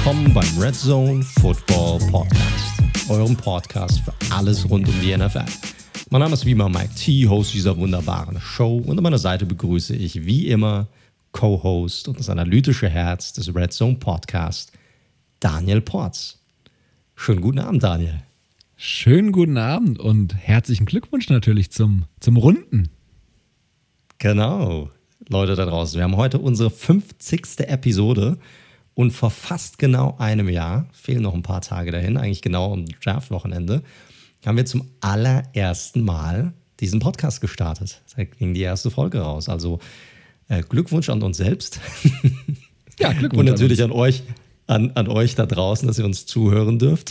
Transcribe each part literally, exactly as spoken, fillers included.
willkommen beim Red Zone Football Podcast, eurem Podcast für alles rund um die N F L. Mein Name ist wie immer Mike T, Host dieser wunderbaren Show, und an meiner Seite begrüße ich wie immer Co-Host und das analytische Herz des Red Zone Podcasts, Daniel Porz. Schönen guten Abend, Daniel. Schönen guten Abend und herzlichen Glückwunsch natürlich zum, zum Runden. Genau, Leute da draußen, wir haben heute unsere fünfzigste Episode und vor fast genau einem Jahr, fehlen noch ein paar Tage dahin, eigentlich genau am Draft-Wochenende, haben wir zum allerersten Mal diesen Podcast gestartet. Da ging die erste Folge raus, also äh, Glückwunsch an uns selbst. Ja, Glückwunsch. Und natürlich an, an euch, an, an euch da draußen, dass ihr uns zuhören dürft.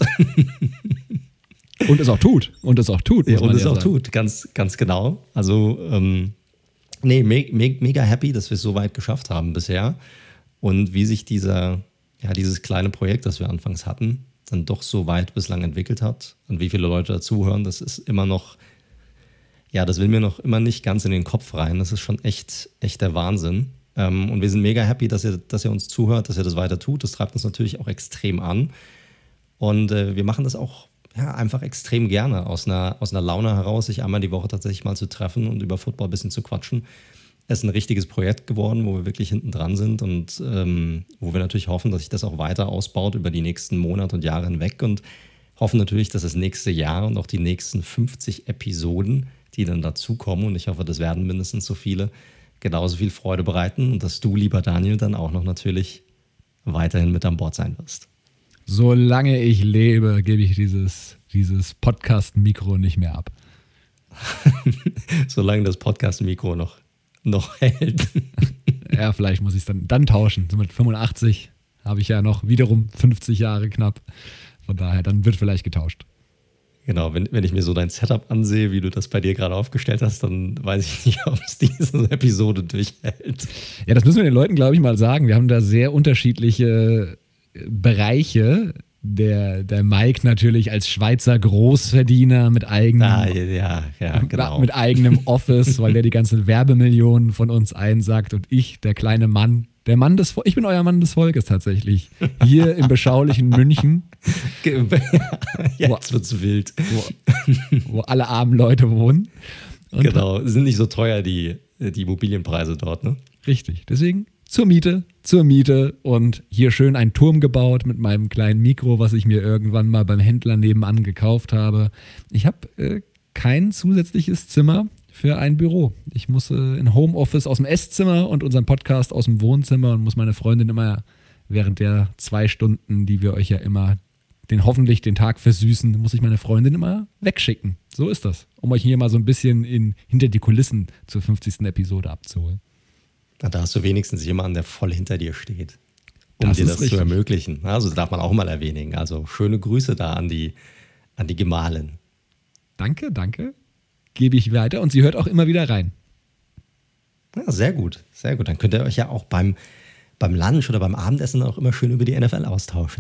Und es auch tut. Und es auch tut. Ja, und es ja auch sagen. tut, ganz, ganz genau. Also, ähm, nee, me- me- mega happy, dass wir es so weit geschafft haben bisher. Und wie sich dieser, ja, dieses kleine Projekt, das wir anfangs hatten, dann doch so weit bislang entwickelt hat. Und wie viele Leute dazuhören, das ist immer noch, ja, das will mir noch immer nicht ganz in den Kopf rein. Das ist schon echt, echt der Wahnsinn. Ähm, und wir sind mega happy, dass ihr, dass ihr uns zuhört, dass ihr das weiter tut. Das treibt uns natürlich auch extrem an. Und äh, wir machen das auch ja, einfach extrem gerne aus einer, aus einer Laune heraus, sich einmal die Woche tatsächlich mal zu treffen und über Football ein bisschen zu quatschen. Es ist ein richtiges Projekt geworden, wo wir wirklich hinten dran sind und ähm, wo wir natürlich hoffen, dass sich das auch weiter ausbaut über die nächsten Monate und Jahre hinweg und hoffen natürlich, dass das nächste Jahr und auch die nächsten fünfzig Episoden, die dann dazukommen, und ich hoffe, das werden mindestens so viele, genauso viel Freude bereiten und dass du, lieber Daniel, dann auch noch natürlich weiterhin mit an Bord sein wirst. Solange ich lebe, gebe ich dieses, dieses Podcast-Mikro nicht mehr ab. Solange das Podcast-Mikro noch, noch hält. Ja, vielleicht muss ich es dann, dann tauschen. So mit fünfundachtzig habe ich ja noch wiederum fünfzig Jahre knapp. Von daher, dann wird vielleicht getauscht. Genau, wenn, wenn ich mir so dein Setup ansehe, wie du das bei dir gerade aufgestellt hast, dann weiß ich nicht, ob es diese Episode durchhält. Ja, das müssen wir den Leuten, glaube ich, mal sagen. Wir haben da sehr unterschiedliche Bereiche. Der, der Mike natürlich als Schweizer Großverdiener mit eigenem, ah, ja, ja, genau. mit eigenem Office, weil der die ganzen Werbemillionen von uns einsackt, und ich, der kleine Mann, der Mann des Volkes, ich bin euer Mann des Volkes tatsächlich, hier im beschaulichen München. Jetzt wird's wild. Wo, wo alle armen Leute wohnen. Und genau, sind nicht so teuer die, die Immobilienpreise dort, ne? Richtig, deswegen zur Miete, zur Miete und hier schön einen Turm gebaut mit meinem kleinen Mikro, was ich mir irgendwann mal beim Händler nebenan gekauft habe. Ich habe äh, kein zusätzliches Zimmer für ein Büro. Ich muss äh, in Homeoffice aus dem Esszimmer und unseren Podcast aus dem Wohnzimmer und muss meine Freundin immer während der zwei Stunden, die wir euch ja immer den hoffentlich den Tag versüßen, muss ich meine Freundin immer wegschicken. So ist das, um euch hier mal so ein bisschen in, hinter die Kulissen zur fünfzigsten Episode abzuholen. Da hast du wenigstens jemanden, der voll hinter dir steht, um das dir das richtig. zu ermöglichen. Also das darf man auch mal erwähnen. Also schöne Grüße da an die, an die Gemahlin. Danke, danke. Gebe ich weiter und sie hört auch immer wieder rein. Ja, sehr gut, sehr gut. Dann könnt ihr euch ja auch beim, beim Lunch oder beim Abendessen auch immer schön über die N F L austauschen.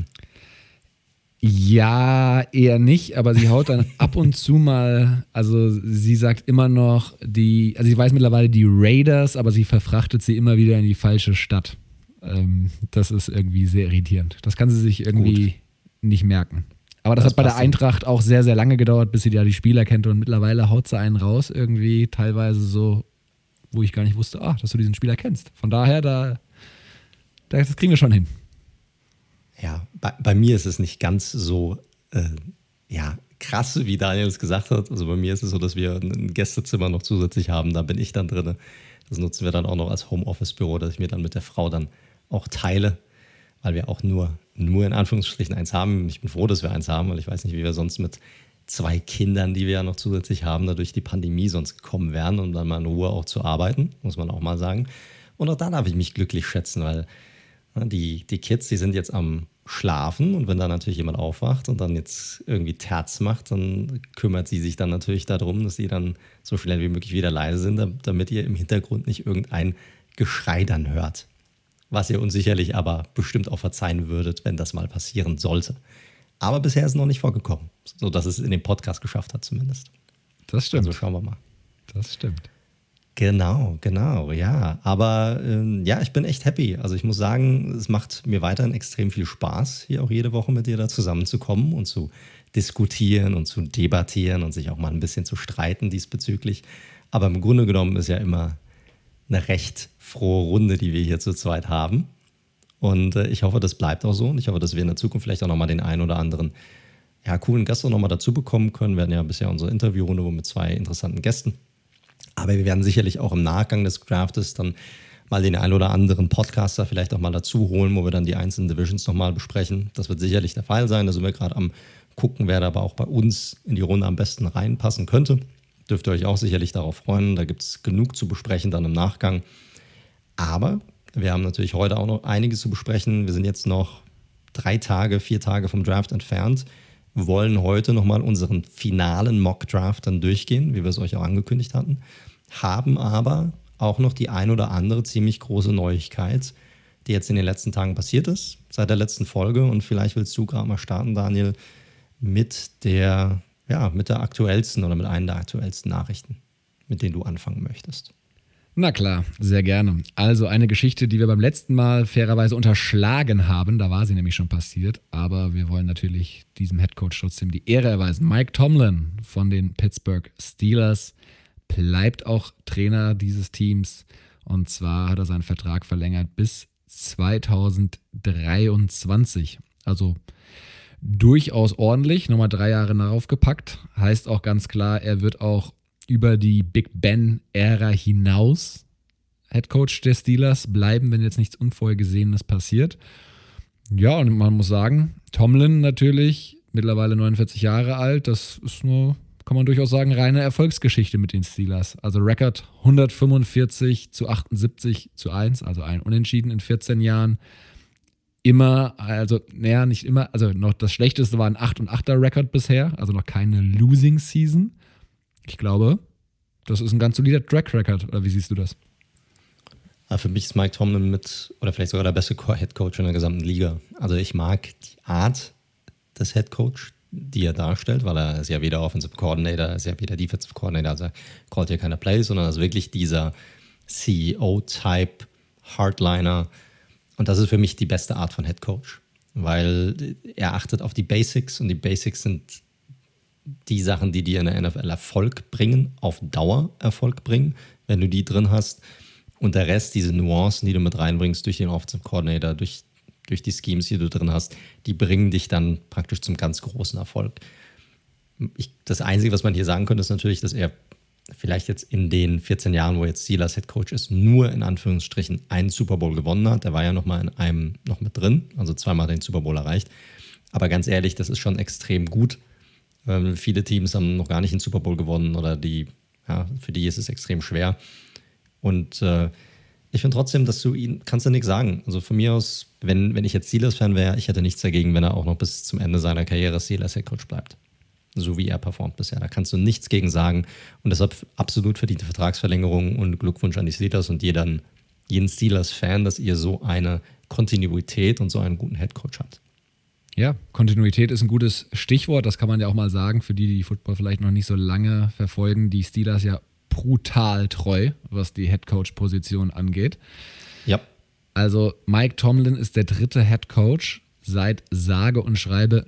Ja, eher nicht, aber sie haut dann ab und zu mal, also sie sagt immer noch, die, also sie weiß mittlerweile die Raiders, aber sie verfrachtet sie immer wieder in die falsche Stadt. Ähm, das ist irgendwie sehr irritierend. Das kann sie sich irgendwie Gut. nicht merken. Aber das, das hat bei der Eintracht auch sehr, sehr lange gedauert, bis sie da die Spieler kennt, und mittlerweile haut sie einen raus, irgendwie teilweise so, wo ich gar nicht wusste, ah, dass du diesen Spieler kennst. Von daher, da, das kriegen wir schon hin. Ja, bei, bei mir ist es nicht ganz so äh, ja, krass, wie Daniel es gesagt hat. Also bei mir ist es so, dass wir ein Gästezimmer noch zusätzlich haben. Da bin ich dann drin. Das nutzen wir dann auch noch als Homeoffice-Büro, dass ich mir dann mit der Frau dann auch teile, weil wir auch nur, nur in Anführungsstrichen eins haben. Ich bin froh, dass wir eins haben, weil ich weiß nicht, wie wir sonst mit zwei Kindern, die wir ja noch zusätzlich haben, dadurch die Pandemie sonst gekommen wären, um dann mal in Ruhe auch zu arbeiten, muss man auch mal sagen. Und auch da darf ich mich glücklich schätzen, weil Die, die Kids, die sind jetzt am Schlafen, und wenn da natürlich jemand aufwacht und dann jetzt irgendwie Terz macht, dann kümmert sie sich dann natürlich darum, dass sie dann so schnell wie möglich wieder leise sind, damit ihr im Hintergrund nicht irgendein Geschrei dann hört. Was ihr uns sicherlich aber bestimmt auch verzeihen würdet, wenn das mal passieren sollte. Aber bisher ist es noch nicht vorgekommen, sodass es in den Podcast geschafft hat zumindest. Das stimmt. Also schauen wir mal. Das stimmt. Genau, genau, ja. Aber ähm, ja, ich bin echt happy. Also ich muss sagen, es macht mir weiterhin extrem viel Spaß, hier auch jede Woche mit dir da zusammenzukommen und zu diskutieren und zu debattieren und sich auch mal ein bisschen zu streiten diesbezüglich. Aber im Grunde genommen ist ja immer eine recht frohe Runde, die wir hier zu zweit haben. Und äh, ich hoffe, das bleibt auch so. Und ich hoffe, dass wir in der Zukunft vielleicht auch nochmal den einen oder anderen ja, coolen Gast auch nochmal dazu bekommen können. Wir hatten ja bisher unsere Interviewrunde mit zwei interessanten Gästen. Aber wir werden sicherlich auch im Nachgang des Draftes dann mal den einen oder anderen Podcaster vielleicht auch mal dazu holen, wo wir dann die einzelnen Divisions nochmal besprechen. Das wird sicherlich der Fall sein. Da sind wir gerade am gucken, wer da aber auch bei uns in die Runde am besten reinpassen könnte. Dürft ihr euch auch sicherlich darauf freuen. Da gibt es genug zu besprechen dann im Nachgang. Aber wir haben natürlich heute auch noch einiges zu besprechen. Wir sind jetzt noch drei Tage, vier Tage vom Draft entfernt. Wir wollen heute nochmal unseren finalen Mock-Draft dann durchgehen, wie wir es euch auch angekündigt hatten. Haben aber auch noch die ein oder andere ziemlich große Neuigkeit, die jetzt in den letzten Tagen passiert ist, seit der letzten Folge. Und vielleicht willst du gerade mal starten, Daniel, mit der, ja, mit der aktuellsten oder mit einer der aktuellsten Nachrichten, mit denen du anfangen möchtest. Na klar, sehr gerne. Also eine Geschichte, die wir beim letzten Mal fairerweise unterschlagen haben, da war sie nämlich schon passiert, aber wir wollen natürlich diesem Headcoach trotzdem die Ehre erweisen. Mike Tomlin von den Pittsburgh Steelers bleibt auch Trainer dieses Teams und zwar hat er seinen Vertrag verlängert bis zweitausenddreiundzwanzig. Also durchaus ordentlich, nochmal drei Jahre darauf gepackt. Heißt auch ganz klar, er wird auch über die Big Ben-Ära hinaus Headcoach der Steelers bleiben, wenn jetzt nichts Unvorhergesehenes passiert. Ja, und man muss sagen, Tomlin natürlich, mittlerweile neunundvierzig Jahre alt, das ist nur, kann man durchaus sagen, reine Erfolgsgeschichte mit den Steelers. Also Rekord hundertfünfundvierzig zu achtundsiebzig zu eins, also ein Unentschieden in vierzehn Jahren. Immer, also, naja, nicht immer, also noch das Schlechteste war ein acht und achter Rekord bisher, also noch keine Losing Season. Ich glaube, das ist ein ganz solider Track Record. Oder wie siehst du das? Für mich ist Mike Tomlin mit, oder vielleicht sogar der beste Headcoach in der gesamten Liga. Also ich mag die Art des Headcoach, die er darstellt, weil er ist ja weder Offensive Coordinator, ist ja weder Defensive Coordinator, also er callt hier keine Plays, sondern er ist wirklich dieser C E O-Type, Hardliner. Und das ist für mich die beste Art von Headcoach, weil er achtet auf die Basics und die Basics sind die Sachen, die dir in der N F L Erfolg bringen, auf Dauer Erfolg bringen, wenn du die drin hast. Und der Rest, diese Nuancen, die du mit reinbringst durch den Offensive Coordinator, durch, durch die Schemes, die du drin hast, die bringen dich dann praktisch zum ganz großen Erfolg. Ich, das Einzige, was man hier sagen könnte, ist natürlich, dass er vielleicht jetzt in den vierzehn Jahren, wo jetzt Steelers Head Coach ist, nur in Anführungsstrichen einen Super Bowl gewonnen hat. Der war ja noch mal in einem noch mit drin, also zweimal den Super Bowl erreicht. Aber ganz ehrlich, das ist schon extrem gut. Ähm, viele Teams haben noch gar nicht einen Super Bowl gewonnen oder die, ja, für die ist es extrem schwer. Und äh, ich finde trotzdem, dass du ihn, kannst du nichts sagen. Also von mir aus, wenn, wenn ich jetzt Steelers-Fan wäre, ich hätte nichts dagegen, wenn er auch noch bis zum Ende seiner Karriere Steelers-Headcoach bleibt. So wie er performt bisher. Da kannst du nichts gegen sagen. Und deshalb absolut verdiente Vertragsverlängerung und Glückwunsch an die Steelers und jeden, jeden Steelers-Fan, dass ihr so eine Kontinuität und so einen guten Headcoach habt. Ja, Kontinuität ist ein gutes Stichwort, das kann man ja auch mal sagen, für die, die Football vielleicht noch nicht so lange verfolgen. Die Steelers ja brutal treu, was die Headcoach-Position angeht. Ja. Also Mike Tomlin ist der dritte Headcoach seit sage und schreibe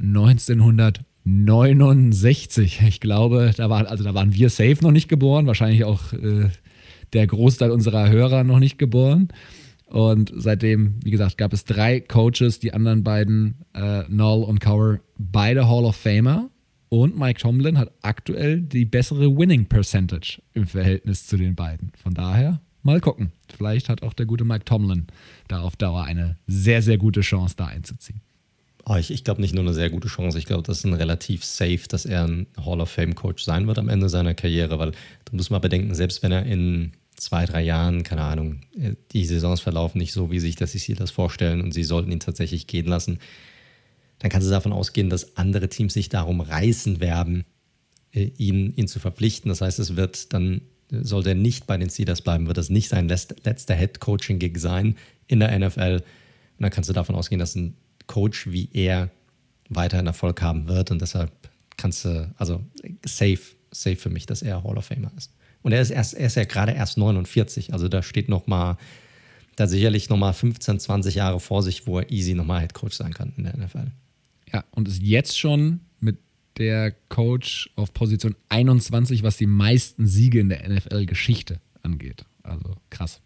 neunzehnhundertneunundsechzig. Ich glaube, da, war, also da waren wir safe noch nicht geboren, wahrscheinlich auch äh, der Großteil unserer Hörer noch nicht geboren. Und seitdem, wie gesagt, gab es drei Coaches, die anderen beiden, äh, Null und Cowher, beide Hall of Famer. Und Mike Tomlin hat aktuell die bessere Winning Percentage im Verhältnis zu den beiden. Von daher, mal gucken. Vielleicht hat auch der gute Mike Tomlin da auf Dauer eine sehr, sehr gute Chance, da einzuziehen. Oh, ich ich glaube nicht nur eine sehr gute Chance, ich glaube, das ist ein relativ safe, dass er ein Hall of Fame Coach sein wird am Ende seiner Karriere, weil du musst mal bedenken, selbst wenn er in zwei, drei Jahren, keine Ahnung, die Saisons verlaufen nicht so, wie sich das sich das vorstellen und sie sollten ihn tatsächlich gehen lassen, dann kannst du davon ausgehen, dass andere Teams sich darum reißen werden, ihn, ihn zu verpflichten. Das heißt, es wird dann, sollte er nicht bei den Steelers bleiben, wird das nicht sein letzter Head-Coaching-Gig sein in der N F L. Und dann kannst du davon ausgehen, dass ein Coach wie er weiterhin Erfolg haben wird und deshalb kannst du, also safe, safe für mich, dass er Hall of Famer ist. Und er ist, erst, er ist ja gerade erst neunundvierzig, also da steht noch mal, da sicherlich noch mal fünfzehn, zwanzig Jahre vor sich, wo er easy nochmal Headcoach sein kann in der N F L. Ja, und ist jetzt schon mit der Coach auf Position einundzwanzig, was die meisten Siege in der N F L-Geschichte angeht. Also krass.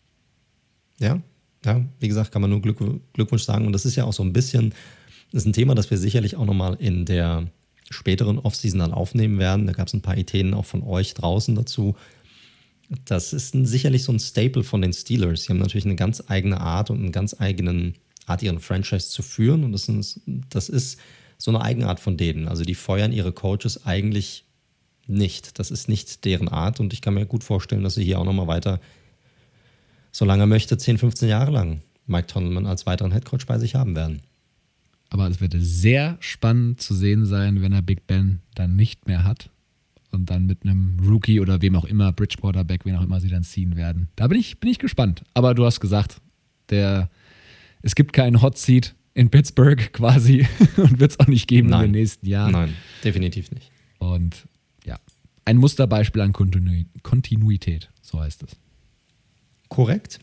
Ja, ja, wie gesagt, kann man nur Glück, Glückwunsch sagen. Und das ist ja auch so ein bisschen, das ist ein Thema, das wir sicherlich auch nochmal in der späteren Offseason dann aufnehmen werden. Da gab es ein paar Ideen auch von euch draußen dazu. Das ist ein, sicherlich so ein Staple von den Steelers. Sie haben natürlich eine ganz eigene Art und eine ganz eigene Art, ihren Franchise zu führen. Und das ist, das ist so eine Eigenart von denen. Also die feuern ihre Coaches eigentlich nicht. Das ist nicht deren Art. Und ich kann mir gut vorstellen, dass sie hier auch nochmal weiter, solange er möchte, zehn, fünfzehn Jahre lang Mike Tomlin als weiteren Headcoach bei sich haben werden. Aber es wird sehr spannend zu sehen sein, wenn er Big Ben dann nicht mehr hat und dann mit einem Rookie oder wem auch immer, Bridgewater Back, wen auch immer sie dann ziehen werden. Da bin ich, bin ich gespannt. Aber du hast gesagt, der, es gibt keinen Hot Seat in Pittsburgh quasi und wird es auch nicht geben Nein. in den nächsten Jahren. Nein, definitiv nicht. Und ja, ein Musterbeispiel an Kontinu- Kontinuität, so heißt es. Korrekt.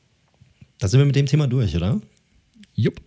Da sind wir mit dem Thema durch, oder? Jupp.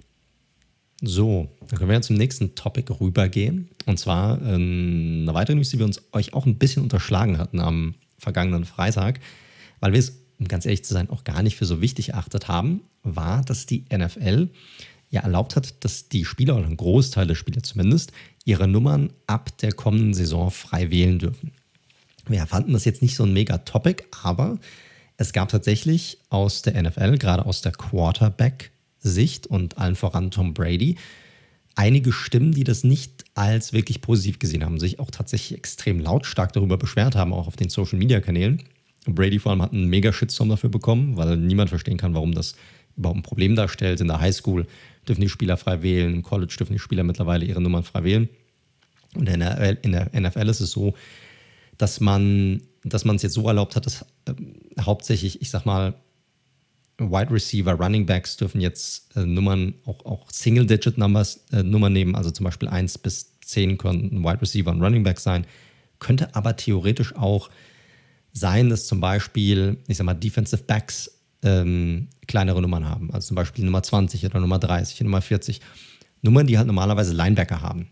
So, dann können wir jetzt zum nächsten Topic rübergehen. Und zwar ähm, eine weitere News, die wir uns euch auch ein bisschen unterschlagen hatten am vergangenen Freitag, weil wir es, um ganz ehrlich zu sein, auch gar nicht für so wichtig erachtet haben, war, dass die N F L ja erlaubt hat, dass die Spieler, oder ein Großteil der Spieler zumindest, ihre Nummern ab der kommenden Saison frei wählen dürfen. Wir fanden das jetzt nicht so ein mega Topic, aber es gab tatsächlich aus der N F L, gerade aus der Quarterback-Sicht und allen voran Tom Brady, einige Stimmen, die das nicht als wirklich positiv gesehen haben, sich auch tatsächlich extrem lautstark darüber beschwert haben, auch auf den Social-Media-Kanälen. Brady vor allem hat einen mega Shitstorm dafür bekommen, weil niemand verstehen kann, warum das überhaupt ein Problem darstellt. In der Highschool dürfen die Spieler frei wählen, im College dürfen die Spieler mittlerweile ihre Nummern frei wählen. Und in der, in der N F L ist es so, dass man dass man es jetzt so erlaubt hat, dass äh, hauptsächlich, ich sag mal, Wide Receiver, Running Backs dürfen jetzt äh, Nummern, auch, auch Single-Digit-Numbers äh, Nummern nehmen, also zum Beispiel eins bis zehn können Wide Receiver und Running Back sein. Könnte aber theoretisch auch sein, dass zum Beispiel, ich sag mal, Defensive Backs ähm, kleinere Nummern haben, also zum Beispiel Nummer zwanzig oder Nummer dreißig, Nummer vierzig. Nummern, die halt normalerweise Linebacker haben.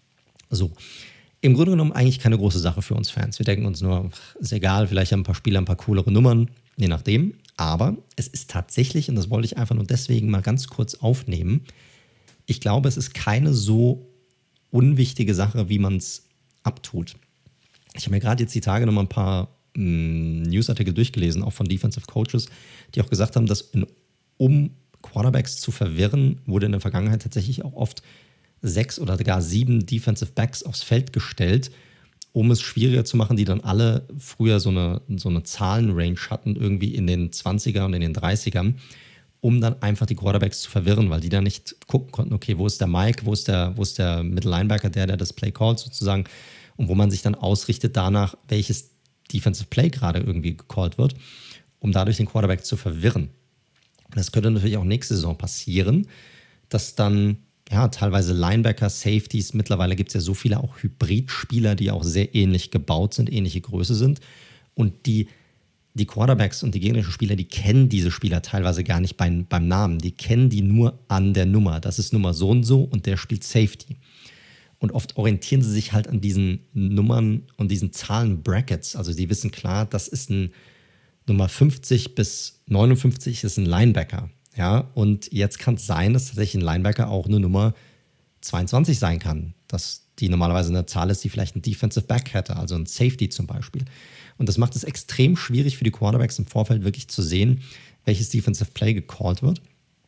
So. Im Grunde genommen eigentlich keine große Sache für uns Fans. Wir denken uns nur, ist egal, vielleicht haben ein paar Spieler ein paar coolere Nummern, je nachdem. Aber es ist tatsächlich, und das wollte ich einfach nur deswegen mal ganz kurz aufnehmen, ich glaube, es ist keine so unwichtige Sache, wie man es abtut. Ich habe mir gerade jetzt die Tage noch mal ein paar mh, Newsartikel durchgelesen, auch von Defensive Coaches, die auch gesagt haben, dass in, um Quarterbacks zu verwirren, wurde in der Vergangenheit tatsächlich auch oft sechs oder gar sieben Defensive Backs aufs Feld gestellt, um es schwieriger zu machen, die dann alle früher so eine, so eine Zahlenrange hatten, irgendwie in den zwanziger und in den dreißigern, um dann einfach die Quarterbacks zu verwirren, weil die dann nicht gucken konnten, okay, wo ist der Mike, wo ist der, wo ist der Middle Linebacker, der, der das Play callt sozusagen, und wo man sich dann ausrichtet danach, welches Defensive Play gerade irgendwie gecallt wird, um dadurch den Quarterback zu verwirren. Und das könnte natürlich auch nächste Saison passieren, dass dann ja, teilweise Linebacker, Safeties, mittlerweile gibt es ja so viele auch Hybridspieler, die auch sehr ähnlich gebaut sind, ähnliche Größe sind. Und die, die Quarterbacks und die gegnerischen Spieler, die kennen diese Spieler teilweise gar nicht beim, beim Namen. Die kennen die nur an der Nummer. Das ist Nummer so und so und der spielt Safety. Und oft orientieren sie sich halt an diesen Nummern und diesen Zahlen-Brackets. Also die wissen klar, das ist ein Nummer fünfzig bis neunundfünfzig ist ein Linebacker. Ja, und jetzt kann es sein, dass tatsächlich ein Linebacker auch eine Nummer zweiundzwanzig sein kann. Dass die normalerweise eine Zahl ist, die vielleicht ein Defensive Back hätte, also ein Safety zum Beispiel. Und das macht es extrem schwierig für die Quarterbacks im Vorfeld wirklich zu sehen, welches Defensive Play gecallt wird.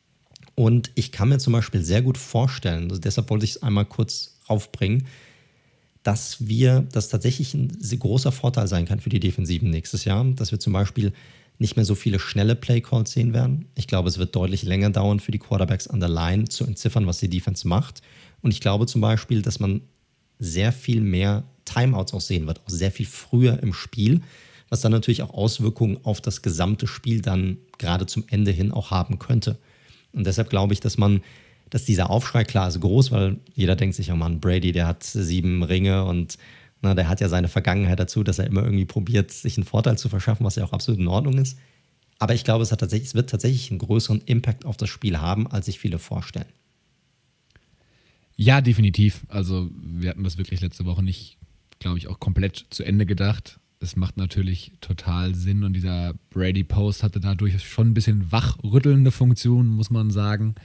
Und ich kann mir zum Beispiel sehr gut vorstellen, also deshalb wollte ich es einmal kurz aufbringen, dass wir, das tatsächlich ein sehr großer Vorteil sein kann für die Defensiven nächstes Jahr, dass wir zum Beispiel nicht mehr so viele schnelle Play-Calls sehen werden. Ich glaube, es wird deutlich länger dauern für die Quarterbacks an der Line zu entziffern, was die Defense macht. Und ich glaube zum Beispiel, dass man sehr viel mehr Timeouts auch sehen wird, auch sehr viel früher im Spiel, was dann natürlich auch Auswirkungen auf das gesamte Spiel dann gerade zum Ende hin auch haben könnte. Und deshalb glaube ich, dass man, dass dieser Aufschrei, klar ist groß, weil jeder denkt sich, oh Mann, Brady, der hat sieben Ringe und Na, der hat ja seine Vergangenheit dazu, dass er immer irgendwie probiert, sich einen Vorteil zu verschaffen, was ja auch absolut in Ordnung ist. Aber ich glaube, es, hat tatsächlich, es wird tatsächlich einen größeren Impact auf das Spiel haben, als sich viele vorstellen. Ja, definitiv. Also wir hatten das wirklich letzte Woche nicht, glaube ich, auch komplett zu Ende gedacht. Es macht natürlich total Sinn und dieser Brady-Post hatte dadurch schon ein bisschen wachrüttelnde Funktion, muss man sagen,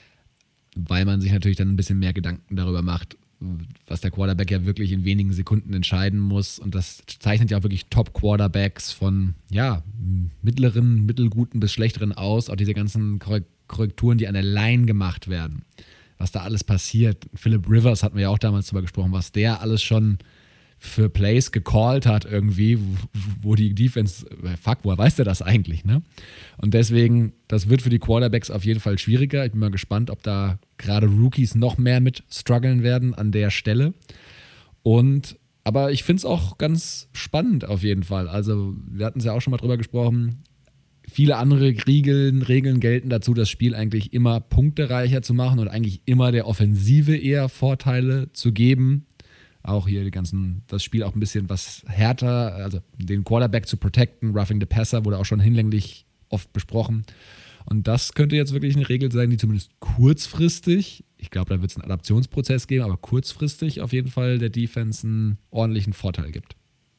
weil man sich natürlich dann ein bisschen mehr Gedanken darüber macht, was der Quarterback ja wirklich in wenigen Sekunden entscheiden muss. Und das zeichnet ja auch wirklich Top-Quarterbacks von ja, mittleren, mittelguten bis schlechteren aus. Auch diese ganzen Korrekturen, die an der Line gemacht werden. Was da alles passiert. Philip Rivers hatten wir ja auch damals drüber gesprochen, was der alles schon für Plays gecallt hat irgendwie, wo die Defense, fuck, woher weiß der das eigentlich, ne? Und deswegen, das wird für die Quarterbacks auf jeden Fall schwieriger. Ich bin mal gespannt, ob da gerade Rookies noch mehr mit strugglen werden an der Stelle. Und, aber ich finde es auch ganz spannend auf jeden Fall. Also, wir hatten es ja auch schon mal drüber gesprochen. Viele andere Regeln, Regeln gelten dazu, das Spiel eigentlich immer punktereicher zu machen und eigentlich immer der Offensive eher Vorteile zu geben. Auch hier die ganzen, das Spiel auch ein bisschen was härter, also den Quarterback zu protecten, roughing the passer wurde auch schon hinlänglich oft besprochen. Und das könnte jetzt wirklich eine Regel sein, die zumindest kurzfristig, ich glaube, da wird es einen Adaptionsprozess geben, aber kurzfristig auf jeden Fall der Defense einen ordentlichen Vorteil gibt.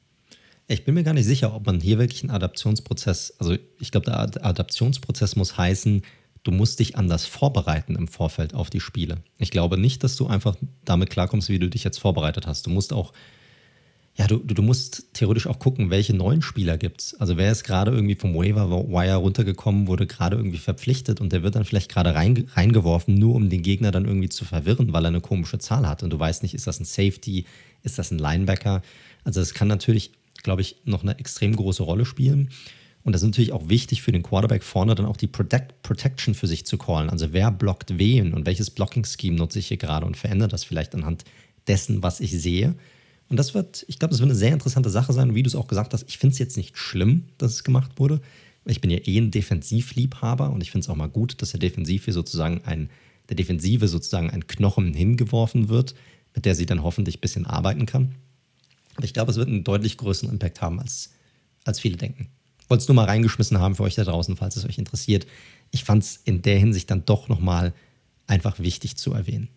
Ich bin mir gar nicht sicher, ob man hier wirklich einen Adaptionsprozess, also ich glaube, der Adaptionsprozess muss heißen, du musst dich anders vorbereiten im Vorfeld auf die Spiele. Ich glaube nicht, dass du einfach damit klarkommst, wie du dich jetzt vorbereitet hast. Du musst auch, ja, du, du musst theoretisch auch gucken, welche neuen Spieler gibt es. Also wer ist gerade irgendwie vom Waiver-Wire runtergekommen, wurde gerade irgendwie verpflichtet und der wird dann vielleicht gerade rein, reingeworfen, nur um den Gegner dann irgendwie zu verwirren, weil er eine komische Zahl hat. Und du weißt nicht, ist das ein Safety, ist das ein Linebacker? Also es kann natürlich, glaube ich, noch eine extrem große Rolle spielen. Und das ist natürlich auch wichtig für den Quarterback vorne, dann auch die Protect- Protection für sich zu callen. Also wer blockt wen und welches Blocking-Scheme nutze ich hier gerade und verändere das vielleicht anhand dessen, was ich sehe. Und das wird, ich glaube, das wird eine sehr interessante Sache sein. Und wie du es auch gesagt hast, ich finde es jetzt nicht schlimm, dass es gemacht wurde. Ich bin ja eh ein Defensivliebhaber und ich finde es auch mal gut, dass der Defensiv hier sozusagen ein, der Defensive sozusagen ein Knochen hingeworfen wird, mit der sie dann hoffentlich ein bisschen arbeiten kann. Aber ich glaube, es wird einen deutlich größeren Impact haben, als, als viele denken. Ich wollte es nur mal reingeschmissen haben für euch da draußen, falls es euch interessiert. Ich fand es in der Hinsicht dann doch nochmal einfach wichtig zu erwähnen.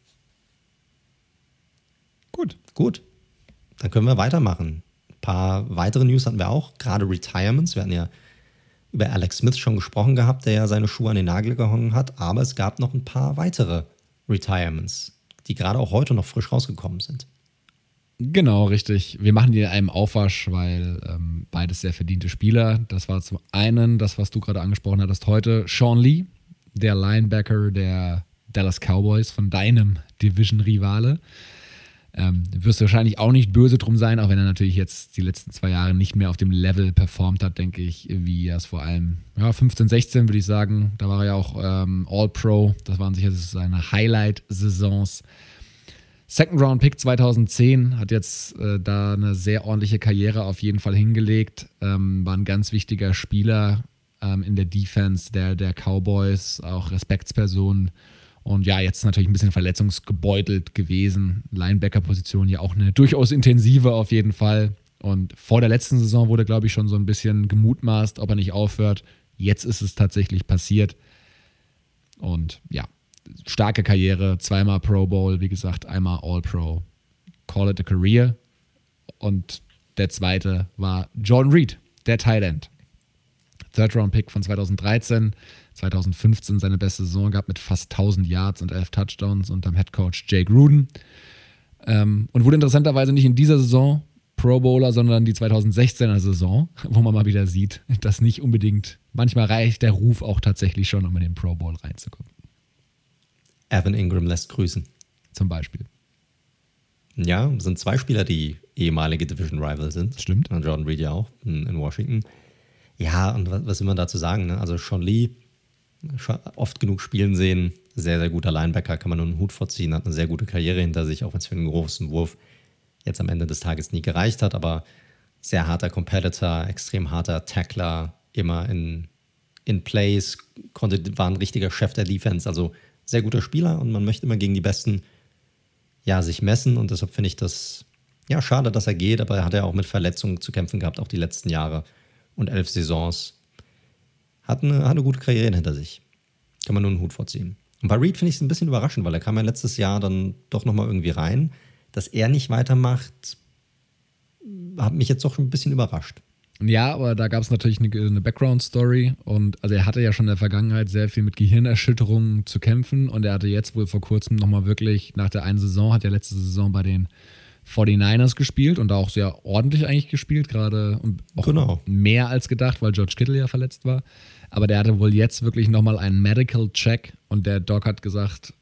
Gut. Gut. Dann können wir weitermachen. Ein paar weitere News hatten wir auch, gerade Retirements. Wir hatten ja über Alex Smith schon gesprochen gehabt, der ja seine Schuhe an den Nagel gehangen hat. Aber es gab noch ein paar weitere Retirements, die gerade auch heute noch frisch rausgekommen sind. Genau, richtig. Wir machen die in einem Aufwasch, weil ähm, beides sehr verdiente Spieler. Das war zum einen das, was du gerade angesprochen hattest heute. Sean Lee, der Linebacker der Dallas Cowboys, von deinem Division-Rivale. Ähm, wirst du wahrscheinlich auch nicht böse drum sein, auch wenn er natürlich jetzt die letzten zwei Jahre nicht mehr auf dem Level performt hat, denke ich, wie er es vor allem, ja, fünfzehn, sechzehn würde ich sagen. Da war er ja auch ähm, All-Pro. Das waren sicher seine Highlight-Saisons. Second-Round-Pick zweitausendzehn, hat jetzt äh, da eine sehr ordentliche Karriere auf jeden Fall hingelegt, ähm, war ein ganz wichtiger Spieler ähm, in der Defense der, der Cowboys, auch Respektsperson und ja, jetzt natürlich ein bisschen verletzungsgebeutelt gewesen, Linebacker-Position ja auch eine durchaus intensive auf jeden Fall und vor der letzten Saison wurde, glaube ich, schon so ein bisschen gemutmaßt, ob er nicht aufhört, jetzt ist es tatsächlich passiert und ja, starke Karriere, zweimal Pro Bowl, wie gesagt, einmal All-Pro. Call it a career. Und der zweite war Jordan Reed, der Tight End. Third-Round-Pick von zweitausenddreizehn, zweitausendfünfzehn seine beste Saison gehabt mit fast tausend Yards und elf Touchdowns unterm Headcoach Jake Gruden. Ähm, und wurde interessanterweise nicht in dieser Saison Pro Bowler, sondern die zweitausendsechzehner Saison, wo man mal wieder sieht, dass nicht unbedingt, manchmal reicht der Ruf auch tatsächlich schon, um in den Pro Bowl reinzukommen. Evan Ingram lässt grüßen. Zum Beispiel. Ja, sind zwei Spieler, die ehemalige Division Rival sind. Stimmt. Und Jordan Reed ja auch in, in Washington. Ja, und was, was will man dazu sagen? Ne? Also Sean Lee, schon oft genug spielen sehen, sehr, sehr guter Linebacker, kann man nur einen Hut vorziehen, hat eine sehr gute Karriere hinter sich, auch wenn es für einen großen Wurf jetzt am Ende des Tages nie gereicht hat, aber sehr harter Competitor, extrem harter Tackler, immer in, in Plays, konnte, war ein richtiger Chef der Defense, also sehr guter Spieler und man möchte immer gegen die Besten ja, sich messen und deshalb finde ich das ja, schade, dass er geht, aber er hat ja auch mit Verletzungen zu kämpfen gehabt, auch die letzten Jahre und elf Saisons. Hat eine, hat eine gute Karriere hinter sich. Kann man nur einen Hut vorziehen. Und bei Reed finde ich es ein bisschen überraschend, weil er kam ja letztes Jahr dann doch nochmal irgendwie rein. Dass er nicht weitermacht, hat mich jetzt doch schon ein bisschen überrascht. Ja, aber da gab es natürlich eine, eine Background-Story und also er hatte ja schon in der Vergangenheit sehr viel mit Gehirnerschütterungen zu kämpfen und er hatte jetzt wohl vor kurzem nochmal wirklich, nach der einen Saison, hat er letzte Saison bei den forty-niners gespielt und da auch sehr ordentlich eigentlich gespielt, gerade und auch genau. mehr als gedacht, weil George Kittle ja verletzt war. Aber der hatte wohl jetzt wirklich nochmal einen Medical Check und der Doc hat gesagt,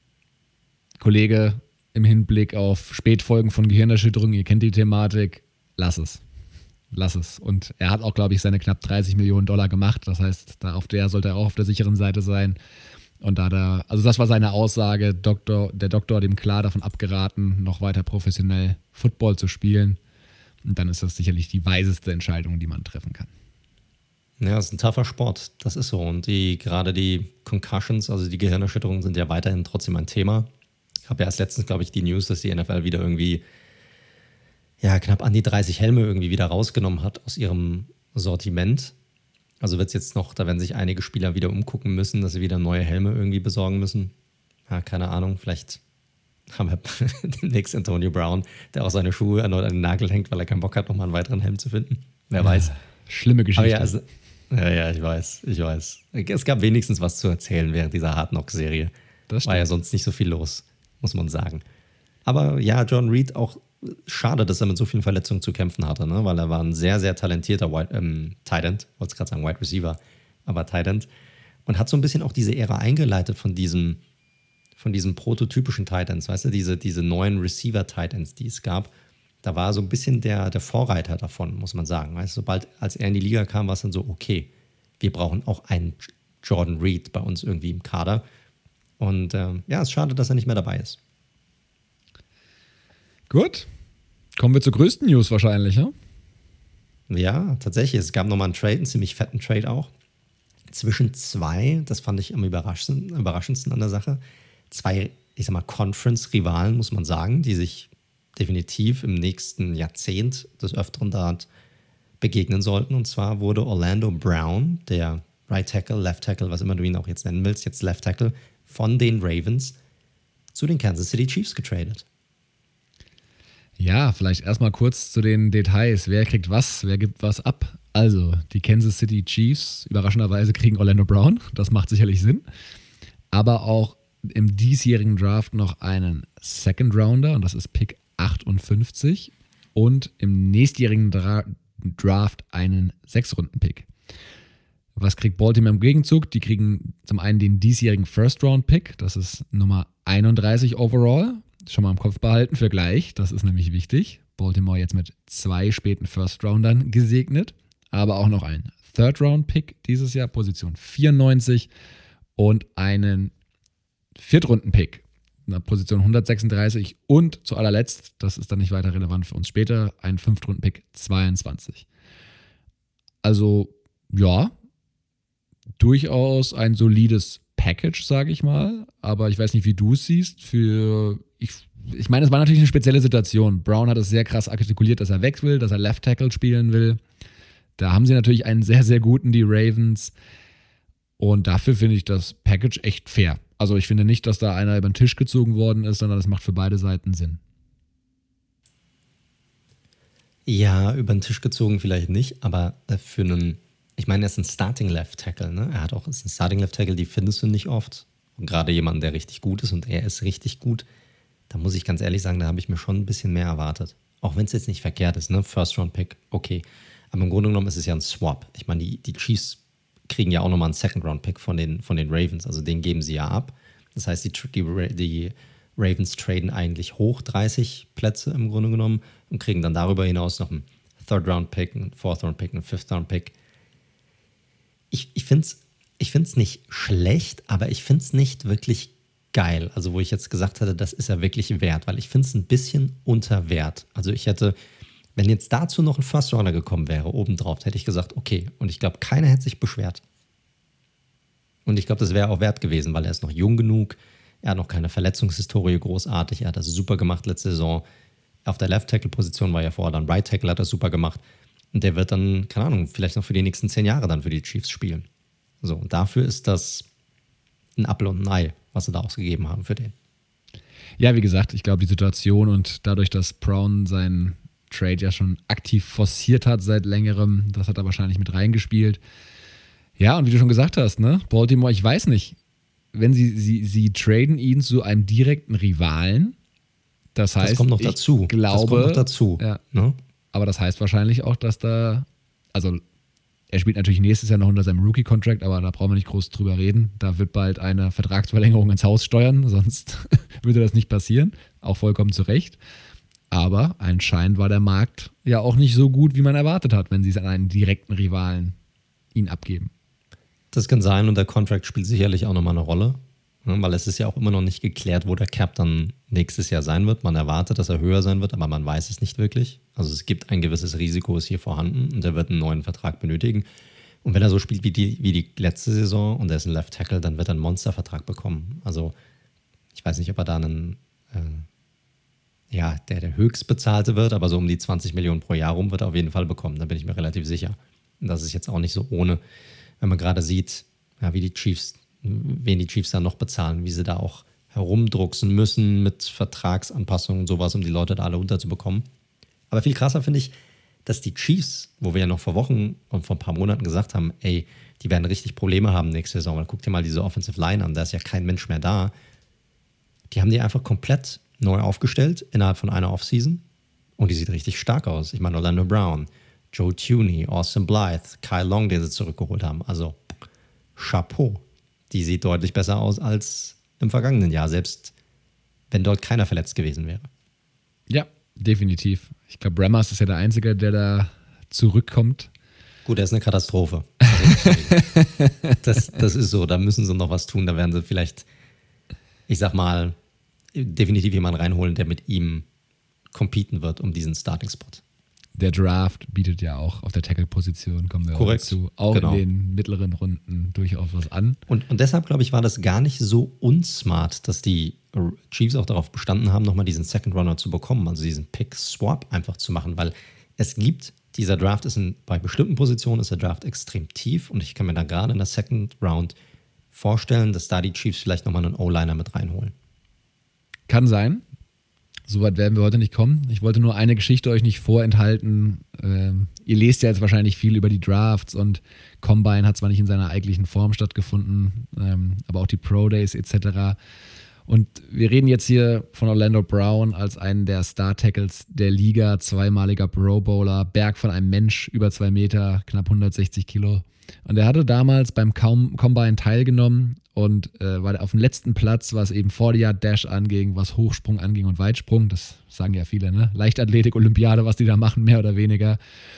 Kollege, im Hinblick auf Spätfolgen von Gehirnerschütterungen, ihr kennt die Thematik, lass es. Lass es. Und er hat auch, glaube ich, seine knapp dreißig Millionen Dollar gemacht. Das heißt, da auf der sollte er auch auf der sicheren Seite sein. Und da da, also das war seine Aussage, Doktor, der Doktor hat ihm klar davon abgeraten, noch weiter professionell Football zu spielen. Und dann ist das sicherlich die weiseste Entscheidung, die man treffen kann. Ja, es ist ein tougher Sport, das ist so. Und die, gerade die Concussions, also die Gehirnerschütterungen, sind ja weiterhin trotzdem ein Thema. Ich habe ja erst letztens, glaube ich, die News, dass die N F L wieder irgendwie ja, knapp an die dreißig Helme irgendwie wieder rausgenommen hat aus ihrem Sortiment. Also wird es jetzt noch, da werden sich einige Spieler wieder umgucken müssen, dass sie wieder neue Helme irgendwie besorgen müssen. Ja, keine Ahnung, vielleicht haben wir demnächst Antonio Brown, der auch seine Schuhe erneut an den Nagel hängt, weil er keinen Bock hat, nochmal einen weiteren Helm zu finden. Wer weiß. Ja, schlimme Geschichte. Aber ja, also, ja, ja, ich weiß, ich weiß. Es gab wenigstens was zu erzählen während dieser Hard Knock-Serie. War ja sonst nicht so viel los, muss man sagen. Aber ja, John Reed auch schade, dass er mit so vielen Verletzungen zu kämpfen hatte, ne? Weil er war ein sehr, sehr talentierter Wide, ähm, Tight End, wollte gerade sagen Wide Receiver, aber Tight End und hat so ein bisschen auch diese Ära eingeleitet von diesem, von diesen prototypischen Tight Ends, weißt du, diese, diese neuen Receiver-Tight Ends, die es gab. Da war so ein bisschen der, der Vorreiter davon, muss man sagen. Weißt du, sobald, als er in die Liga kam, war es dann so, okay, wir brauchen auch einen Jordan Reed bei uns irgendwie im Kader. Und ähm, ja, es ist schade, dass er nicht mehr dabei ist. Gut. Kommen wir zur größten News wahrscheinlich, ja? Ja, tatsächlich. Es gab nochmal einen Trade, einen ziemlich fetten Trade auch. Zwischen zwei, das fand ich am überraschendsten, überraschendsten an der Sache, zwei, ich sag mal, Conference-Rivalen, muss man sagen, die sich definitiv im nächsten Jahrzehnt des Öfteren dort begegnen sollten. Und zwar wurde Orlando Brown, der Right Tackle, Left Tackle, was immer du ihn auch jetzt nennen willst, jetzt Left Tackle, von den Ravens zu den Kansas City Chiefs getradet. Ja, vielleicht erstmal kurz zu den Details. Wer kriegt was? Wer gibt was ab? Also, die Kansas City Chiefs, überraschenderweise, kriegen Orlando Brown. Das macht sicherlich Sinn. Aber auch im diesjährigen Draft noch einen Second Rounder, und das ist Pick achtundfünfzig. Und im nächstjährigen Dra- Draft einen Sechs-Runden-Pick. Was kriegt Baltimore im Gegenzug? Die kriegen zum einen den diesjährigen First-Round-Pick. Das ist Nummer einunddreißig overall. Schon mal im Kopf behalten für gleich, das ist nämlich wichtig. Baltimore jetzt mit zwei späten First-Roundern gesegnet, aber auch noch einen Third-Round-Pick dieses Jahr, Position vierundneunzig und einen Viertrunden-Pick, Position hundertsechsunddreißig und zu allerletzt, das ist dann nicht weiter relevant für uns später, ein Fünftrunden-Pick zweiundzwanzig. Also, ja, durchaus ein solides Package, sage ich mal, aber ich weiß nicht, wie du es siehst. Für ich, ich meine, es war natürlich eine spezielle Situation. Brown hat es sehr krass artikuliert, dass er weg will, dass er Left Tackle spielen will. Da haben sie natürlich einen sehr, sehr guten, die Ravens. Und dafür finde ich das Package echt fair. Also ich finde nicht, dass da einer über den Tisch gezogen worden ist, sondern das macht für beide Seiten Sinn. Ja, über den Tisch gezogen vielleicht nicht, aber für einen, ich meine, er ist ein Starting Left Tackle, ne? Er hat auch ist ein Starting Left Tackle, die findest du nicht oft. Und gerade jemanden, der richtig gut ist und er ist richtig gut, da muss ich ganz ehrlich sagen, da habe ich mir schon ein bisschen mehr erwartet. Auch wenn es jetzt nicht verkehrt ist, ne? First Round Pick, okay. Aber im Grunde genommen ist es ja ein Swap. Ich meine, die, die Chiefs kriegen ja auch nochmal einen Second Round Pick von den, von den Ravens, also den geben sie ja ab. Das heißt, die, die, die Ravens traden eigentlich hoch dreißig Plätze im Grunde genommen und kriegen dann darüber hinaus noch einen Third Round Pick, einen Fourth Round Pick, einen Fifth Round Pick. Ich, ich finde es ich find's nicht schlecht, aber ich finde es nicht wirklich geil. Also wo ich jetzt gesagt hatte, das ist ja wirklich wert, weil ich finde es ein bisschen unter Wert. Also ich hätte, wenn jetzt dazu noch ein First Rounder gekommen wäre, obendrauf, hätte ich gesagt, okay. Und ich glaube, keiner hätte sich beschwert. Und ich glaube, das wäre auch wert gewesen, weil er ist noch jung genug, er hat noch keine Verletzungshistorie großartig, er hat das super gemacht letzte Saison. auf der Left-Tackle-Position war ja vorher dann Right Tackle, hat das super gemacht. Und der wird dann, keine Ahnung, vielleicht noch für die nächsten zehn Jahre dann für die Chiefs spielen. So, und dafür ist das ein Apfel und ein Ei, was sie da ausgegeben haben für den. Ja, wie gesagt, ich glaube, die Situation und dadurch, dass Brown seinen Trade ja schon aktiv forciert hat seit längerem, das hat er wahrscheinlich mit reingespielt. Ja, und wie du schon gesagt hast, ne, Baltimore, ich weiß nicht, wenn sie, sie, sie traden ihn zu einem direkten Rivalen, das heißt, das kommt noch ich dazu. glaube, das kommt noch dazu. Ja, ne? Aber das heißt wahrscheinlich auch, dass da, also er spielt natürlich nächstes Jahr noch unter seinem Rookie-Contract, aber da brauchen wir nicht groß drüber reden. Da wird bald eine Vertragsverlängerung ins Haus steuern, sonst würde das nicht passieren. Auch vollkommen zu Recht. Aber anscheinend war der Markt ja auch nicht so gut, wie man erwartet hat, wenn sie es an einen direkten Rivalen ihn abgeben. Das kann sein und der Contract spielt sicherlich auch nochmal eine Rolle, ne, weil es ist ja auch immer noch nicht geklärt, wo der Cap dann nächstes Jahr sein wird. Man erwartet, dass er höher sein wird, aber man weiß es nicht wirklich. Also es gibt ein gewisses Risiko, ist hier vorhanden und er wird einen neuen Vertrag benötigen. Und wenn er so spielt wie die, wie die letzte Saison und er ist ein Left Tackle, dann wird er einen Monstervertrag bekommen. Also ich weiß nicht, ob er da einen, äh, ja, der der höchst bezahlte wird, aber so um die zwanzig Millionen pro Jahr rum wird er auf jeden Fall bekommen. Da bin ich mir relativ sicher. Und das ist jetzt auch nicht so ohne, wenn man gerade sieht, ja, wie die Chiefs, wen die Chiefs da noch bezahlen, wie sie da auch herumdrucksen müssen mit Vertragsanpassungen und sowas, um die Leute da alle unterzubekommen. Aber viel krasser finde ich, dass die Chiefs, wo wir ja noch vor Wochen und vor ein paar Monaten gesagt haben, ey, die werden richtig Probleme haben nächste Saison, weil guck dir mal diese Offensive Line an, da ist ja kein Mensch mehr da. Die haben die einfach komplett neu aufgestellt innerhalb von einer Offseason und die sieht richtig stark aus. Ich meine, Orlando Brown, Joe Thuney, Austin Blythe, Kyle Long, den sie zurückgeholt haben. Also Chapeau. Die sieht deutlich besser aus als im vergangenen Jahr, selbst wenn dort keiner verletzt gewesen wäre. Ja, definitiv. Ich glaube, Rammers ist ja der Einzige, der da zurückkommt. Gut, er ist eine Katastrophe. Also, das, das ist so, da müssen sie noch was tun. Da werden sie vielleicht, ich sag mal, definitiv jemanden reinholen, der mit ihm competen wird um diesen Starting-Spot. Der Draft bietet ja auch auf der Tackle-Position, kommen wir Korrekt. auch dazu, auch Genau. in den mittleren Runden durchaus was an. Und, und deshalb, glaube ich, war das gar nicht so unsmart, dass die Chiefs auch darauf bestanden haben, nochmal diesen Second Runner zu bekommen, also diesen Pick-Swap einfach zu machen, weil es gibt, dieser Draft ist in, bei bestimmten Positionen ist der Draft extrem tief und ich kann mir da gerade in der Second Round vorstellen, dass da die Chiefs vielleicht nochmal einen O-Liner mit reinholen. Kann sein. Soweit werden wir heute nicht kommen. Ich wollte nur eine Geschichte euch nicht vorenthalten. Ähm, ihr lest ja jetzt wahrscheinlich viel über die Drafts und Combine hat zwar nicht in seiner eigentlichen Form stattgefunden, ähm, aber auch die Pro Days et cetera. Und wir reden jetzt hier von Orlando Brown als einen der Star-Tackles der Liga, zweimaliger Pro Bowler, Berg von einem Mensch, über zwei Meter, knapp hundertsechzig Kilo. Und er hatte damals beim Combine teilgenommen und äh, war auf dem letzten Platz, was eben forty-Yard-Dash anging, was Hochsprung anging und Weitsprung. Das sagen ja viele, ne? Leichtathletik-Olympiade, was die da machen, mehr oder weniger.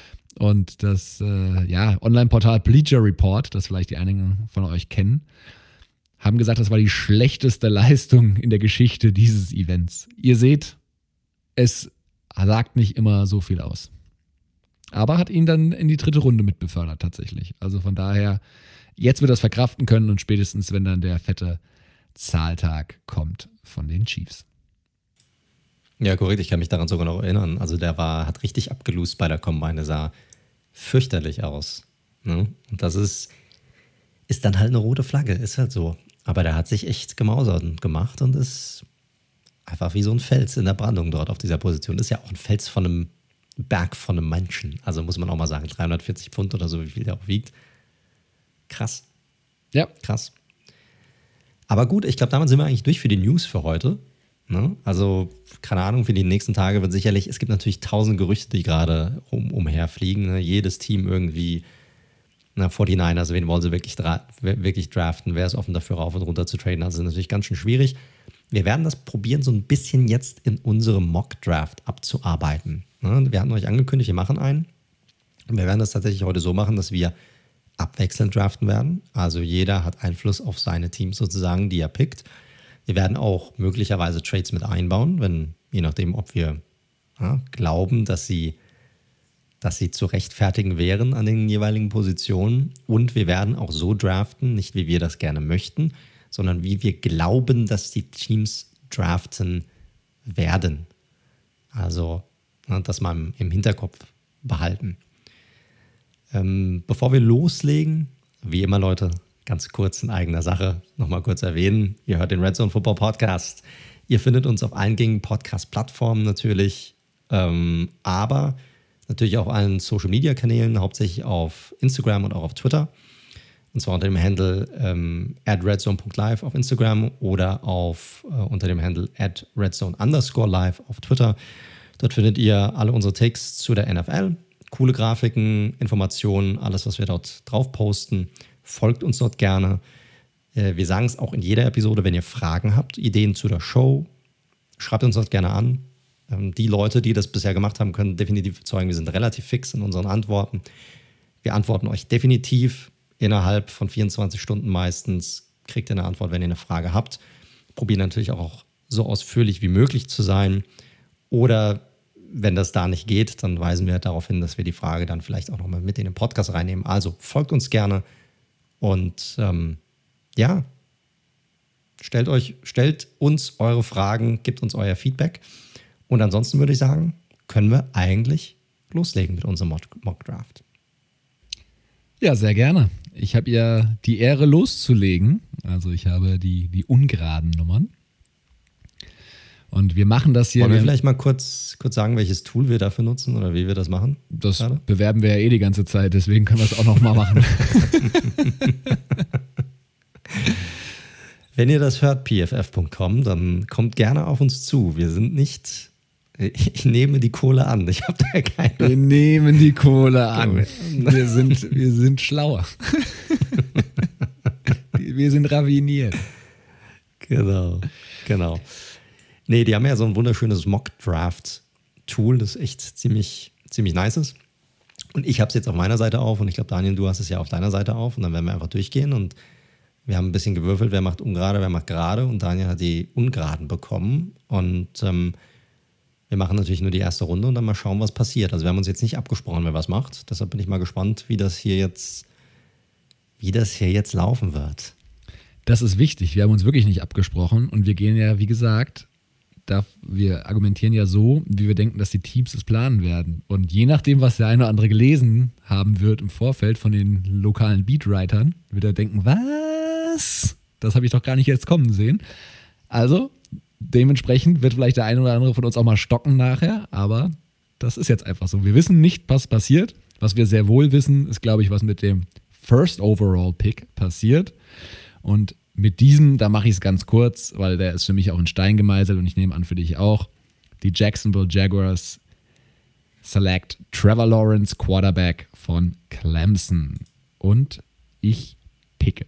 Und das äh, ja, Online-Portal Bleacher Report, das vielleicht die einigen von euch kennen, haben gesagt, das war die schlechteste Leistung in der Geschichte dieses Events. Ihr seht, es sagt nicht immer so viel aus. Aber hat ihn dann in die dritte Runde mit befördert tatsächlich. Also von daher, jetzt wird er es verkraften können und spätestens, wenn dann der fette Zahltag kommt von den Chiefs. Ja, korrekt, ich kann mich daran sogar noch erinnern. Also der war, hat richtig abgelost bei der Combine, der sah fürchterlich aus. Ne? Und das ist, ist dann halt eine rote Flagge, ist halt so. Aber der hat sich echt gemausert und gemacht und ist einfach wie so ein Fels in der Brandung dort auf dieser Position. Ist ja auch ein Fels von einem Berg von einem Menschen. Also muss man auch mal sagen, dreihundertvierzig Pfund oder so, wie viel der auch wiegt. Krass. Ja. Krass. Aber gut, ich glaube, damit sind wir eigentlich durch für die News für heute. Ne? Also, keine Ahnung, für die nächsten Tage wird sicherlich, es gibt natürlich tausend Gerüchte, die gerade um, umherfliegen. Ne? Jedes Team irgendwie, na, forty-niners, wen wollen sie wirklich, dra- wirklich draften? Wer ist offen dafür, rauf und runter zu traden? Also, das ist natürlich ganz schön schwierig. Wir werden das probieren, so ein bisschen jetzt in unserem Mock-Draft abzuarbeiten. Ne? Wir hatten euch angekündigt, wir machen einen. Und wir werden das tatsächlich heute so machen, dass wir abwechselnd draften werden. Also jeder hat Einfluss auf seine Teams sozusagen, die er pickt. Wir werden auch möglicherweise Trades mit einbauen, wenn, je nachdem, ob wir ja, glauben, dass sie, dass sie zu rechtfertigen wären an den jeweiligen Positionen. Und wir werden auch so draften, nicht wie wir das gerne möchten, sondern wie wir glauben, dass die Teams draften werden. Also das mal im, im Hinterkopf behalten. Ähm, bevor wir loslegen, wie immer Leute, ganz kurz in eigener Sache, nochmal kurz erwähnen, ihr hört den Red Zone Football Podcast. Ihr findet uns auf allen gängigen Podcast-Plattformen natürlich, ähm, aber natürlich auch auf allen Social-Media-Kanälen, hauptsächlich auf Instagram und auch auf Twitter. Und zwar unter dem Handle ähm, at redzone punkt live auf Instagram oder auf, äh, unter dem Handle at redzone underscore live auf Twitter. Dort findet ihr alle unsere Takes zu der N F L, coole Grafiken, Informationen, alles, was wir dort drauf posten. Folgt uns dort gerne. Äh, wir sagen es auch in jeder Episode, wenn ihr Fragen habt, Ideen zu der Show, schreibt uns dort gerne an. Ähm, die Leute, die das bisher gemacht haben, können definitiv bezeugen, wir sind relativ fix in unseren Antworten. Wir antworten euch definitiv. Innerhalb von vierundzwanzig Stunden meistens kriegt ihr eine Antwort, wenn ihr eine Frage habt. Probieren natürlich auch so ausführlich wie möglich zu sein. Oder wenn das da nicht geht, dann weisen wir darauf hin, dass wir die Frage dann vielleicht auch nochmal mit in den Podcast reinnehmen. Also folgt uns gerne und ähm, ja, stellt euch, stellt uns eure Fragen, gebt uns euer Feedback. Und ansonsten würde ich sagen, können wir eigentlich loslegen mit unserem Mock Draft. Ja, sehr gerne. Ich habe ja die Ehre loszulegen. Also ich habe die, die ungeraden Nummern. Und wir machen das hier. Wollen wir vielleicht mal kurz, kurz sagen, welches Tool wir dafür nutzen oder wie wir das machen? Das gerade? Bewerben wir ja eh die ganze Zeit, deswegen können wir es auch noch mal machen. Wenn ihr das hört, p f f punkt com, dann kommt gerne auf uns zu. Wir sind nicht... Ich nehme die Kohle an. Ich habe da keine. Wir nehmen die Kohle an. Wir sind, wir sind schlauer. Wir sind raviniert. Genau, genau. Nee, die haben ja so ein wunderschönes Mock-Draft-Tool, das echt ziemlich, ziemlich nice ist. Und ich habe es jetzt auf meiner Seite auf und ich glaube, Daniel, du hast es ja auf deiner Seite auf. Und dann werden wir einfach durchgehen und wir haben ein bisschen gewürfelt, wer macht ungerade, wer macht gerade. Und Daniel hat die ungeraden bekommen. Und ähm, wir machen natürlich nur die erste Runde und dann mal schauen, was passiert. Also wir haben uns jetzt nicht abgesprochen, wer was macht. Deshalb bin ich mal gespannt, wie das hier jetzt, wie das hier jetzt laufen wird. Das ist wichtig. Wir haben uns wirklich nicht abgesprochen und wir gehen ja, wie gesagt, da, wir argumentieren ja so, wie wir denken, dass die Teams es planen werden. Und je nachdem, was der eine oder andere gelesen haben wird im Vorfeld von den lokalen Beatwritern, wird er denken, was? Das habe ich doch gar nicht jetzt kommen sehen. Also dementsprechend wird vielleicht der eine oder andere von uns auch mal stocken nachher, aber das ist jetzt einfach so. Wir wissen nicht, was passiert. Was wir sehr wohl wissen, ist, glaube ich, was mit dem First Overall Pick passiert. Und mit diesem, da mache ich es ganz kurz, weil der ist für mich auch in Stein gemeißelt und ich nehme an für dich auch. Die Jacksonville Jaguars select Trevor Lawrence, Quarterback von Clemson. Und ich picke.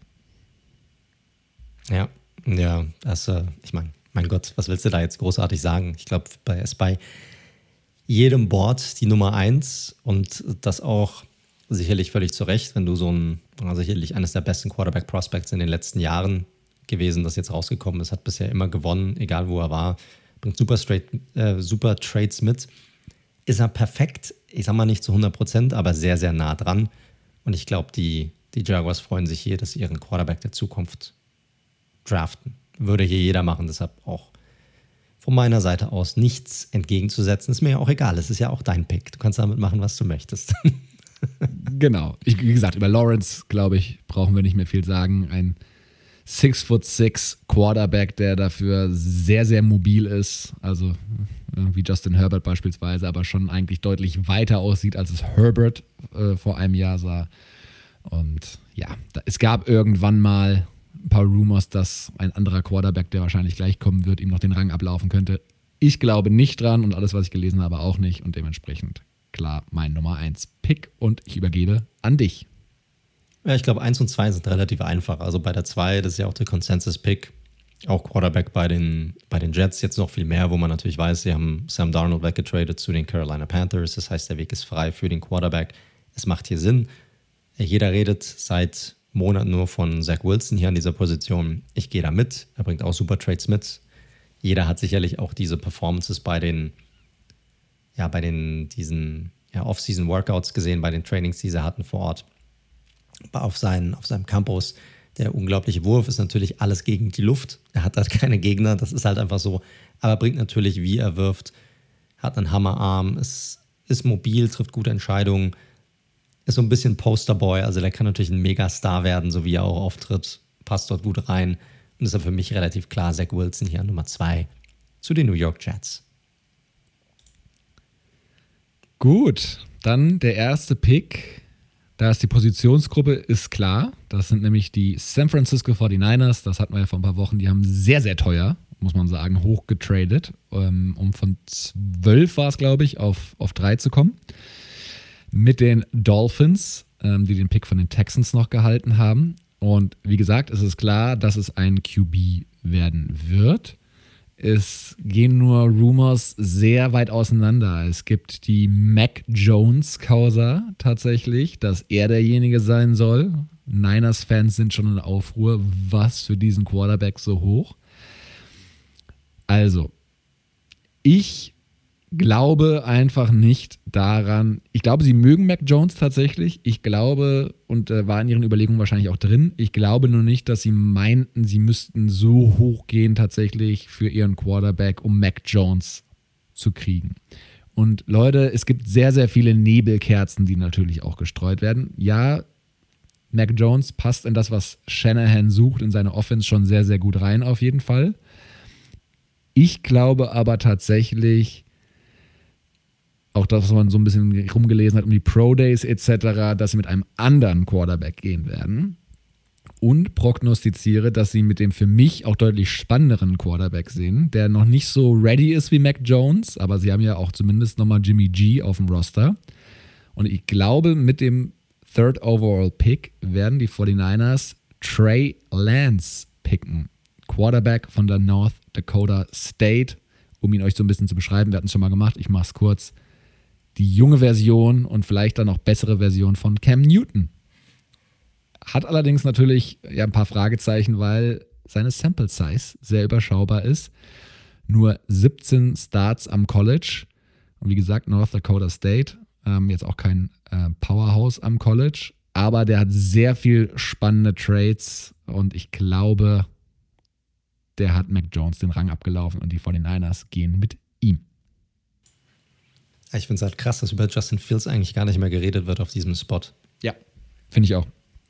Ja, ja, das, äh, ich meine, mein Gott, was willst du da jetzt großartig sagen? Ich glaube, bei ist bei jedem Board die Nummer eins und das auch sicherlich völlig zu Recht, wenn du so ein, sicherlich eines der besten Quarterback-Prospects in den letzten Jahren gewesen, das jetzt rausgekommen ist, hat bisher immer gewonnen, egal wo er war, bringt super, straight, äh, super Trades mit. Ist er perfekt? Ich sag mal nicht zu hundert Prozent, aber sehr, sehr nah dran. Und ich glaube, die, die Jaguars freuen sich hier, dass sie ihren Quarterback der Zukunft draften. Würde hier jeder machen, deshalb auch von meiner Seite aus nichts entgegenzusetzen. Ist mir ja auch egal, es ist ja auch dein Pick. Du kannst damit machen, was du möchtest. Genau. Ich, wie gesagt, über Lawrence, glaube ich, brauchen wir nicht mehr viel sagen. Ein six foot six Quarterback, der dafür sehr, sehr mobil ist. Also wie Justin Herbert beispielsweise, aber schon eigentlich deutlich weiter aussieht, als es Herbert äh, vor einem Jahr sah. Und ja, da, es gab irgendwann mal ein paar Rumors, dass ein anderer Quarterback, der wahrscheinlich gleich kommen wird, ihm noch den Rang ablaufen könnte. Ich glaube nicht dran und alles, was ich gelesen habe, auch nicht. Und dementsprechend klar mein Nummer eins Pick und ich übergebe an dich. Ja, ich glaube, eins und zwei sind relativ einfach. Also bei der zwei, das ist ja auch der Consensus-Pick. Auch Quarterback bei den, bei den Jets jetzt noch viel mehr, wo man natürlich weiß, sie haben Sam Darnold weggetradet zu den Carolina Panthers. Das heißt, der Weg ist frei für den Quarterback. Es macht hier Sinn. Jeder redet seit Monaten nur von Zach Wilson hier an dieser Position. Ich gehe da mit. Er bringt auch super Trades mit. Jeder hat sicherlich auch diese Performances bei den, ja, bei den, diesen ja, Off-Season-Workouts gesehen, bei den Trainings, die sie hatten vor Ort. Auf, seinen, auf seinem Campus. Der unglaubliche Wurf ist natürlich alles gegen die Luft. Er hat halt keine Gegner, das ist halt einfach so. Aber bringt natürlich, wie er wirft, hat einen Hammerarm, ist, ist mobil, trifft gute Entscheidungen, ist so ein bisschen Posterboy, also der kann natürlich ein Megastar werden, so wie er auch auftritt, passt dort gut rein. Und deshalb für mich relativ klar, Zach Wilson hier an Nummer zwei zu den New York Jets. Gut, dann der erste Pick. Da ist die Positionsgruppe, ist klar. Das sind nämlich die San Francisco forty-niners. Das hatten wir ja vor ein paar Wochen. Die haben sehr, sehr teuer, muss man sagen, hochgetradet, um von zwölf war es, glaube ich, auf, auf drei zu kommen. Mit den Dolphins, die den Pick von den Texans noch gehalten haben. Und wie gesagt, es ist klar, dass es ein Q B werden wird. Es gehen nur Rumors sehr weit auseinander. Es gibt die Mac Jones-Causa tatsächlich, dass er derjenige sein soll. Niners-Fans sind schon in Aufruhr. Was für diesen Quarterback so hoch? Also, ich glaube einfach nicht daran. Ich glaube, sie mögen Mac Jones tatsächlich. Ich glaube, und äh, war in ihren Überlegungen wahrscheinlich auch drin, ich glaube nur nicht, dass sie meinten, sie müssten so hoch gehen tatsächlich für ihren Quarterback, um Mac Jones zu kriegen. Und Leute, es gibt sehr, sehr viele Nebelkerzen, die natürlich auch gestreut werden. Ja, Mac Jones passt in das, was Shanahan sucht, in seine Offense schon sehr, sehr gut rein auf jeden Fall. Ich glaube aber tatsächlich, auch das, was man so ein bisschen rumgelesen hat, um die Pro Days et cetera, dass sie mit einem anderen Quarterback gehen werden. Und prognostiziere, dass sie mit dem für mich auch deutlich spannenderen Quarterback sehen, der noch nicht so ready ist wie Mac Jones, aber sie haben ja auch zumindest nochmal Jimmy G auf dem Roster. Und ich glaube, mit dem Third Overall Pick werden die forty-niners Trey Lance picken. Quarterback von der North Dakota State. Um ihn euch so ein bisschen zu beschreiben, wir hatten es schon mal gemacht, ich mache es kurz. Die junge Version und vielleicht dann noch bessere Version von Cam Newton. Hat allerdings natürlich ja, ein paar Fragezeichen, weil seine Sample Size sehr überschaubar ist. Nur siebzehn Starts am College. Und wie gesagt, North Dakota State. Ähm, jetzt auch kein äh, Powerhouse am College. Aber der hat sehr viel spannende Trades. Und ich glaube, der hat Mac Jones den Rang abgelaufen. Und die forty-niners gehen mit ihm. Ich finde es halt krass, dass über Justin Fields eigentlich gar nicht mehr geredet wird auf diesem Spot. Ja, finde ich auch.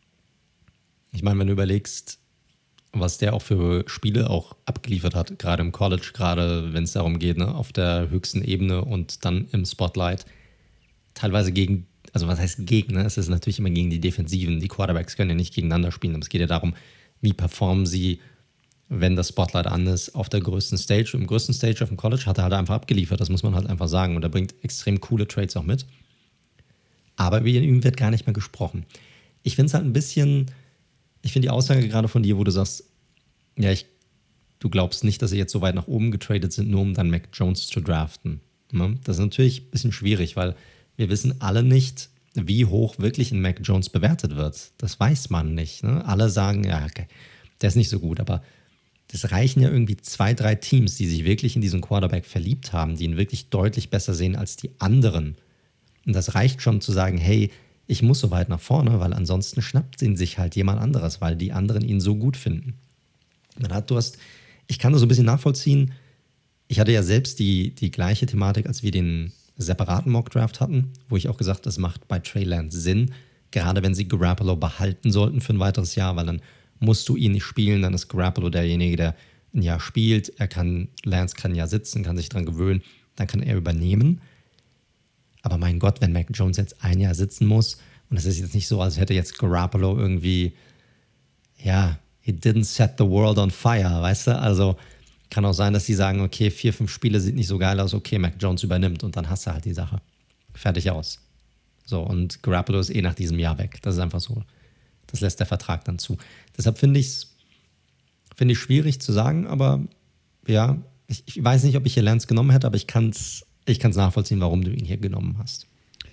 Ich meine, wenn du überlegst, was der auch für Spiele auch abgeliefert hat, gerade im College, gerade wenn es darum geht, ne, auf der höchsten Ebene und dann im Spotlight, teilweise gegen, also was heißt gegen, ne? Es ist natürlich immer gegen die Defensiven. Die Quarterbacks können ja nicht gegeneinander spielen, aber es geht ja darum, wie performen sie, wenn das Spotlight an ist, auf der größten Stage. Im größten Stage auf dem College hat er halt einfach abgeliefert, das muss man halt einfach sagen. Und er bringt extrem coole Trades auch mit. Aber über ihn wird gar nicht mehr gesprochen. Ich finde es halt ein bisschen, ich finde die Aussage gerade von dir, wo du sagst, ja, ich, du glaubst nicht, dass sie jetzt so weit nach oben getradet sind, nur um dann Mac Jones zu draften. Das ist natürlich ein bisschen schwierig, weil wir wissen alle nicht, wie hoch wirklich ein Mac Jones bewertet wird. Das weiß man nicht. Ne? Alle sagen, ja, okay, der ist nicht so gut, aber das reichen ja irgendwie zwei, drei Teams, die sich wirklich in diesen Quarterback verliebt haben, die ihn wirklich deutlich besser sehen als die anderen. Und das reicht schon zu sagen, hey, ich muss so weit nach vorne, weil ansonsten schnappt ihn sich halt jemand anderes, weil die anderen ihn so gut finden. Man hat, du hast, ich kann das so ein bisschen nachvollziehen. Ich hatte ja selbst die, die gleiche Thematik, als wir den separaten Mock-Draft hatten, wo ich auch gesagt habe, das macht bei Trey Lance Sinn, gerade wenn sie Garoppolo behalten sollten für ein weiteres Jahr, weil dann musst du ihn nicht spielen, dann ist Garoppolo derjenige, der ein Jahr spielt. Er kann, Lance kann ein Jahr sitzen, kann sich dran gewöhnen, dann kann er übernehmen. Aber mein Gott, wenn Mac Jones jetzt ein Jahr sitzen muss, und es ist jetzt nicht so, als hätte jetzt Garoppolo irgendwie, ja, he didn't set the world on fire, weißt du? Also kann auch sein, dass die sagen, okay, vier, fünf Spiele sieht nicht so geil aus, okay, Mac Jones übernimmt und dann hast du halt die Sache. Fertig aus. So, und Garoppolo ist eh nach diesem Jahr weg. Das ist einfach so. Das lässt der Vertrag dann zu. Deshalb finde ich es find ich schwierig zu sagen, aber ja, ich, ich weiß nicht, ob ich hier Lance genommen hätte, aber ich kann es ich kann's nachvollziehen, warum du ihn hier genommen hast.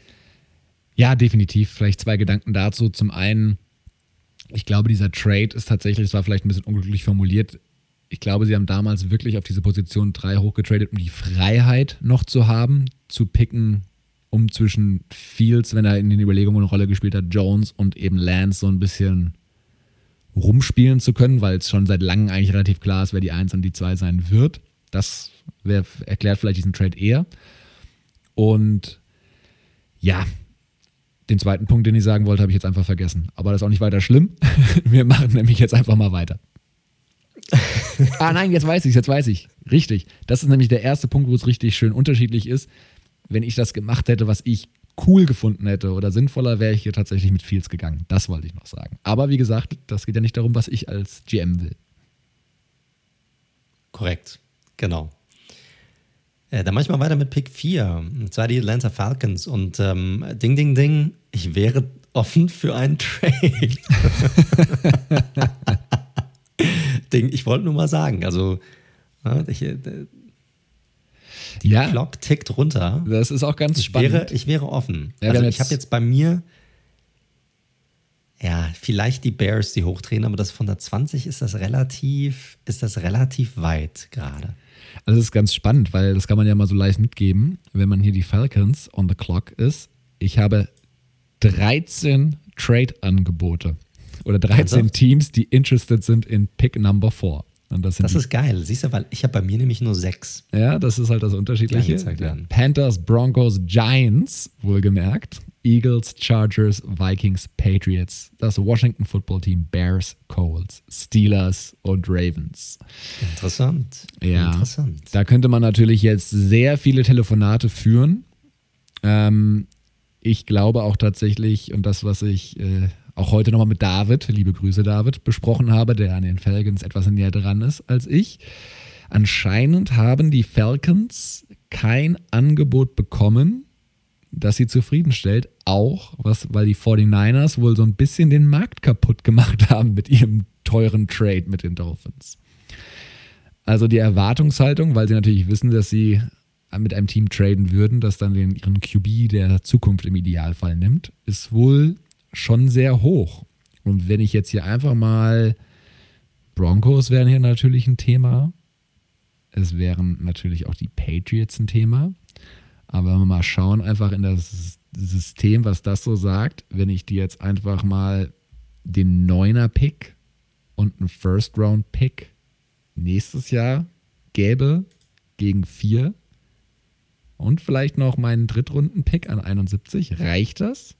Ja, definitiv. Vielleicht zwei Gedanken dazu. Zum einen, ich glaube, dieser Trade ist tatsächlich, es war vielleicht ein bisschen unglücklich formuliert, ich glaube, sie haben damals wirklich auf diese Position drei hochgetradet, um die Freiheit noch zu haben, zu picken, um zwischen Fields, wenn er in den Überlegungen eine Rolle gespielt hat, Jones und eben Lance so ein bisschen rumspielen zu können, weil es schon seit langem eigentlich relativ klar ist, wer die eins und die zwei sein wird. Das wär, erklärt vielleicht diesen Trade eher. Und ja, den zweiten Punkt, den ich sagen wollte, habe ich jetzt einfach vergessen. Aber das ist auch nicht weiter schlimm. Wir machen nämlich jetzt einfach mal weiter. ah nein, jetzt weiß ich, jetzt weiß ich. Richtig. Das ist nämlich der erste Punkt, wo es richtig schön unterschiedlich ist. Wenn ich das gemacht hätte, was ich cool gefunden hätte oder sinnvoller, wäre ich hier tatsächlich mit Fields gegangen. Das wollte ich noch sagen. Aber wie gesagt, das geht ja nicht darum, was ich als G M will. Korrekt, genau. Äh, dann mache ich mal weiter mit Pick vier. Und zwar die Atlanta Falcons. Und ähm, ding, ding, ding, ich wäre offen für einen Trade. Ding, ich wollte nur mal sagen, also ich, äh, die ja, Clock tickt runter. Das ist auch ganz ich spannend. Wäre, ich wäre offen. Ja, also jetzt ich habe jetzt bei mir, ja, vielleicht die Bears, die hochdrehen, aber das von der zwanzig ist das relativ, ist das relativ weit gerade. Also das ist ganz spannend, weil das kann man ja mal so leicht mitgeben, wenn man hier die Falcons on the clock ist. Ich habe dreizehn Trade-Angebote oder dreizehn Also? Teams, die interested sind in Pick Number four. Und das sind das die, ist geil, siehst du, weil ich habe bei mir nämlich nur sechs. Ja, das ist halt das Unterschiedliche. Ja. Panthers, Broncos, Giants, wohlgemerkt. Eagles, Chargers, Vikings, Patriots, das Washington Football Team, Bears, Colts, Steelers und Ravens. Interessant. Ja, Interessant. Da könnte man natürlich jetzt sehr viele Telefonate führen. Ähm, ich glaube auch tatsächlich, und das, was ich äh, auch heute nochmal mit David, liebe Grüße David, besprochen habe, der an den Falcons etwas näher dran ist als ich. Anscheinend haben die Falcons kein Angebot bekommen, das sie zufriedenstellt, auch was, weil die forty-niners wohl so ein bisschen den Markt kaputt gemacht haben mit ihrem teuren Trade mit den Dolphins. Also die Erwartungshaltung, weil sie natürlich wissen, dass sie mit einem Team traden würden, das dann den, ihren Q B der Zukunft im Idealfall nimmt, ist wohl schon sehr hoch. Und wenn ich jetzt hier einfach mal, Broncos wären hier natürlich ein Thema, es wären natürlich auch die Patriots ein Thema, aber wenn wir mal schauen, einfach in das System, was das so sagt, wenn ich dir jetzt einfach mal den Neuner-Pick und einen First-Round-Pick nächstes Jahr gäbe gegen vier und vielleicht noch meinen Drittrunden-Pick an einundsiebzig, reicht das?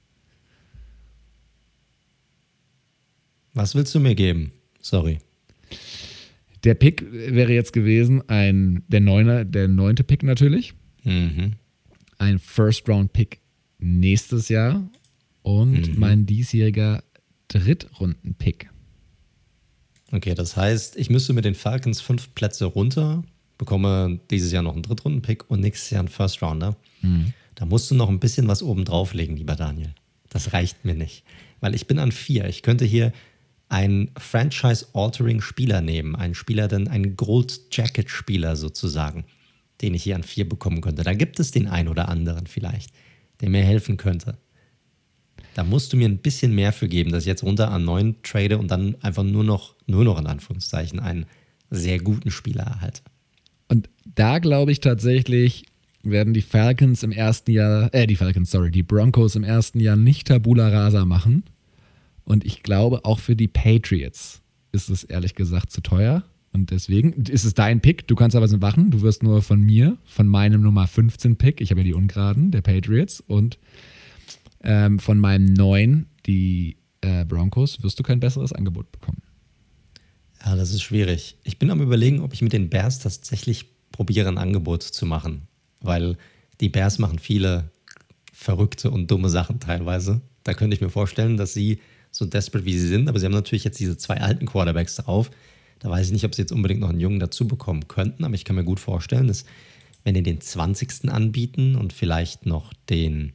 Was willst du mir geben? Sorry. Der Pick wäre jetzt gewesen, ein, der, Neuner, der neunte Pick natürlich. Mhm. Ein First-Round-Pick nächstes Jahr und mhm. mein diesjähriger Drittrunden-Pick. Okay, das heißt, ich müsste mit den Falcons fünf Plätze runter, bekomme dieses Jahr noch einen Drittrunden-Pick und nächstes Jahr einen First-Rounder. Mhm. Da musst du noch ein bisschen was oben drauflegen, lieber Daniel. Das reicht mir nicht, weil ich bin an vier. Ich könnte hier einen Franchise-Altering-Spieler nehmen, einen Spieler, dann einen Gold-Jacket-Spieler sozusagen, den ich hier an vier bekommen könnte. Da gibt es den einen oder anderen vielleicht, der mir helfen könnte. Da musst du mir ein bisschen mehr für geben, dass ich jetzt runter an neun trade und dann einfach nur noch, nur noch in Anführungszeichen, einen sehr guten Spieler erhalte. Und da glaube ich tatsächlich, werden die Falcons im ersten Jahr, äh, die Falcons, sorry, die Broncos im ersten Jahr nicht Tabula Rasa machen. Und ich glaube, auch für die Patriots ist es ehrlich gesagt zu teuer. Und deswegen ist es dein Pick. Du kannst aber so machen. Du wirst nur von mir, von meinem Nummer fünfzehn Pick, ich habe ja die Ungeraden, der Patriots, und ähm, von meinem neun, die äh, Broncos, wirst du kein besseres Angebot bekommen. Ja, das ist schwierig. Ich bin am Überlegen, ob ich mit den Bears tatsächlich probiere, ein Angebot zu machen. Weil die Bears machen viele verrückte und dumme Sachen teilweise. Da könnte ich mir vorstellen, dass sie so desperate wie sie sind, aber sie haben natürlich jetzt diese zwei alten Quarterbacks drauf. Da weiß ich nicht, ob sie jetzt unbedingt noch einen Jungen dazu bekommen könnten, aber ich kann mir gut vorstellen, dass wenn die den zwanzigsten anbieten und vielleicht noch den,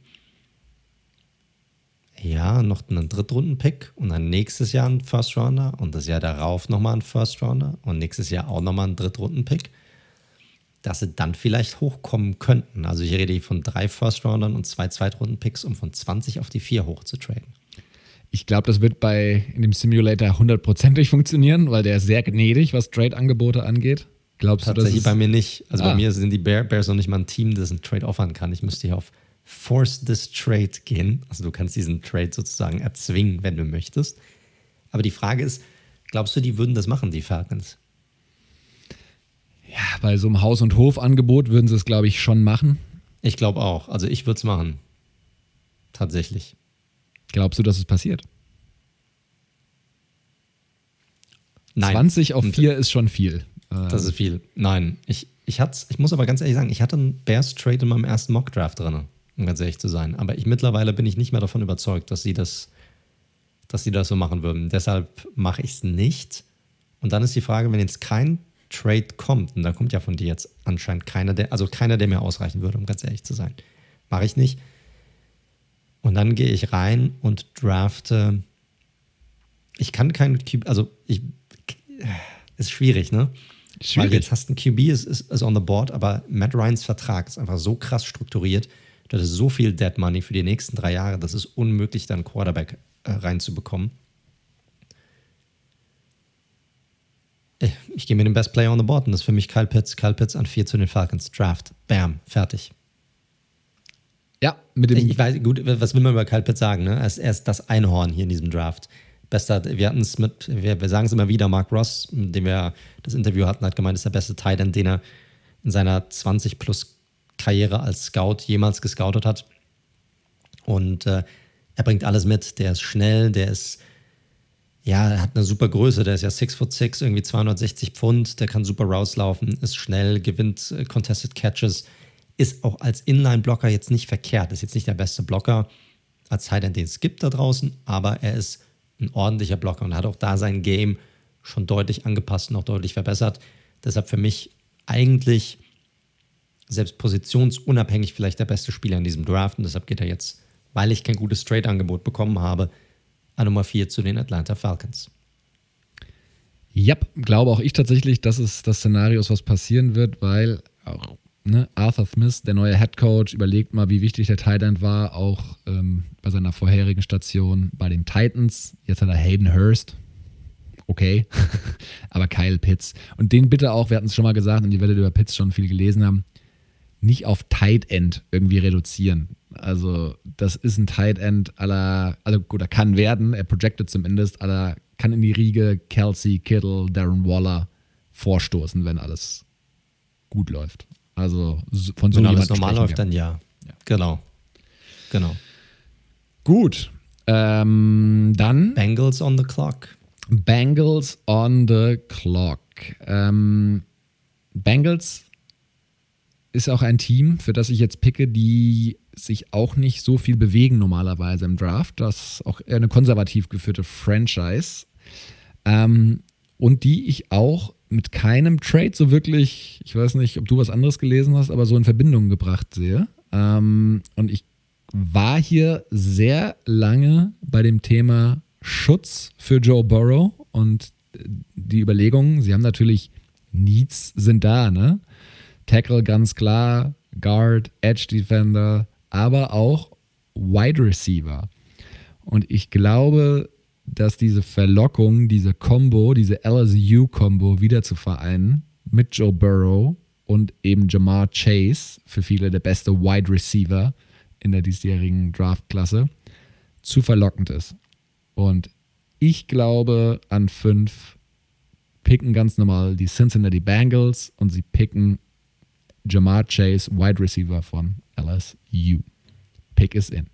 ja, noch einen Drittrunden-Pick und dann nächstes Jahr einen First-Rounder und das Jahr darauf nochmal einen First-Rounder und nächstes Jahr auch nochmal einen Drittrunden-Pick, dass sie dann vielleicht hochkommen könnten. Also ich rede hier von drei First-Roundern und zwei Zweitrunden-Picks, um von zwanzig auf die vier hochzutraden. Ich glaube, das wird bei in dem Simulator hundertprozentig funktionieren, weil der ist sehr gnädig, was Trade-Angebote angeht. Glaubst du, Tatsächlich dass bei mir nicht. Also ah. bei mir sind die Bear, Bears noch nicht mal ein Team, das einen Trade offern kann. Ich müsste hier auf Force this Trade gehen. Also du kannst diesen Trade sozusagen erzwingen, wenn du möchtest. Aber die Frage ist, glaubst du, die würden das machen, die Falcons? Ja, bei so einem Haus- und Hof-Angebot würden sie es, glaube ich, schon machen. Ich glaube auch. Also ich würde es machen. Tatsächlich. Glaubst du, dass es passiert? Nein. zwanzig auf vier ist schon viel. Das ist viel. Nein. Ich, ich, ich muss aber ganz ehrlich sagen, ich hatte einen Bears-Trade in meinem ersten Mock-Draft drin, um ganz ehrlich zu sein. Aber ich mittlerweile bin ich nicht mehr davon überzeugt, dass sie das, dass sie das so machen würden. Deshalb mache ich es nicht. Und dann ist die Frage, wenn jetzt kein Trade kommt, und da kommt ja von dir jetzt anscheinend keiner, der, also keiner, der mir ausreichen würde, um ganz ehrlich zu sein. Mache ich nicht. Und dann gehe ich rein und drafte. Ich kann keinen Q B, also ich, ist schwierig, ne? Schwierig. Weil jetzt hast du einen Q B, ist, ist, ist on the board, aber Matt Ryans Vertrag ist einfach so krass strukturiert, das ist so viel Dead Money für die nächsten drei Jahre, das ist unmöglich, da einen Quarterback äh, reinzubekommen. Ich gehe mit dem Best Player on the Board und das ist für mich Kyle Pitts. Kyle Pitts an vier zu den Falcons. Draft. Bam. Fertig. Ja, mit dem. Ich, ich weiß, gut, was will man über Kyle Pitts sagen? Ne? Er, ist, er ist das Einhorn hier in diesem Draft. Bester, wir hatten es mit, wir, wir sagen es immer wieder, Mark Ross, mit dem wir das Interview hatten, hat gemeint, ist der beste Tight End, den er in seiner zwanzig plus Karriere als Scout jemals gescoutet hat. Und äh, er bringt alles mit. Der ist schnell, der ist. Ja, er hat eine super Größe, der ist ja six foot six, irgendwie zweihundertsechzig Pfund, der kann super rauslaufen, ist schnell, gewinnt äh, Contested Catches, ist auch als Inline-Blocker jetzt nicht verkehrt, ist jetzt nicht der beste Blocker als Tight End, den es gibt da draußen, aber er ist ein ordentlicher Blocker und hat auch da sein Game schon deutlich angepasst und auch deutlich verbessert. Deshalb für mich eigentlich selbst positionsunabhängig vielleicht der beste Spieler in diesem Draft und deshalb geht er jetzt, weil ich kein gutes Trade-Angebot bekommen habe, an Nummer vier zu den Atlanta Falcons. Ja, glaube auch ich tatsächlich, dass es das Szenario ist, was passieren wird, weil auch ne, Arthur Smith, der neue Head Coach, überlegt mal, wie wichtig der Tight End war, auch ähm, bei seiner vorherigen Station bei den Titans. Jetzt hat er Hayden Hurst. Okay, aber Kyle Pitts. Und den bitte auch, wir hatten es schon mal gesagt und ihr werdet über Pitts schon viel gelesen haben, nicht auf Tight End irgendwie reduzieren. Also das ist ein Tight End aller, also gut, er kann werden, er projected zumindest, aber kann in die Riege Kelsey, Kittle, Darren Waller vorstoßen, wenn alles gut läuft. Also von so wenn jemand alles normal läuft, wir. dann ja. ja. Genau. Genau. Gut. Ähm, dann Bengals on the clock. Bengals on the clock. Ähm, Bengals ist auch ein Team, für das ich jetzt picke, die sich auch nicht so viel bewegen normalerweise im Draft. Das ist auch eher eine konservativ geführte Franchise. Ähm, und die ich auch mit keinem Trade so wirklich, ich weiß nicht, ob du was anderes gelesen hast, aber so in Verbindung gebracht sehe. Ähm, und ich war hier sehr lange bei dem Thema Schutz für Joe Burrow und die Überlegungen, sie haben natürlich Needs sind da, ne? Tackle ganz klar, Guard, Edge Defender, aber auch Wide Receiver. Und ich glaube, dass diese Verlockung, diese Combo, diese L S U-Combo wieder zu vereinen mit Joe Burrow und eben Jamar Chase, für viele der beste Wide Receiver in der diesjährigen Draftklasse, zu verlockend ist. Und ich glaube, an fünf picken ganz normal die Cincinnati Bengals und sie picken Jamar Chase, Wide Receiver von L S U. Pick is in.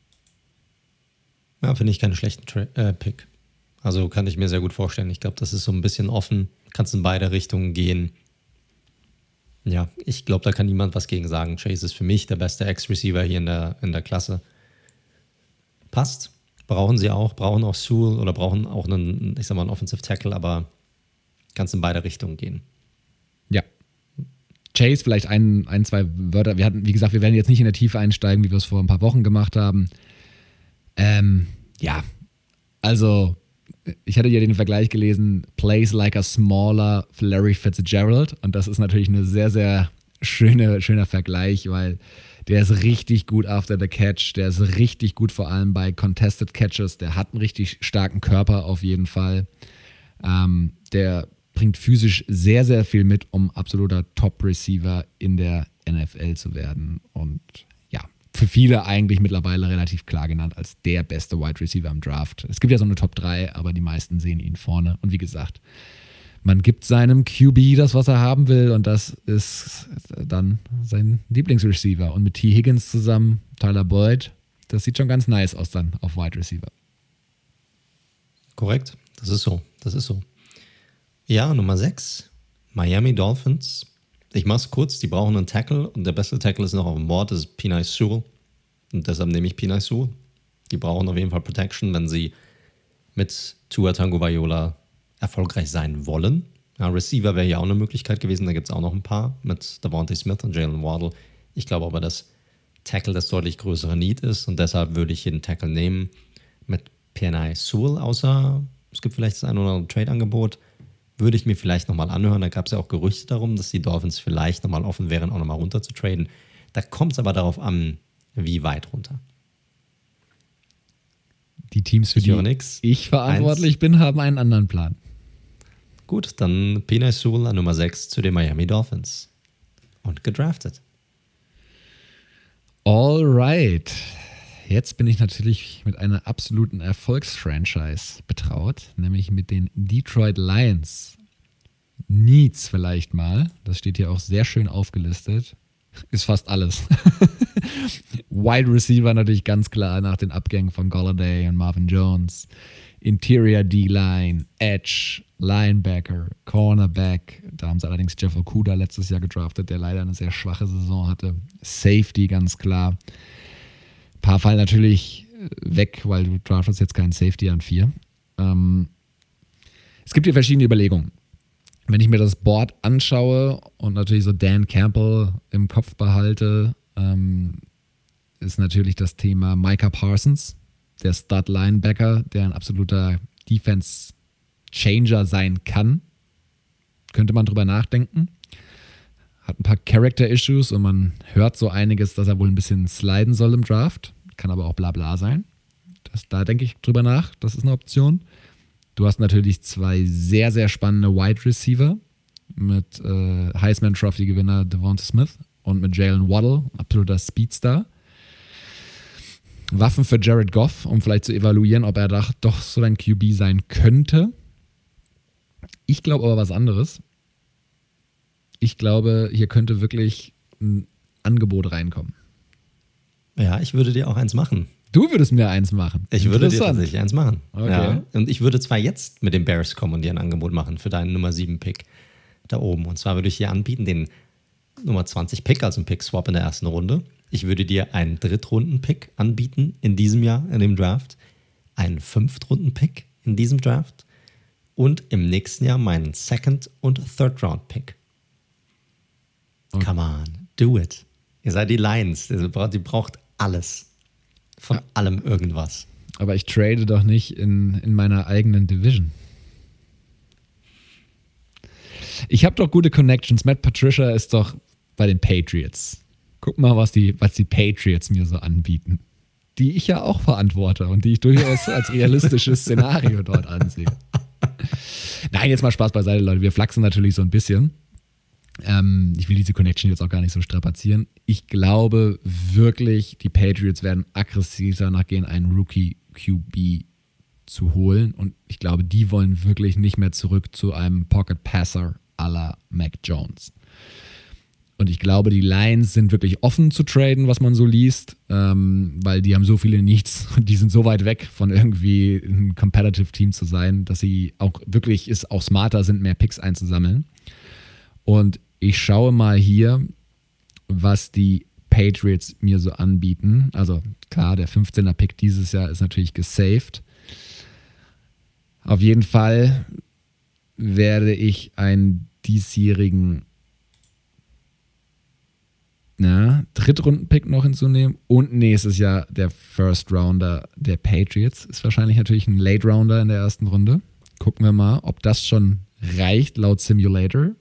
Ja, finde ich keinen schlechten Tra- äh, Pick. Also kann ich mir sehr gut vorstellen. Ich glaube, das ist so ein bisschen offen. Kannst in beide Richtungen gehen. Ja, ich glaube, da kann niemand was gegen sagen. Chase ist für mich der beste Ex-Receiver hier in der, in der Klasse. Passt. Brauchen sie auch. Brauchen auch Sewell oder brauchen auch einen, ich sag mal, einen Offensive Tackle, aber kannst in beide Richtungen gehen. Ja. Chase, vielleicht ein, ein, zwei Wörter. Wir hatten, wie gesagt, wir werden jetzt nicht in der Tiefe einsteigen, wie wir es vor ein paar Wochen gemacht haben. Ähm, ja, also ich hatte ja den Vergleich gelesen, plays like a smaller Larry Fitzgerald, und das ist natürlich ein sehr, sehr schöne, schöner Vergleich, weil der ist richtig gut after the catch, der ist richtig gut vor allem bei contested catches, der hat einen richtig starken Körper auf jeden Fall, ähm, der bringt physisch sehr, sehr viel mit, um absoluter Top-Receiver in der N F L zu werden. Und ja, für viele eigentlich mittlerweile relativ klar genannt als der beste Wide Receiver im Draft. Es gibt ja so eine Top drei, aber die meisten sehen ihn vorne. Und wie gesagt, Man gibt seinem Q B das, was er haben will, und das ist dann sein Lieblingsreceiver. Und mit T. Higgins zusammen, Tyler Boyd, das sieht schon ganz nice aus dann auf Wide Receiver. Korrekt, das ist so, das ist so. Ja, Nummer sechs, Miami Dolphins. Ich mach's kurz, die brauchen einen Tackle und der beste Tackle ist noch auf dem Board, das ist Penei Sewell. Und deshalb nehme ich Penei Sewell. Die brauchen auf jeden Fall Protection, wenn sie mit Tua Tagovailoa erfolgreich sein wollen. Ja, Receiver wäre ja auch eine Möglichkeit gewesen, da gibt es auch noch ein paar mit Devontae Smith und Jalen Waddle. Ich glaube aber, dass Tackle das deutlich größere Need ist und deshalb würde ich hier einen Tackle nehmen mit Penei Sewell, außer es gibt vielleicht das ein oder andere Trade-Angebot, würde ich mir vielleicht nochmal anhören. Da gab es ja auch Gerüchte darum, dass die Dolphins vielleicht nochmal offen wären, auch nochmal runter zu traden. Da kommt es aber darauf an, wie weit runter. Die Teams, für ich die ich verantwortlich Eins. bin, haben einen anderen Plan. Gut, dann Penei Sewell an Nummer sechs zu den Miami Dolphins. Und gedraftet. Alright. Jetzt bin ich natürlich mit einer absoluten Erfolgsfranchise betraut, nämlich mit den Detroit Lions. Needs vielleicht mal. Das steht hier auch sehr schön aufgelistet. Ist fast alles. Wide Receiver natürlich ganz klar nach den Abgängen von Golladay und Marvin Jones. Interior D-Line, Edge, Linebacker, Cornerback. Da haben sie allerdings Jeff Okudah letztes Jahr gedraftet, der leider eine sehr schwache Saison hatte. Safety ganz klar. Ein paar fallen natürlich weg, weil du draftest jetzt keinen Safety an vier. Ähm, es gibt hier verschiedene Überlegungen. Wenn ich mir das Board anschaue und natürlich so Dan Campbell im Kopf behalte, ähm, ist natürlich das Thema Micah Parsons, der Stud-Linebacker, der ein absoluter Defense-Changer sein kann. Könnte man drüber nachdenken. Hat ein paar Character-Issues und man hört so einiges, dass er wohl ein bisschen sliden soll im Draft. Kann aber auch bla bla sein. Das, da denke ich drüber nach. Das ist eine Option. Du hast natürlich zwei sehr, sehr spannende Wide Receiver mit äh, Heisman Trophy-Gewinner Devonta Smith und mit Jalen Waddle, absoluter Speedstar. Waffen für Jared Goff, um vielleicht zu evaluieren, ob er doch, doch so ein Q B sein könnte. Ich glaube aber was anderes. Ich glaube, hier könnte wirklich ein Angebot reinkommen. Ja, ich würde dir auch eins machen. Du würdest mir eins machen. Ich würde dir tatsächlich eins machen. Okay. Ja. Und ich würde zwar jetzt mit den Bears kommen und dir ein Angebot machen für deinen Nummer sieben Pick da oben. Und zwar würde ich dir anbieten, den Nummer zwanzig Pick, also einen Pick-Swap in der ersten Runde. Ich würde dir einen Drittrunden-Pick anbieten in diesem Jahr, in dem Draft. Einen Fünftrunden-Pick in diesem Draft. Und im nächsten Jahr meinen Second- und Third-Round-Pick. Okay. Come on, do it. Ihr seid die Lions. Die braucht, die braucht alles. Von ja. allem irgendwas. Aber ich trade doch nicht in, in meiner eigenen Division. Ich habe doch gute Connections. Matt Patricia ist doch bei den Patriots. Guck mal, was die, was die Patriots mir so anbieten. Die ich ja auch verantworte und die ich durchaus als realistisches Szenario dort ansehe. Nein, jetzt mal Spaß beiseite, Leute. Wir flachsen natürlich so ein bisschen. Ähm, ich will diese Connection jetzt auch gar nicht so strapazieren. Ich glaube wirklich, die Patriots werden aggressiv danach gehen, einen Rookie-Q B zu holen. Und ich glaube, die wollen wirklich nicht mehr zurück zu einem Pocket-Passer à la Mac Jones. Und ich glaube, die Lions sind wirklich offen zu traden, was man so liest, ähm, weil die haben so viele Needs und die sind so weit weg von irgendwie ein Competitive-Team zu sein, dass sie auch wirklich ist, auch smarter sind, mehr Picks einzusammeln. Und ich schaue mal hier, was die Patriots mir so anbieten. Also klar, der fünfzehner Pick dieses Jahr ist natürlich gesaved. Auf jeden Fall werde ich einen diesjährigen na, Drittrunden-Pick noch hinzunehmen und nächstes Jahr der First Rounder der Patriots. Ist wahrscheinlich natürlich ein Late Rounder in der ersten Runde. Gucken wir mal, ob das schon reicht laut Simulator.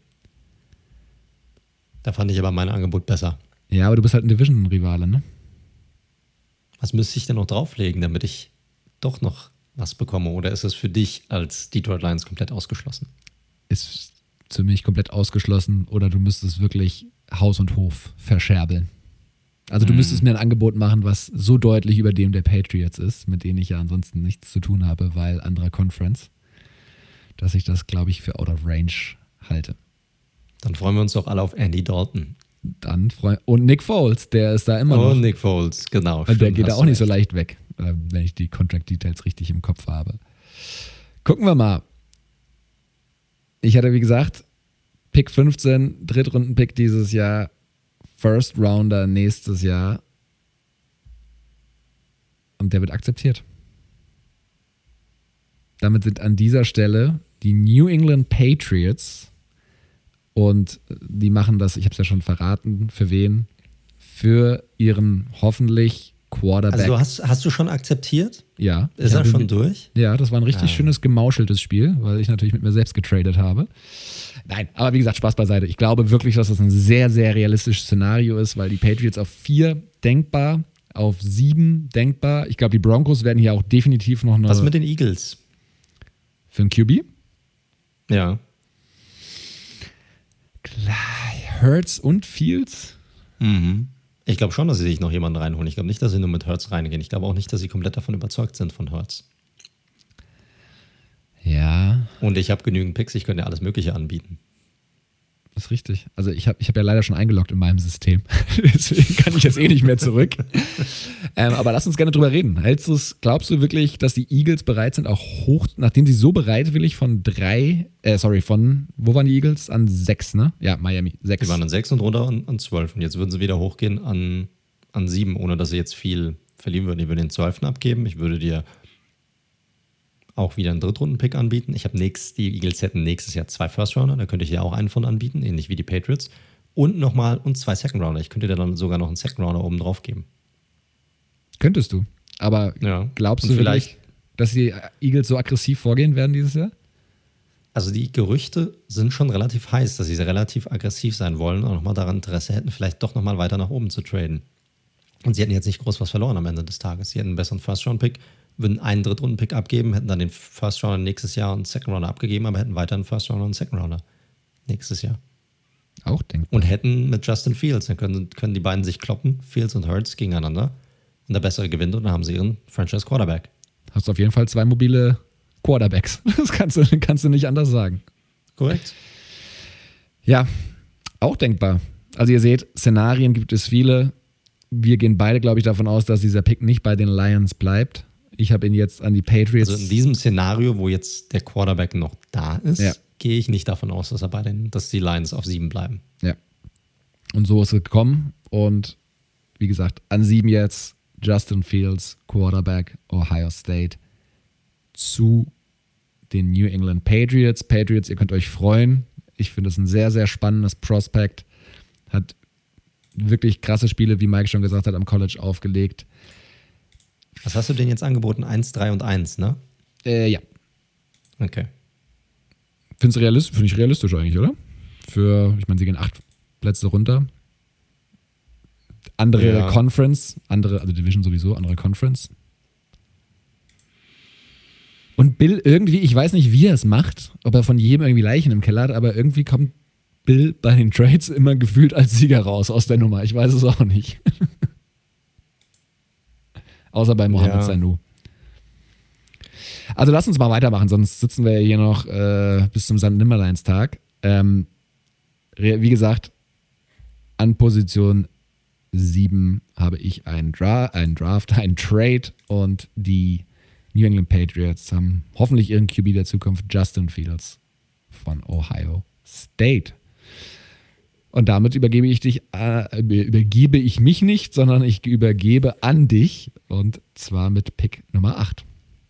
Da fand ich aber mein Angebot besser. Ja, aber du bist halt ein Division-Rivale, ne? Was müsste ich denn noch drauflegen, damit ich doch noch was bekomme? Oder ist es für dich als Detroit Lions komplett ausgeschlossen? Ist für mich komplett ausgeschlossen. Oder du müsstest wirklich Haus und Hof verscherbeln. Also du mm. müsstest mir ein Angebot machen, was so deutlich über dem der Patriots ist, mit denen ich ja ansonsten nichts zu tun habe, weil anderer Conference. dass ich das, glaube ich, für out of range halte. Dann freuen wir uns doch alle auf Andy Dalton. Dann freu und Nick Foles, der ist da immer noch. Und Nick Foles, genau. Und der geht da auch nicht so recht. leicht weg, wenn ich die Contract Details richtig im Kopf habe. Gucken wir mal. Ich hatte, wie gesagt, Pick fünfzehn, Drittrunden-Pick dieses Jahr, First Rounder nächstes Jahr. Und der wird akzeptiert. Damit sind an dieser Stelle die New England Patriots, und die machen das, ich habe es ja schon verraten, für wen? Für ihren hoffentlich Quarterback. Also hast, hast du schon akzeptiert? Ja. Ist er schon durch? Ja, das war ein richtig ah. schönes, gemauscheltes Spiel, weil ich natürlich mit mir selbst getradet habe. Nein, aber wie gesagt, Spaß beiseite. Ich glaube wirklich, dass das ein sehr, sehr realistisches Szenario ist, weil die Patriots auf vier denkbar, auf sieben denkbar. Ich glaube, die Broncos werden hier auch definitiv noch eine... Was mit den Eagles? Für einen Q B? Ja. Klar, Hurts und Fields? Mhm. Ich glaube schon, dass sie sich noch jemanden reinholen. Ich glaube nicht, dass sie nur mit Hurts reingehen. Ich glaube auch nicht, dass sie komplett davon überzeugt sind von Hurts. Ja. Und ich habe genügend Picks, ich könnte ja alles Mögliche anbieten. Das ist richtig. Also ich habe ich hab ja leider schon eingeloggt in meinem System. Deswegen kann ich jetzt eh nicht mehr zurück. ähm, aber lass uns gerne drüber reden. Hältst du's, glaubst du wirklich, dass die Eagles bereit sind, auch hoch, nachdem sie so bereitwillig von drei, äh, sorry, von, wo waren die Eagles? An sechs, ne? Ja, Miami, sechs. Die waren an sechs und runter an, an zwölf. Und jetzt würden sie wieder hochgehen an, an sieben, ohne dass sie jetzt viel verlieren würden. Ich würde den zwölften abgeben. Ich würde dir auch wieder einen Drittrunden-Pick anbieten. Ich habe nächst, die Eagles hätten nächstes Jahr zwei First-Rounder, da könnte ich dir auch einen von anbieten, ähnlich wie die Patriots. Und nochmal und zwei Second-Rounder. Ich könnte dir dann sogar noch einen Second-Rounder oben drauf geben. Könntest du. Aber ja. glaubst und du vielleicht, wirklich, dass die Eagles so aggressiv vorgehen werden dieses Jahr? Also die Gerüchte sind schon relativ heiß, dass sie relativ aggressiv sein wollen und nochmal daran Interesse hätten, vielleicht doch nochmal weiter nach oben zu traden. Und sie hätten jetzt nicht groß was verloren am Ende des Tages. Sie hätten einen besseren First-Round-Pick, würden einen Drittrunden-Pick abgeben, hätten dann den First Rounder nächstes Jahr und einen Second Rounder abgegeben, aber hätten weiter einen First Rounder und einen Second Rounder nächstes Jahr. Auch denkbar. Und hätten mit Justin Fields, dann können, können die beiden sich kloppen, Fields und Hurts gegeneinander, und der Bessere gewinnt und dann haben sie ihren Franchise Quarterback. Hast du auf jeden Fall zwei mobile Quarterbacks. Das kannst du, kannst du nicht anders sagen. Korrekt. Ja, auch denkbar. Also ihr seht, Szenarien gibt es viele. Wir gehen beide, glaube ich, davon aus, dass dieser Pick nicht bei den Lions bleibt. Ich habe ihn jetzt an die Patriots. Also in diesem Szenario, wo jetzt der Quarterback noch da ist, ja. gehe ich nicht davon aus, dass er bei den, dass die Lions auf sieben bleiben. Ja. Und so ist es gekommen. Und wie gesagt, an sieben jetzt Justin Fields, Quarterback, Ohio State, zu den New England Patriots. Patriots, ihr könnt euch freuen. Ich finde es ein sehr, sehr spannendes Prospect. Hat wirklich krasse Spiele, wie Mike schon gesagt hat, am College aufgelegt. Was hast du denn jetzt angeboten? eins, drei und eins, ne? Äh, ja. Okay. Findest du realistisch? Finde ich realistisch eigentlich, oder? Für, ich meine, sie gehen acht Plätze runter. Andere ja. Conference, andere, also Division sowieso, andere Conference. Und Bill irgendwie, ich weiß nicht, wie er es macht, ob er von jedem irgendwie Leichen im Keller hat, aber irgendwie kommt Bill bei den Trades immer gefühlt als Sieger raus aus der Nummer. Ich weiß es auch nicht. Außer bei Mohamed ja. Sanu. Also lass uns mal weitermachen, sonst sitzen wir hier noch äh, bis zum Sankt-Nimmerleins-Tag. Ähm, wie gesagt, an Position sieben habe ich einen, Dra- einen Draft, einen Trade, und die New England Patriots haben hoffentlich ihren Q B der Zukunft, Justin Fields von Ohio State. Und damit übergebe ich dich, äh, übergebe ich mich nicht, sondern ich übergebe an dich, und zwar mit Pick Nummer acht.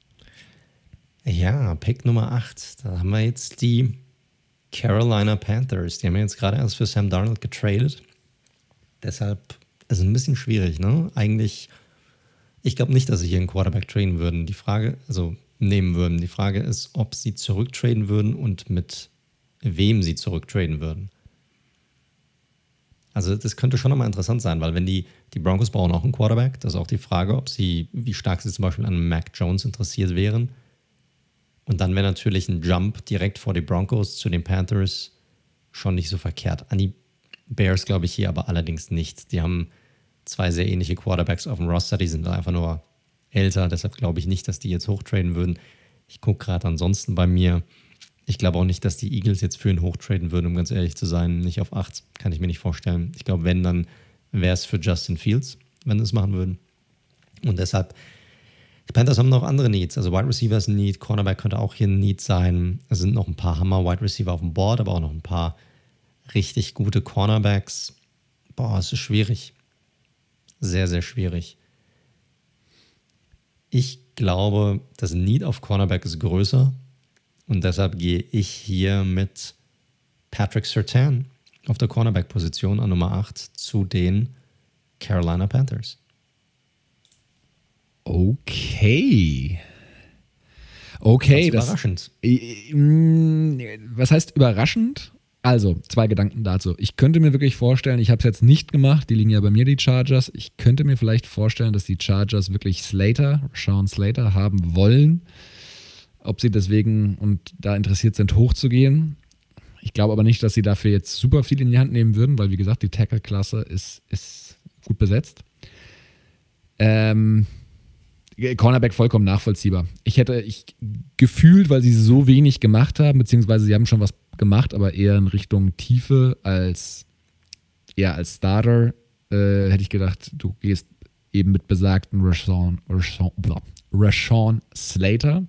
Ja, Pick Nummer acht. Da haben wir jetzt die Carolina Panthers. Die haben wir jetzt gerade erst für Sam Darnold getradet. Deshalb ist es ein bisschen schwierig, ne? Eigentlich, ich glaube nicht, dass sie hier einen Quarterback traden würden. Die Frage, also nehmen würden. Die Frage ist, ob sie zurücktraden würden und mit wem sie zurücktraden würden. Also das könnte schon nochmal interessant sein, weil wenn die, die Broncos brauchen auch einen Quarterback, das ist auch die Frage, ob sie, wie stark sie zum Beispiel an Mac Jones interessiert wären. Und dann wäre natürlich ein Jump direkt vor die Broncos zu den Panthers schon nicht so verkehrt. An die Bears glaube ich hier aber allerdings nicht. Die haben zwei sehr ähnliche Quarterbacks auf dem Roster, die sind einfach nur älter, deshalb glaube ich nicht, dass die jetzt hochtraden würden. Ich gucke gerade ansonsten bei mir. Ich glaube auch nicht, dass die Eagles jetzt für ihn hochtraden würden, um ganz ehrlich zu sein. Nicht auf acht, kann ich mir nicht vorstellen. Ich glaube, wenn, dann wäre es für Justin Fields, wenn sie es machen würden. Und deshalb, die Panthers haben noch andere Needs. Also Wide Receiver ist ein Need, Cornerback könnte auch hier ein Need sein. Es sind noch ein paar Hammer-Wide Receiver auf dem Board, aber auch noch ein paar richtig gute Cornerbacks. Boah, es ist schwierig. Sehr, sehr schwierig. Ich glaube, das Need auf Cornerback ist größer. Und deshalb gehe ich hier mit Patrick Surtain auf der Cornerback-Position an Nummer acht zu den Carolina Panthers. Okay. Okay. Das ist überraschend. Das, was heißt überraschend? Also, zwei Gedanken dazu. Ich könnte mir wirklich vorstellen, ich habe es jetzt nicht gemacht, die liegen ja bei mir, die Chargers. Ich könnte mir vielleicht vorstellen, dass die Chargers wirklich Slater, Sean Slater, haben wollen. Ob sie deswegen und da interessiert sind, hochzugehen. Ich glaube aber nicht, dass sie dafür jetzt super viel in die Hand nehmen würden, weil, wie gesagt, die Tackle-Klasse ist, ist gut besetzt. Ähm, Cornerback vollkommen nachvollziehbar. Ich hätte ich gefühlt, weil sie so wenig gemacht haben, beziehungsweise sie haben schon was gemacht, aber eher in Richtung Tiefe als eher als Starter, äh, hätte ich gedacht, du gehst eben mit besagten Rashawn, Rashawn, Rashawn Slater.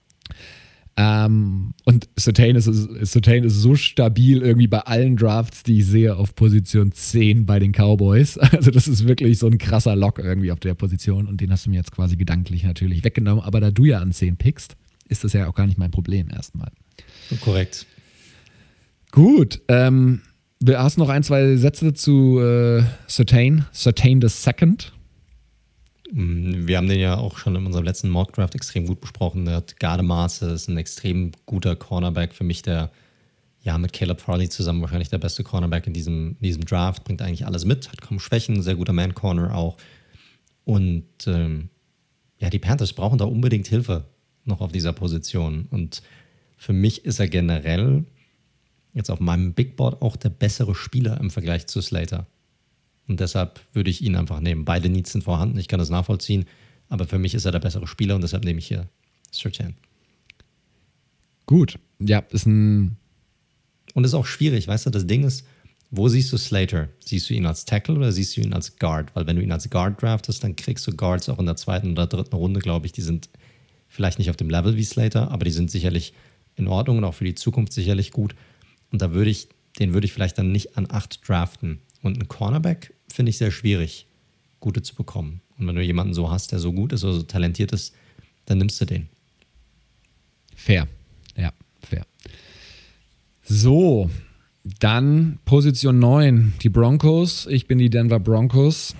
Ähm, und Surtain ist, Surtain ist so stabil irgendwie bei allen Drafts, die ich sehe, auf Position zehn bei den Cowboys. Also das ist wirklich so ein krasser Lock irgendwie auf der Position und den hast du mir jetzt quasi gedanklich natürlich weggenommen. Aber da du ja an zehn pickst, ist das ja auch gar nicht mein Problem erstmal. Korrekt. Gut, ähm, hast du noch ein, zwei Sätze zu äh, Surtain, Surtain the Second? Wir haben den ja auch schon in unserem letzten Mock-Draft extrem gut besprochen. Der hat Gardemaße, ist ein extrem guter Cornerback. Für mich der, ja, mit Caleb Farley zusammen wahrscheinlich der beste Cornerback in diesem, in diesem Draft. Bringt eigentlich alles mit, hat kaum Schwächen, sehr guter Man-Corner auch. Und ähm, ja, die Panthers brauchen da unbedingt Hilfe noch auf dieser Position. Und für mich ist er generell jetzt auf meinem Big Board auch der bessere Spieler im Vergleich zu Slater. Und deshalb würde ich ihn einfach nehmen. Beide Needs sind vorhanden, ich kann das nachvollziehen. Aber für mich ist er der bessere Spieler und deshalb nehme ich hier Surtain. Gut, ja, ist ein... Und ist auch schwierig, weißt du, das Ding ist, wo siehst du Slater? Siehst du ihn als Tackle oder siehst du ihn als Guard? Weil wenn du ihn als Guard draftest, dann kriegst du Guards auch in der zweiten oder dritten Runde, glaube ich. Die sind vielleicht nicht auf dem Level wie Slater, aber die sind sicherlich in Ordnung und auch für die Zukunft sicherlich gut. Und da würde ich, den würde ich vielleicht dann nicht an acht draften. Und einen Cornerback finde ich sehr schwierig, gute zu bekommen. Und wenn du jemanden so hast, der so gut ist oder so talentiert ist, dann nimmst du den. Fair. Ja, fair. So, dann Position neun, die Broncos. Ich bin die Denver Broncos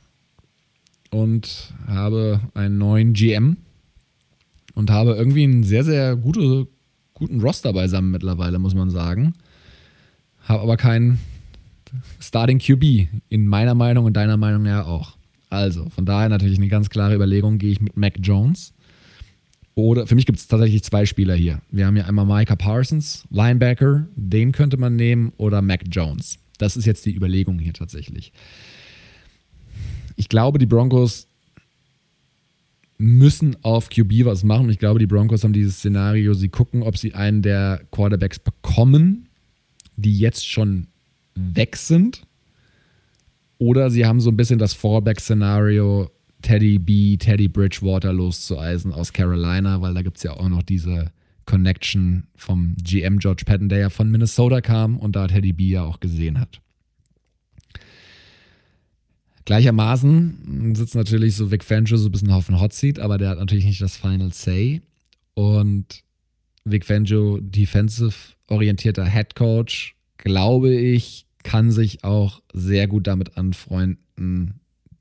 und habe einen neuen G M und habe irgendwie einen sehr, sehr gute, guten Roster beisammen mittlerweile, muss man sagen. Habe aber keinen Starting Q B, in meiner Meinung und deiner Meinung ja auch. Also, von daher natürlich eine ganz klare Überlegung, gehe ich mit Mac Jones. Oder, für mich gibt es tatsächlich zwei Spieler hier. Wir haben hier einmal Micah Parsons, Linebacker, den könnte man nehmen, oder Mac Jones. Das ist jetzt die Überlegung hier tatsächlich. Ich glaube, die Broncos müssen auf Q B was machen. Ich glaube, die Broncos haben dieses Szenario, sie gucken, ob sie einen der Quarterbacks bekommen, die jetzt schon weg sind, oder sie haben so ein bisschen das Fallback-Szenario, Teddy B, Teddy Bridgewater loszueisen aus Carolina, weil da gibt es ja auch noch diese Connection vom G M George Patton, der ja von Minnesota kam und da Teddy B ja auch gesehen hat. Gleichermaßen sitzt natürlich so Vic Fangio so ein bisschen auf dem Hot Seat, aber der hat natürlich nicht das Final Say. Und Vic Fangio, defensive-orientierter Head Coach, glaube ich, kann sich auch sehr gut damit anfreunden,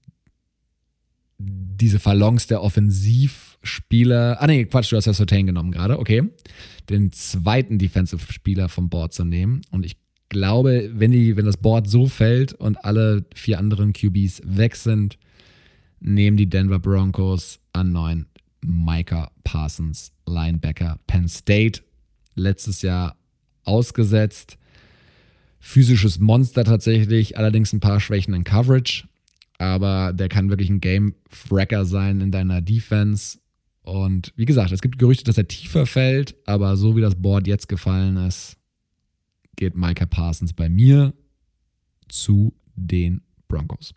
diese Phalanx der Offensivspieler, ah nee, Quatsch, du hast ja Surtain genommen gerade, okay, den zweiten Defensive-Spieler vom Board zu nehmen. Und ich glaube, wenn, die, wenn das Board so fällt und alle vier anderen Q Bs weg sind, nehmen die Denver Broncos an neun Micah Parsons, Linebacker, Penn State, letztes Jahr ausgesetzt. Physisches Monster tatsächlich, allerdings ein paar Schwächen in Coverage, aber der kann wirklich ein Game-Wrecker sein in deiner Defense Und wie gesagt, es gibt Gerüchte, dass er tiefer fällt, aber so wie das Board jetzt gefallen ist, geht Micah Parsons bei mir zu den Broncos.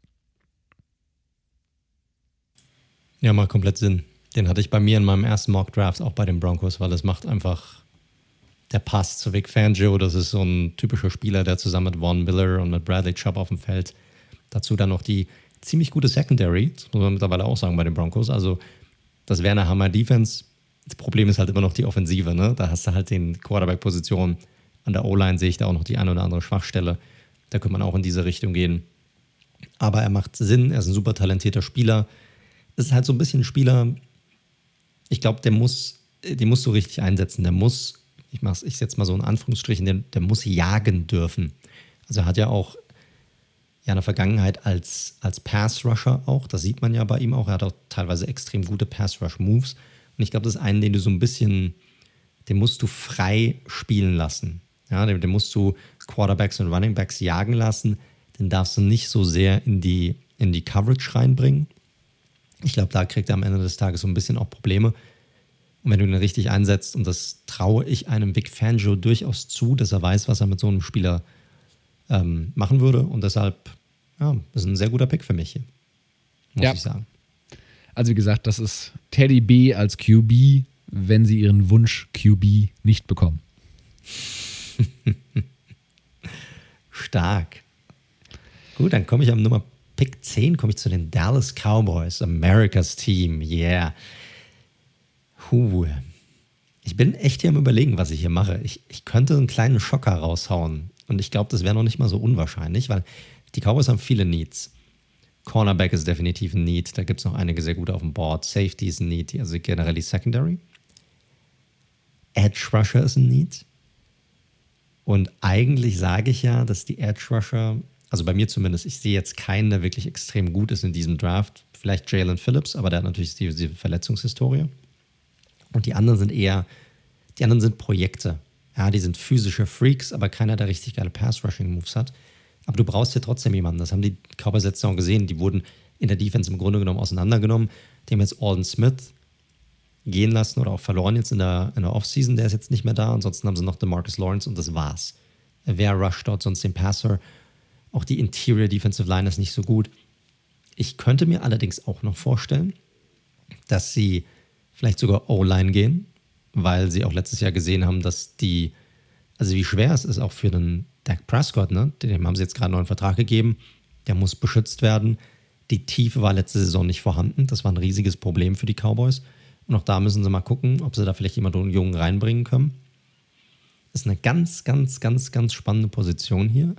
Ja, macht komplett Sinn. Den hatte ich bei mir in meinem ersten Mock-Draft auch bei den Broncos, weil es macht einfach, der Pass zu Vic Fangio, das ist so ein typischer Spieler, der zusammen mit Von Miller und mit Bradley Chubb auf dem Feld, dazu dann noch die ziemlich gute Secondary, das muss man mittlerweile auch sagen bei den Broncos, also das wäre eine Hammer-Defense. Das Problem ist halt immer noch die Offensive, ne? Da hast du halt den Quarterback-Position. An der O-Line sehe ich da auch noch die eine oder andere Schwachstelle. Da könnte man auch in diese Richtung gehen. Aber er macht Sinn, er ist ein super talentierter Spieler. Ist halt so ein bisschen ein Spieler, ich glaube, der muss, den musst du richtig einsetzen. Der muss, ich mach's, ich setze mal so in Anführungsstrichen, der, der muss jagen dürfen. Also er hat ja auch ja, in der Vergangenheit als, als Pass-Rusher auch, das sieht man ja bei ihm auch, er hat auch teilweise extrem gute Pass-Rush-Moves. Und ich glaube, das ist einen, den du so ein bisschen, den musst du frei spielen lassen. Ja, den, den musst du Quarterbacks und Runningbacks jagen lassen. Den darfst du nicht so sehr in die, in die Coverage reinbringen. Ich glaube, da kriegt er am Ende des Tages so ein bisschen auch Probleme. Und wenn du ihn richtig einsetzt, und das traue ich einem Vic Fangio durchaus zu, dass er weiß, was er mit so einem Spieler ähm, machen würde. Und deshalb, ja, das ist ein sehr guter Pick für mich hier, muss ja. ich sagen. Also wie gesagt, das ist Teddy B als Q B, wenn sie ihren Wunsch Q B nicht bekommen. Stark. Gut, dann komme ich am Nummer Pick zehn, komme ich zu den Dallas Cowboys, America's Team, yeah. Huh. Ich bin echt hier am Überlegen, was ich hier mache. Ich, ich könnte einen kleinen Schocker raushauen und ich glaube, das wäre noch nicht mal so unwahrscheinlich, weil die Cowboys haben viele Needs. Cornerback ist definitiv ein Need, da gibt es noch einige sehr gute auf dem Board. Safety ist ein Need, also generell die Secondary. Edge Rusher ist ein Need. Und eigentlich sage ich ja, dass die Edge Rusher, also bei mir zumindest, ich sehe jetzt keinen, der wirklich extrem gut ist in diesem Draft. Vielleicht Jalen Phillips, aber der hat natürlich diese Verletzungshistorie. Und die anderen sind eher, die anderen sind Projekte. Ja, die sind physische Freaks, aber keiner, der richtig geile Pass-Rushing-Moves hat. Aber du brauchst hier trotzdem jemanden. Das haben die Cowboys letztes Jahr gesehen. Die wurden in der Defense im Grunde genommen auseinandergenommen. Die haben jetzt Alden Smith gehen lassen oder auch verloren jetzt in der, in der Offseason. Der ist jetzt nicht mehr da. Ansonsten haben sie noch DeMarcus Lawrence und das war's. Wer rusht dort sonst den Passer? Auch die Interior Defensive Line ist nicht so gut. Ich könnte mir allerdings auch noch vorstellen, dass sie vielleicht sogar O-Line gehen, weil sie auch letztes Jahr gesehen haben, dass die, also wie schwer es ist auch für den Dak Prescott, ne? Dem haben sie jetzt gerade einen neuen Vertrag gegeben, der muss beschützt werden. Die Tiefe war letzte Saison nicht vorhanden, das war ein riesiges Problem für die Cowboys. Und auch da müssen sie mal gucken, ob sie da vielleicht jemanden Jungen reinbringen können. Das ist eine ganz, ganz, ganz, ganz spannende Position hier.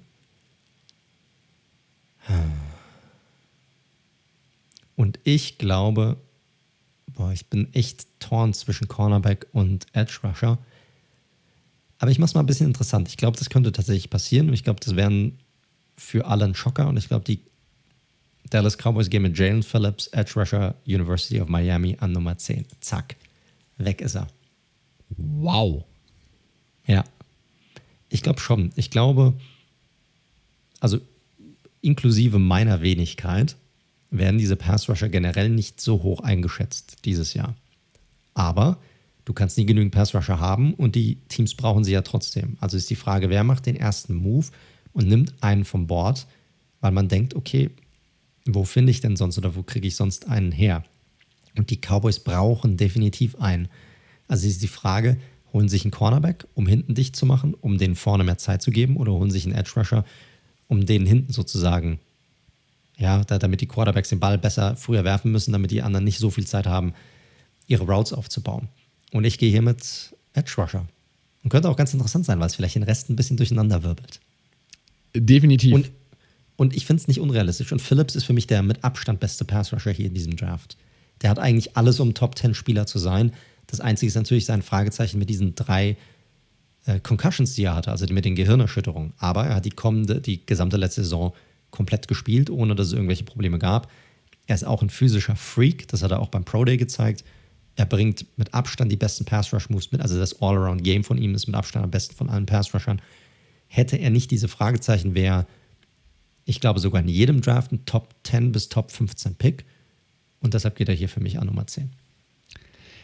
Und ich glaube, boah, ich bin echt torn zwischen Cornerback und Edge Rusher. Aber ich mache es mal ein bisschen interessant. Ich glaube, das könnte tatsächlich passieren. Und ich glaube, das wären für alle ein Schocker. Und ich glaube, die Dallas Cowboys gehen mit Jalen Phillips, Edge Rusher, University of Miami an Nummer zehn. Zack. Weg ist er. Wow. Ja. Ich glaube schon. Ich glaube, also inklusive meiner Wenigkeit, werden diese Pass-Rusher generell nicht so hoch eingeschätzt dieses Jahr. Aber du kannst nie genügend Pass-Rusher haben und die Teams brauchen sie ja trotzdem. Also ist die Frage, wer macht den ersten Move und nimmt einen vom Board, weil man denkt, okay, wo finde ich denn sonst oder wo kriege ich sonst einen her? Und die Cowboys brauchen definitiv einen. Also ist die Frage, holen sich einen Cornerback, um hinten dicht zu machen, um denen vorne mehr Zeit zu geben, oder holen sich einen Edge-Rusher, um denen hinten sozusagen, ja, da, damit die Quarterbacks den Ball besser früher werfen müssen, damit die anderen nicht so viel Zeit haben, ihre Routes aufzubauen. Und ich gehe hier mit Edge Rusher. Und könnte auch ganz interessant sein, weil es vielleicht den Rest ein bisschen durcheinander wirbelt. Definitiv. Und, und ich finde es nicht unrealistisch. Und Phillips ist für mich der mit Abstand beste Pass-Rusher hier in diesem Draft. Der hat eigentlich alles, um Top-Ten-Spieler zu sein. Das Einzige ist natürlich sein Fragezeichen mit diesen drei äh, Concussions, die er hatte, also mit den Gehirnerschütterungen. Aber er hat die kommende, die gesamte letzte Saison komplett gespielt, ohne dass es irgendwelche Probleme gab. Er ist auch ein physischer Freak, das hat er auch beim Pro Day gezeigt. Er bringt mit Abstand die besten Pass-Rush-Moves mit, also das All-Around-Game von ihm ist mit Abstand am besten von allen Pass-Rushern. Hätte er nicht diese Fragezeichen, wäre, ich glaube, sogar in jedem Draft ein Top zehn bis Top fünfzehn Pick. Und deshalb geht er hier für mich an Nummer zehn.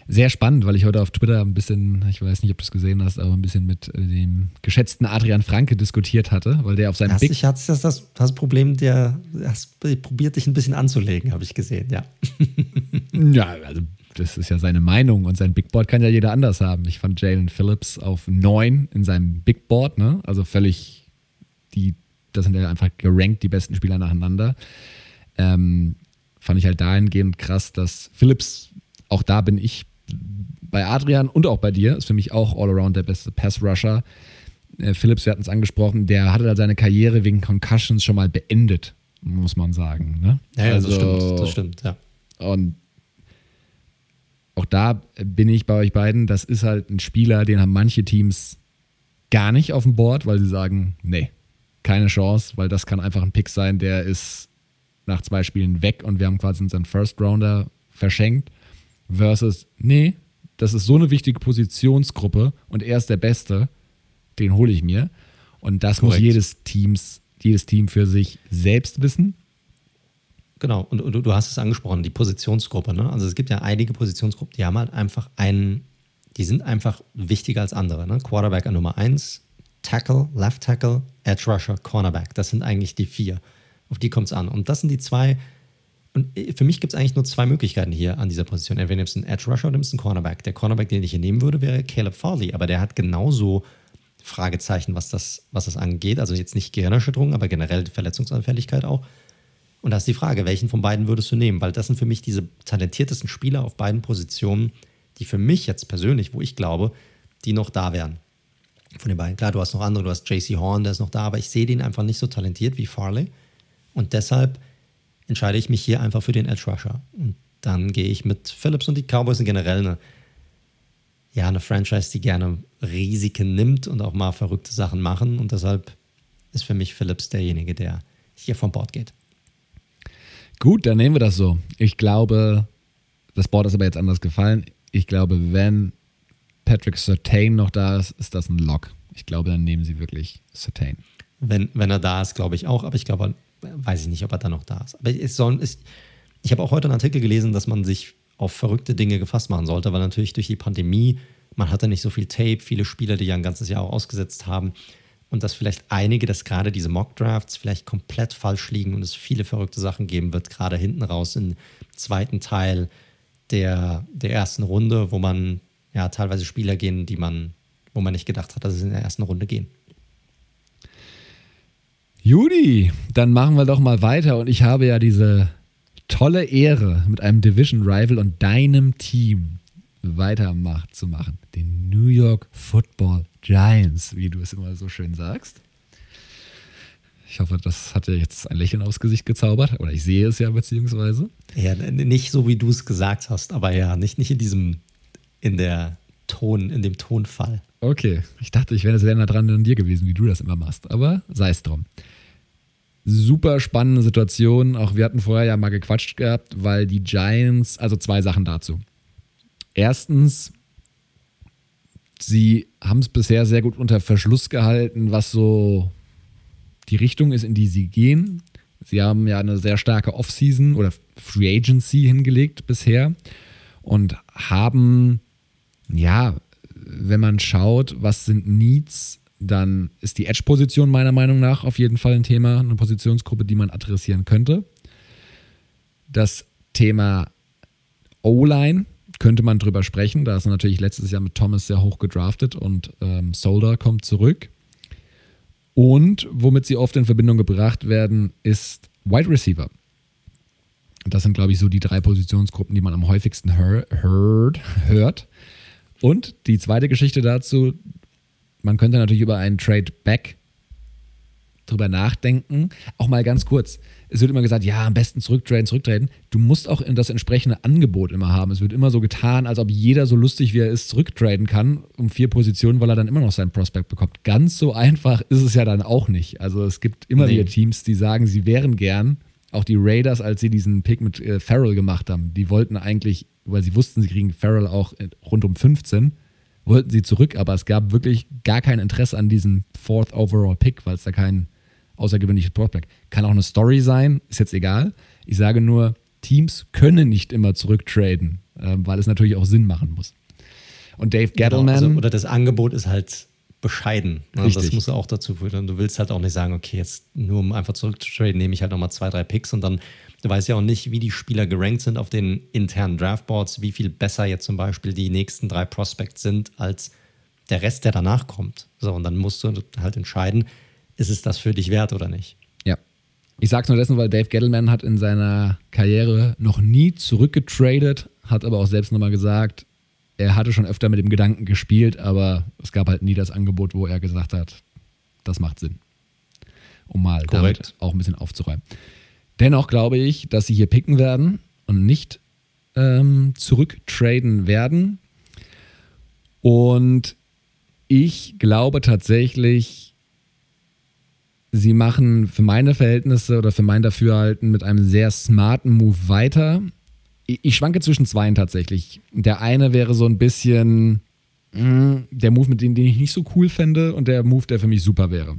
Sehr spannend, weil ich heute auf Twitter ein bisschen, ich weiß nicht, ob du es gesehen hast, aber ein bisschen mit dem geschätzten Adrian Franke diskutiert hatte, weil der auf seinem Hast Big... dich, hast das, das, das Problem, der hast probiert, dich ein bisschen anzulegen, habe ich gesehen, ja. Ja, also das ist ja seine Meinung und sein Big Board kann ja jeder anders haben. Ich fand Jalen Phillips auf neun in seinem Big Board, ne? Also völlig, die, das sind ja einfach gerankt die besten Spieler nacheinander. Ähm, fand ich halt dahingehend krass, dass Phillips, auch da bin ich bei Adrian und auch bei dir, ist für mich auch All-Around der beste Pass-Rusher. Äh, Phillips, wir hatten es angesprochen, der hatte halt seine Karriere wegen Concussions schon mal beendet, muss man sagen. Ne? Ja, ja also, das stimmt, das stimmt, ja. Und auch da bin ich bei euch beiden, das ist halt ein Spieler, den haben manche Teams gar nicht auf dem Board, weil sie sagen, nee, keine Chance, weil das kann einfach ein Pick sein, der ist nach zwei Spielen weg und wir haben quasi unseren First Rounder verschenkt. Versus, nee, das ist so eine wichtige Positionsgruppe und er ist der Beste, den hole ich mir. Und das Korrekt. muss jedes Teams, jedes Team für sich selbst wissen. Genau, und, und du hast es angesprochen, die Positionsgruppe, ne? Also es gibt ja einige Positionsgruppen, die haben halt einfach einen, die sind einfach wichtiger als andere, ne? Quarterback an Nummer eins, Tackle, Left Tackle, Edge Rusher, Cornerback. Das sind eigentlich die vier. Auf die kommt es an. Und das sind die zwei. Und für mich gibt es eigentlich nur zwei Möglichkeiten hier an dieser Position. Entweder nimmst du einen Edge Rusher oder nimmst einen Cornerback. Der Cornerback, den ich hier nehmen würde, wäre Caleb Farley, aber der hat genauso Fragezeichen, was das, was das angeht. Also jetzt nicht Gehirnerschütterung, aber generell Verletzungsanfälligkeit auch. Und da ist die Frage, welchen von beiden würdest du nehmen? Weil das sind für mich diese talentiertesten Spieler auf beiden Positionen, die für mich jetzt persönlich, wo ich glaube, die noch da wären. Von den beiden. Klar, du hast noch andere, du hast J C Horn, der ist noch da, aber ich sehe den einfach nicht so talentiert wie Farley. Und deshalb entscheide ich mich hier einfach für den Edge Rusher. Und dann gehe ich mit Phillips, und die Cowboys sind generell eine, ja, eine Franchise, die gerne Risiken nimmt und auch mal verrückte Sachen machen. Und deshalb ist für mich Phillips derjenige, der hier vom Board geht. Gut, dann nehmen wir das so. Ich glaube, das Board ist aber jetzt anders gefallen. Ich glaube, wenn Patrick Surtain noch da ist, ist das ein Lock. Ich glaube, dann nehmen sie wirklich Surtain. Wenn, wenn er da ist, glaube ich auch. Aber ich glaube, weiß ich nicht, ob er da noch da ist. Aber es soll, es, ich habe auch heute einen Artikel gelesen, dass man sich auf verrückte Dinge gefasst machen sollte, weil natürlich durch die Pandemie, man hatte nicht so viel Tape, viele Spieler, die ja ein ganzes Jahr auch ausgesetzt haben, und dass vielleicht einige, dass gerade diese Mock-Drafts vielleicht komplett falsch liegen und es viele verrückte Sachen geben wird, gerade hinten raus im zweiten Teil der, der ersten Runde, wo man ja teilweise Spieler gehen, die man, wo man nicht gedacht hat, dass sie in der ersten Runde gehen. Judy, dann machen wir doch mal weiter. Und ich habe ja diese tolle Ehre, mit einem Division-Rival und deinem Team weitermacht zu machen. Den New York Football Giants, wie du es immer so schön sagst. Ich hoffe, das hat dir jetzt ein Lächeln aufs Gesicht gezaubert. Oder ich sehe es ja beziehungsweise. Ja, nicht so, wie du es gesagt hast, aber ja, nicht, nicht in diesem, in der Ton, in dem Tonfall. Okay, ich dachte, ich wäre sehr nah dran an dir gewesen, wie du das immer machst. Aber sei es drum. Super spannende Situation. Auch wir hatten vorher ja mal gequatscht gehabt, weil die Giants, also zwei Sachen dazu. Erstens, sie haben es bisher sehr gut unter Verschluss gehalten, was so die Richtung ist, in die sie gehen. Sie haben ja eine sehr starke Offseason oder Free Agency hingelegt bisher und haben, ja, wenn man schaut, was sind Needs, dann ist die Edge-Position meiner Meinung nach auf jeden Fall ein Thema, eine Positionsgruppe, die man adressieren könnte. Das Thema O-Line könnte man drüber sprechen. Da ist natürlich letztes Jahr mit Thomas sehr hoch gedraftet und ähm, Solder kommt zurück. Und womit sie oft in Verbindung gebracht werden, ist Wide Receiver. Das sind, glaube ich, so die drei Positionsgruppen, die man am häufigsten hör, hört, hört. Und die zweite Geschichte dazu, man könnte natürlich über einen Trade Back drüber nachdenken. Auch mal ganz kurz. Es wird immer gesagt, ja, am besten zurücktraden, zurücktraden. Du musst auch das entsprechende Angebot immer haben. Es wird immer so getan, als ob jeder so lustig, wie er ist, zurücktraden kann um vier Positionen, weil er dann immer noch seinen Prospect bekommt. Ganz so einfach ist es ja dann auch nicht. Also es gibt immer nee. wieder Teams, die sagen, sie wären gern, auch die Raiders, als sie diesen Pick mit äh, Farrell gemacht haben, die wollten eigentlich, weil sie wussten, sie kriegen Farrell auch rund um fünfzehn, wollten sie zurück, aber es gab wirklich gar kein Interesse an diesem Fourth Overall Pick, weil es da kein außergewöhnliches Prospect. Kann auch eine Story sein, ist jetzt egal. Ich sage nur, Teams können nicht immer zurücktraden. äh, weil es natürlich auch Sinn machen muss. Und Dave Gettleman... Genau, also, oder das Angebot ist halt bescheiden. Ne? Das Richtig. muss auch dazu führen. Du willst halt auch nicht sagen, okay, jetzt nur um einfach zurückzutraden, nehme ich halt nochmal zwei, drei Picks und dann, du weißt ja auch nicht, wie die Spieler gerankt sind auf den internen Draftboards, wie viel besser jetzt zum Beispiel die nächsten drei Prospects sind als der Rest, der danach kommt. So, und dann musst du halt entscheiden, ist es das für dich wert oder nicht? Ja. Ich sag's nur dessen, weil Dave Gettleman hat in seiner Karriere noch nie zurückgetradet, hat aber auch selbst nochmal gesagt, er hatte schon öfter mit dem Gedanken gespielt, aber es gab halt nie das Angebot, wo er gesagt hat, das macht Sinn. Um mal Korrekt. damit auch ein bisschen aufzuräumen. Dennoch glaube ich, dass sie hier picken werden und nicht ähm, zurücktraden werden. Und ich glaube tatsächlich, sie machen für meine Verhältnisse oder für mein Dafürhalten mit einem sehr smarten Move weiter. Ich schwanke zwischen zweien tatsächlich. Der eine wäre so ein bisschen mh, der Move, mit dem den ich nicht so cool fände und der Move, der für mich super wäre.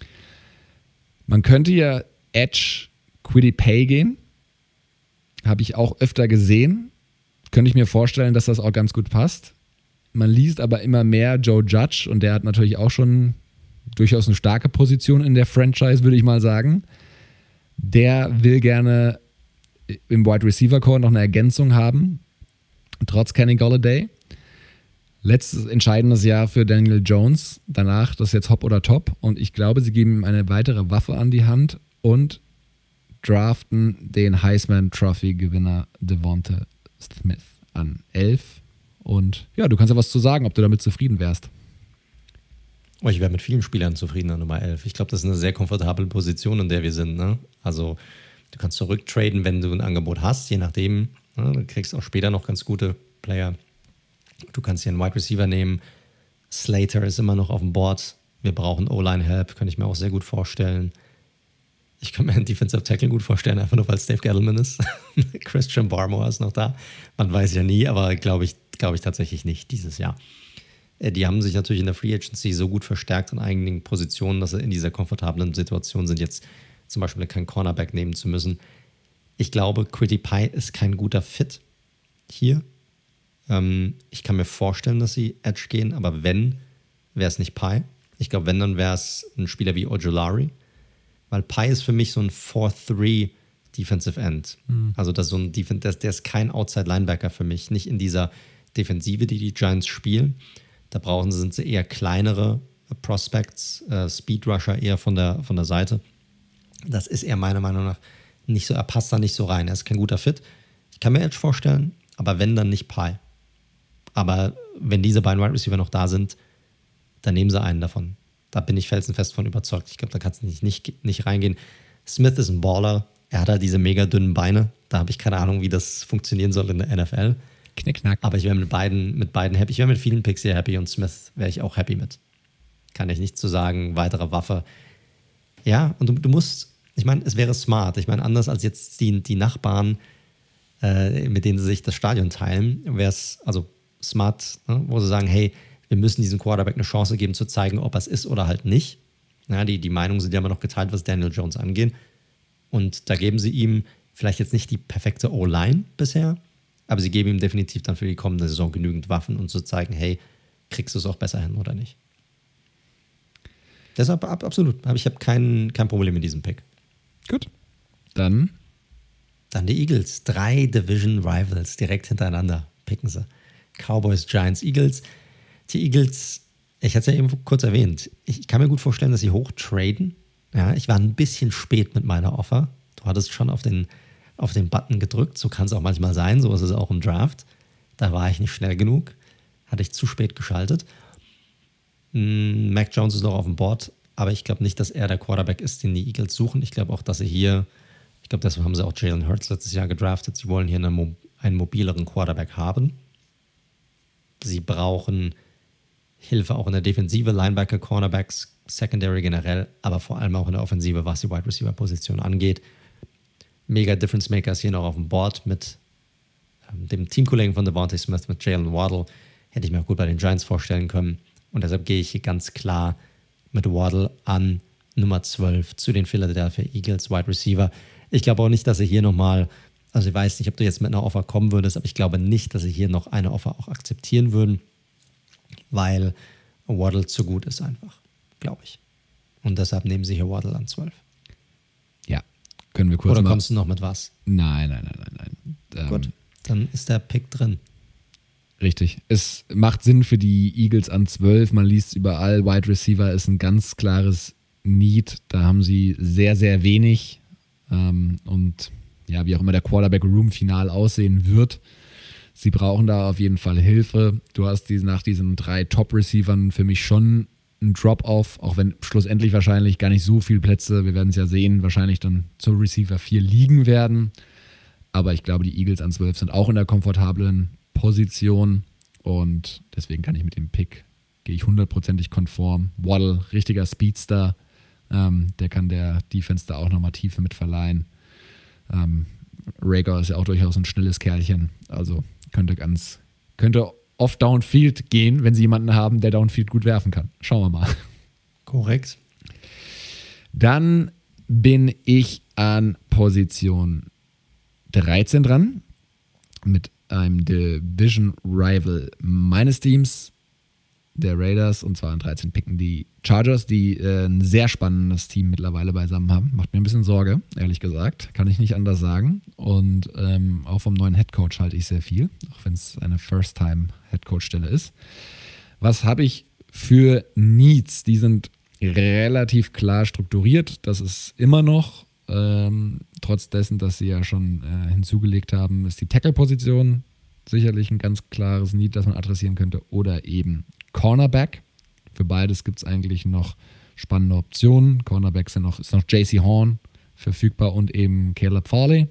Man könnte ja Edge Kwity Paye gehen. Habe ich auch öfter gesehen. Könnte ich mir vorstellen, dass das auch ganz gut passt. Man liest aber immer mehr Joe Judge und der hat natürlich auch schon durchaus eine starke Position in der Franchise, würde ich mal sagen. Der will gerne im Wide Receiver Core noch eine Ergänzung haben, trotz Kenny Golladay. Letztes entscheidendes Jahr für Daniel Jones. Danach das jetzt Hop oder Top. Und ich glaube, sie geben ihm eine weitere Waffe an die Hand und draften den Heisman Trophy Gewinner Devonta Smith an elf. Und ja, du kannst ja was zu sagen, ob du damit zufrieden wärst. Oh, ich wäre mit vielen Spielern zufrieden an Nummer elf. Ich glaube, das ist eine sehr komfortable Position, in der wir sind. Ne? Also du kannst zurücktraden, wenn du ein Angebot hast, je nachdem. Ne? Du kriegst auch später noch ganz gute Player. Du kannst hier einen Wide Receiver nehmen. Slater ist immer noch auf dem Board. Wir brauchen O-Line-Help, kann ich mir auch sehr gut vorstellen. Ich kann mir einen Defensive Tackle gut vorstellen, einfach nur weil es Dave Gettleman ist. Christian Barmore ist noch da. Man weiß ja nie, aber glaube ich, glaube ich tatsächlich nicht dieses Jahr. Die haben sich natürlich in der Free Agency so gut verstärkt in einigen Positionen, dass sie in dieser komfortablen Situation sind, jetzt zum Beispiel keinen Cornerback nehmen zu müssen. Ich glaube, Kwity Paye ist kein guter Fit hier. Ähm, ich kann mir vorstellen, dass sie Edge gehen, aber wenn, wäre es nicht Paye. Ich glaube, wenn, dann wäre es ein Spieler wie Ojulari, weil Paye ist für mich so ein vier drei Defensive End. Mhm. Also das ist so ein Defen- der, der ist kein Outside-Linebacker für mich, nicht in dieser Defensive, die die Giants spielen. Da brauchen sie, sind sie eher kleinere Prospects, äh, Speed Rusher eher von der, von der Seite. Das ist er meiner Meinung nach nicht so, er passt da nicht so rein. Er ist kein guter Fit. Ich kann mir Edge vorstellen, aber wenn, dann nicht Paye. Aber wenn diese beiden Wide Receiver noch da sind, dann nehmen sie einen davon. Da bin ich felsenfest von überzeugt. Ich glaube, da kannst du nicht, nicht, nicht reingehen. Smith ist ein Baller. Er hat da diese mega dünnen Beine. Da habe ich keine Ahnung, wie das funktionieren soll in der N F L. Knickknack. Aber ich wäre mit beiden, mit beiden happy. Ich wäre mit vielen Picks hier happy und Smith wäre ich auch happy mit. Kann ich nicht zu sagen, weitere Waffe. Ja, und du, du musst, ich meine, es wäre smart. Ich meine, anders als jetzt die, die Nachbarn, äh, mit denen sie sich das Stadion teilen, wäre es also smart, ne, wo sie sagen, hey, wir müssen diesem Quarterback eine Chance geben, zu zeigen, ob er es ist oder halt nicht. Ja, die, die Meinungen sind ja immer noch geteilt, was Daniel Jones angeht. Und da geben sie ihm vielleicht jetzt nicht die perfekte O-Line bisher, aber sie geben ihm definitiv dann für die kommende Saison genügend Waffen, um zu zeigen, hey, kriegst du es auch besser hin oder nicht. Deshalb ab, absolut. Aber ich habe kein, kein Problem mit diesem Pick. Gut. Dann. Dann die Eagles. Drei Division Rivals direkt hintereinander picken sie. Cowboys, Giants, Eagles. Die Eagles, ich hatte es ja eben kurz erwähnt, ich kann mir gut vorstellen, dass sie hoch traden. Ja, ich war ein bisschen spät mit meiner Offer. Du hattest schon auf den, auf den Button gedrückt. So kann es auch manchmal sein. So ist es auch im Draft. Da war ich nicht schnell genug. Hatte ich zu spät geschaltet. Mm, Mac Jones ist noch auf dem Board, aber ich glaube nicht, dass er der Quarterback ist, den die Eagles suchen. Ich glaube auch, dass sie hier, ich glaube, deshalb haben sie auch Jalen Hurts letztes Jahr gedraftet. Sie wollen hier eine, einen mobileren Quarterback haben. Sie brauchen Hilfe auch in der Defensive, Linebacker, Cornerbacks, Secondary generell, aber vor allem auch in der Offensive, was die Wide Receiver Position angeht. Mega Difference Makers hier noch auf dem Board mit ähm, dem Teamkollegen von Devonta Smith, mit Jalen Waddle. Hätte ich mir auch gut bei den Giants vorstellen können. Und deshalb gehe ich hier ganz klar mit Waddle an Nummer zwölf zu den Philadelphia Eagles, Wide Receiver. Ich glaube auch nicht, dass sie hier nochmal Also ich weiß nicht, ob du jetzt mit einer Offer kommen würdest, aber ich glaube nicht, dass sie hier noch eine Offer auch akzeptieren würden, weil Waddle zu gut ist einfach, glaube ich. Und deshalb nehmen sie hier Waddle an zwölf. Ja, können wir kurz Oder mal... kommst du noch mit was? Nein, nein, nein, nein, nein. Ähm, Gut, dann ist der Pick drin. Richtig. Es macht Sinn für die Eagles an zwölf. Man liest überall, Wide Receiver ist ein ganz klares Need. Da haben sie sehr, sehr wenig. Ähm, und ja, wie auch immer der Quarterback-Room final aussehen wird, sie brauchen da auf jeden Fall Hilfe. Du hast diese, nach diesen drei Top-Receivern für mich schon einen Drop-Off, auch wenn schlussendlich wahrscheinlich gar nicht so viele Plätze, wir werden es ja sehen, wahrscheinlich dann zur Receiver vier liegen werden. Aber ich glaube, die Eagles an zwölf sind auch in der komfortablen Position und deswegen kann ich mit dem Pick, gehe ich hundertprozentig konform. Waddle, richtiger Speedster, ähm, der kann der Defense da auch nochmal Tiefe mit verleihen. Ähm, Rager ist ja auch durchaus ein schnelles Kerlchen, also könnte ganz, könnte oft Downfield gehen, wenn sie jemanden haben, der Downfield gut werfen kann. Schauen wir mal. Korrekt. Dann bin ich an Position dreizehn dran mit einem Division Rival meines Teams, der Raiders, und zwar an dreizehn picken die Chargers, die äh, ein sehr spannendes Team mittlerweile beisammen haben. Macht mir ein bisschen Sorge, ehrlich gesagt. Kann ich nicht anders sagen. Und ähm, auch vom neuen Headcoach halte ich sehr viel, auch wenn es eine First-Time-Headcoach-Stelle ist. Was habe ich für Needs? Die sind relativ klar strukturiert. Das ist immer noch, ähm, trotz dessen, dass sie ja schon äh, hinzugelegt haben, ist die Tackle-Position sicherlich ein ganz klares Need, das man adressieren könnte. Oder eben Cornerback. Für beides gibt es eigentlich noch spannende Optionen. Cornerbacks sind noch, ist noch J C Horn verfügbar und eben Caleb Farley.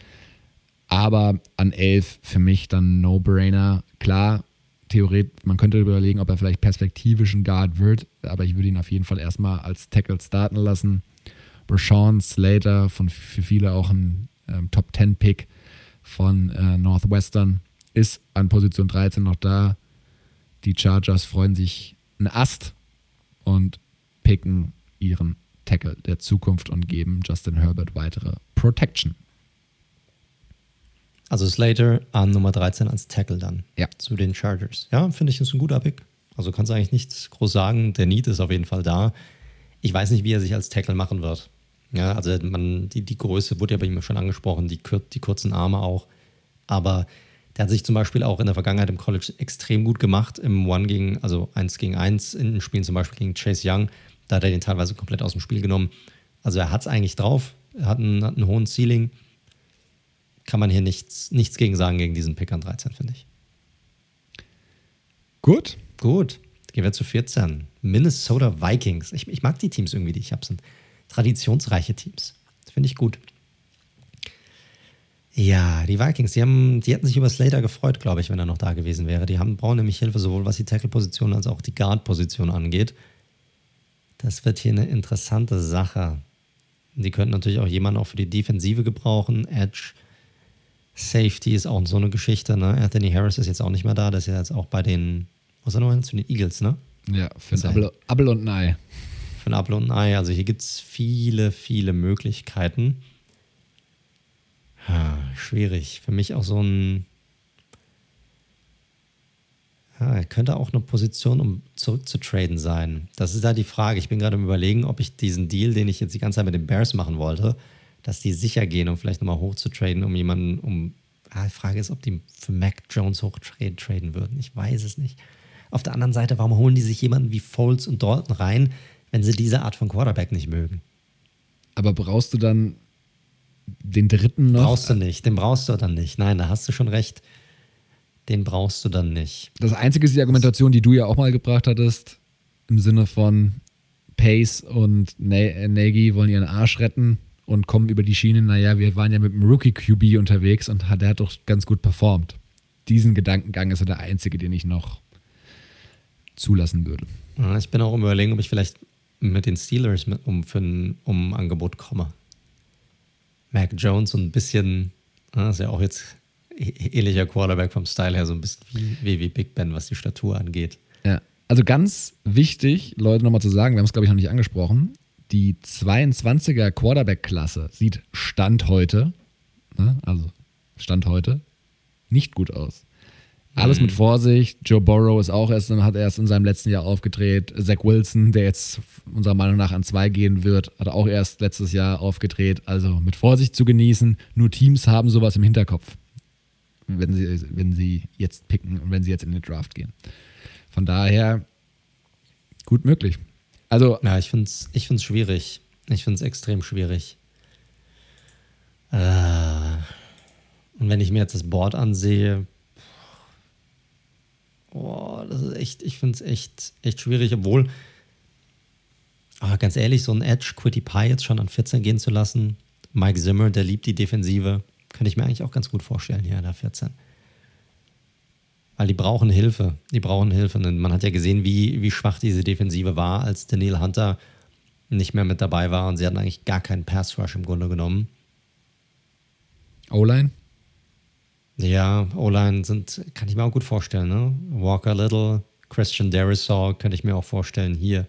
Aber an elf für mich dann No-Brainer. Klar, theoretisch, man könnte überlegen, ob er vielleicht perspektivisch ein Guard wird, aber ich würde ihn auf jeden Fall erstmal als Tackle starten lassen. Rashawn Slater, von für viele auch ein ähm, Top zehn Pick von äh, Northwestern, ist an Position dreizehn noch da. Die Chargers freuen sich einen Ast und picken ihren Tackle der Zukunft und geben Justin Herbert weitere Protection. Also Slater an Nummer dreizehn als Tackle dann Ja. zu den Chargers. Ja, finde ich, ist ein guter Pick. Also kannst du eigentlich nichts groß sagen. Der Need ist auf jeden Fall da. Ich weiß nicht, wie er sich als Tackle machen wird. Ja, also man, die, die Größe wurde ja bei ihm schon angesprochen, die, die kurzen Arme auch. Aber der hat sich zum Beispiel auch in der Vergangenheit im College extrem gut gemacht, im One gegen, also eins gegen eins in den Spielen, zum Beispiel gegen Chase Young. Da hat er den teilweise komplett aus dem Spiel genommen. Also er hat es eigentlich drauf, er hat einen, hat einen hohen Ceiling. Kann man hier nichts, nichts gegen sagen, gegen diesen Pick an dreizehn, finde ich. Gut. Gut, gehen wir zu vierzehn. Minnesota Vikings. Ich, ich mag die Teams irgendwie, die ich habe, sind traditionsreiche Teams. Das finde ich gut. Ja, die Vikings, die, haben, die hätten sich über Slater gefreut, glaube ich, wenn er noch da gewesen wäre. Die haben, brauchen nämlich Hilfe, sowohl was die Tackle-Position als auch die Guard-Position angeht. Das wird hier eine interessante Sache. Die könnten natürlich auch jemanden auch für die Defensive gebrauchen. Edge, Safety ist auch so eine Geschichte. Ne? Anthony Harris ist jetzt auch nicht mehr da. Das ist ja jetzt auch bei den, was ist er noch hin? Zu den Eagles, ne? Ja, für ein Apfel, Apfel und ein Ei. Für ein Apfel und ein Ei. Also hier gibt es viele, viele Möglichkeiten. Ja, schwierig. Für mich auch so ein, ja, könnte auch eine Position, um zurückzutraden sein. Das ist da die Frage. Ich bin gerade im Überlegen, ob ich diesen Deal, den ich jetzt die ganze Zeit mit den Bears machen wollte, dass die sicher gehen, um vielleicht nochmal hochzutraden, um jemanden, um, ja, die Frage ist, ob die für Mac Jones hochtraden würden. Ich weiß es nicht. Auf der anderen Seite, warum holen die sich jemanden wie Foles und Dalton rein, wenn sie diese Art von Quarterback nicht mögen? Aber brauchst du dann den dritten noch? Brauchst du nicht, den brauchst du dann nicht. Nein, da hast du schon recht. Den brauchst du dann nicht. Das Einzige ist die Argumentation, die du ja auch mal gebracht hattest, im Sinne von Pace und Nagy wollen ihren Arsch retten und kommen über die Schiene, naja, wir waren ja mit einem Rookie-Q B unterwegs und der hat doch ganz gut performt. Diesen Gedankengang ist ja der einzige, den ich noch zulassen würde. Ja, ich bin auch im Überlegen, ob ich vielleicht mit den Steelers mit, um für ein um Angebot komme. Mac Jones so ein bisschen, das ist ja auch jetzt ähnlicher Quarterback vom Style her, so ein bisschen wie, wie Big Ben, was die Statur angeht. Ja, also ganz wichtig, Leute, nochmal zu sagen, wir haben es, glaube ich, noch nicht angesprochen, die zweiundzwanziger Quarterback-Klasse sieht Stand heute, ne, also Stand heute, nicht gut aus. Alles mit Vorsicht. Joe Burrow ist auch erst, hat erst in seinem letzten Jahr aufgedreht. Zach Wilson, der jetzt unserer Meinung nach an zwei gehen wird, hat auch erst letztes Jahr aufgedreht. Also mit Vorsicht zu genießen. Nur Teams haben sowas im Hinterkopf, wenn sie, wenn sie jetzt picken und wenn sie jetzt in den Draft gehen. Von daher gut möglich. Also, ja, ich finde es ich find's schwierig. Ich finde es extrem schwierig. Äh, und wenn ich mir jetzt das Board ansehe, boah, das ist echt, ich finde es echt, echt schwierig, obwohl, aber ganz ehrlich, so ein Edge, Quitty Pie jetzt schon an vierzehn gehen zu lassen, Mike Zimmer, der liebt die Defensive, könnte ich mir eigentlich auch ganz gut vorstellen, hier an der vierzehn. Weil die brauchen Hilfe, die brauchen Hilfe. Und man hat ja gesehen, wie, wie schwach diese Defensive war, als Danielle Hunter nicht mehr mit dabei war und sie hatten eigentlich gar keinen Pass-Rush im Grunde genommen. O-Line? Ja, O-Line sind, kann ich mir auch gut vorstellen, ne? Walker Little, Christian Darrisaw, könnte ich mir auch vorstellen, hier.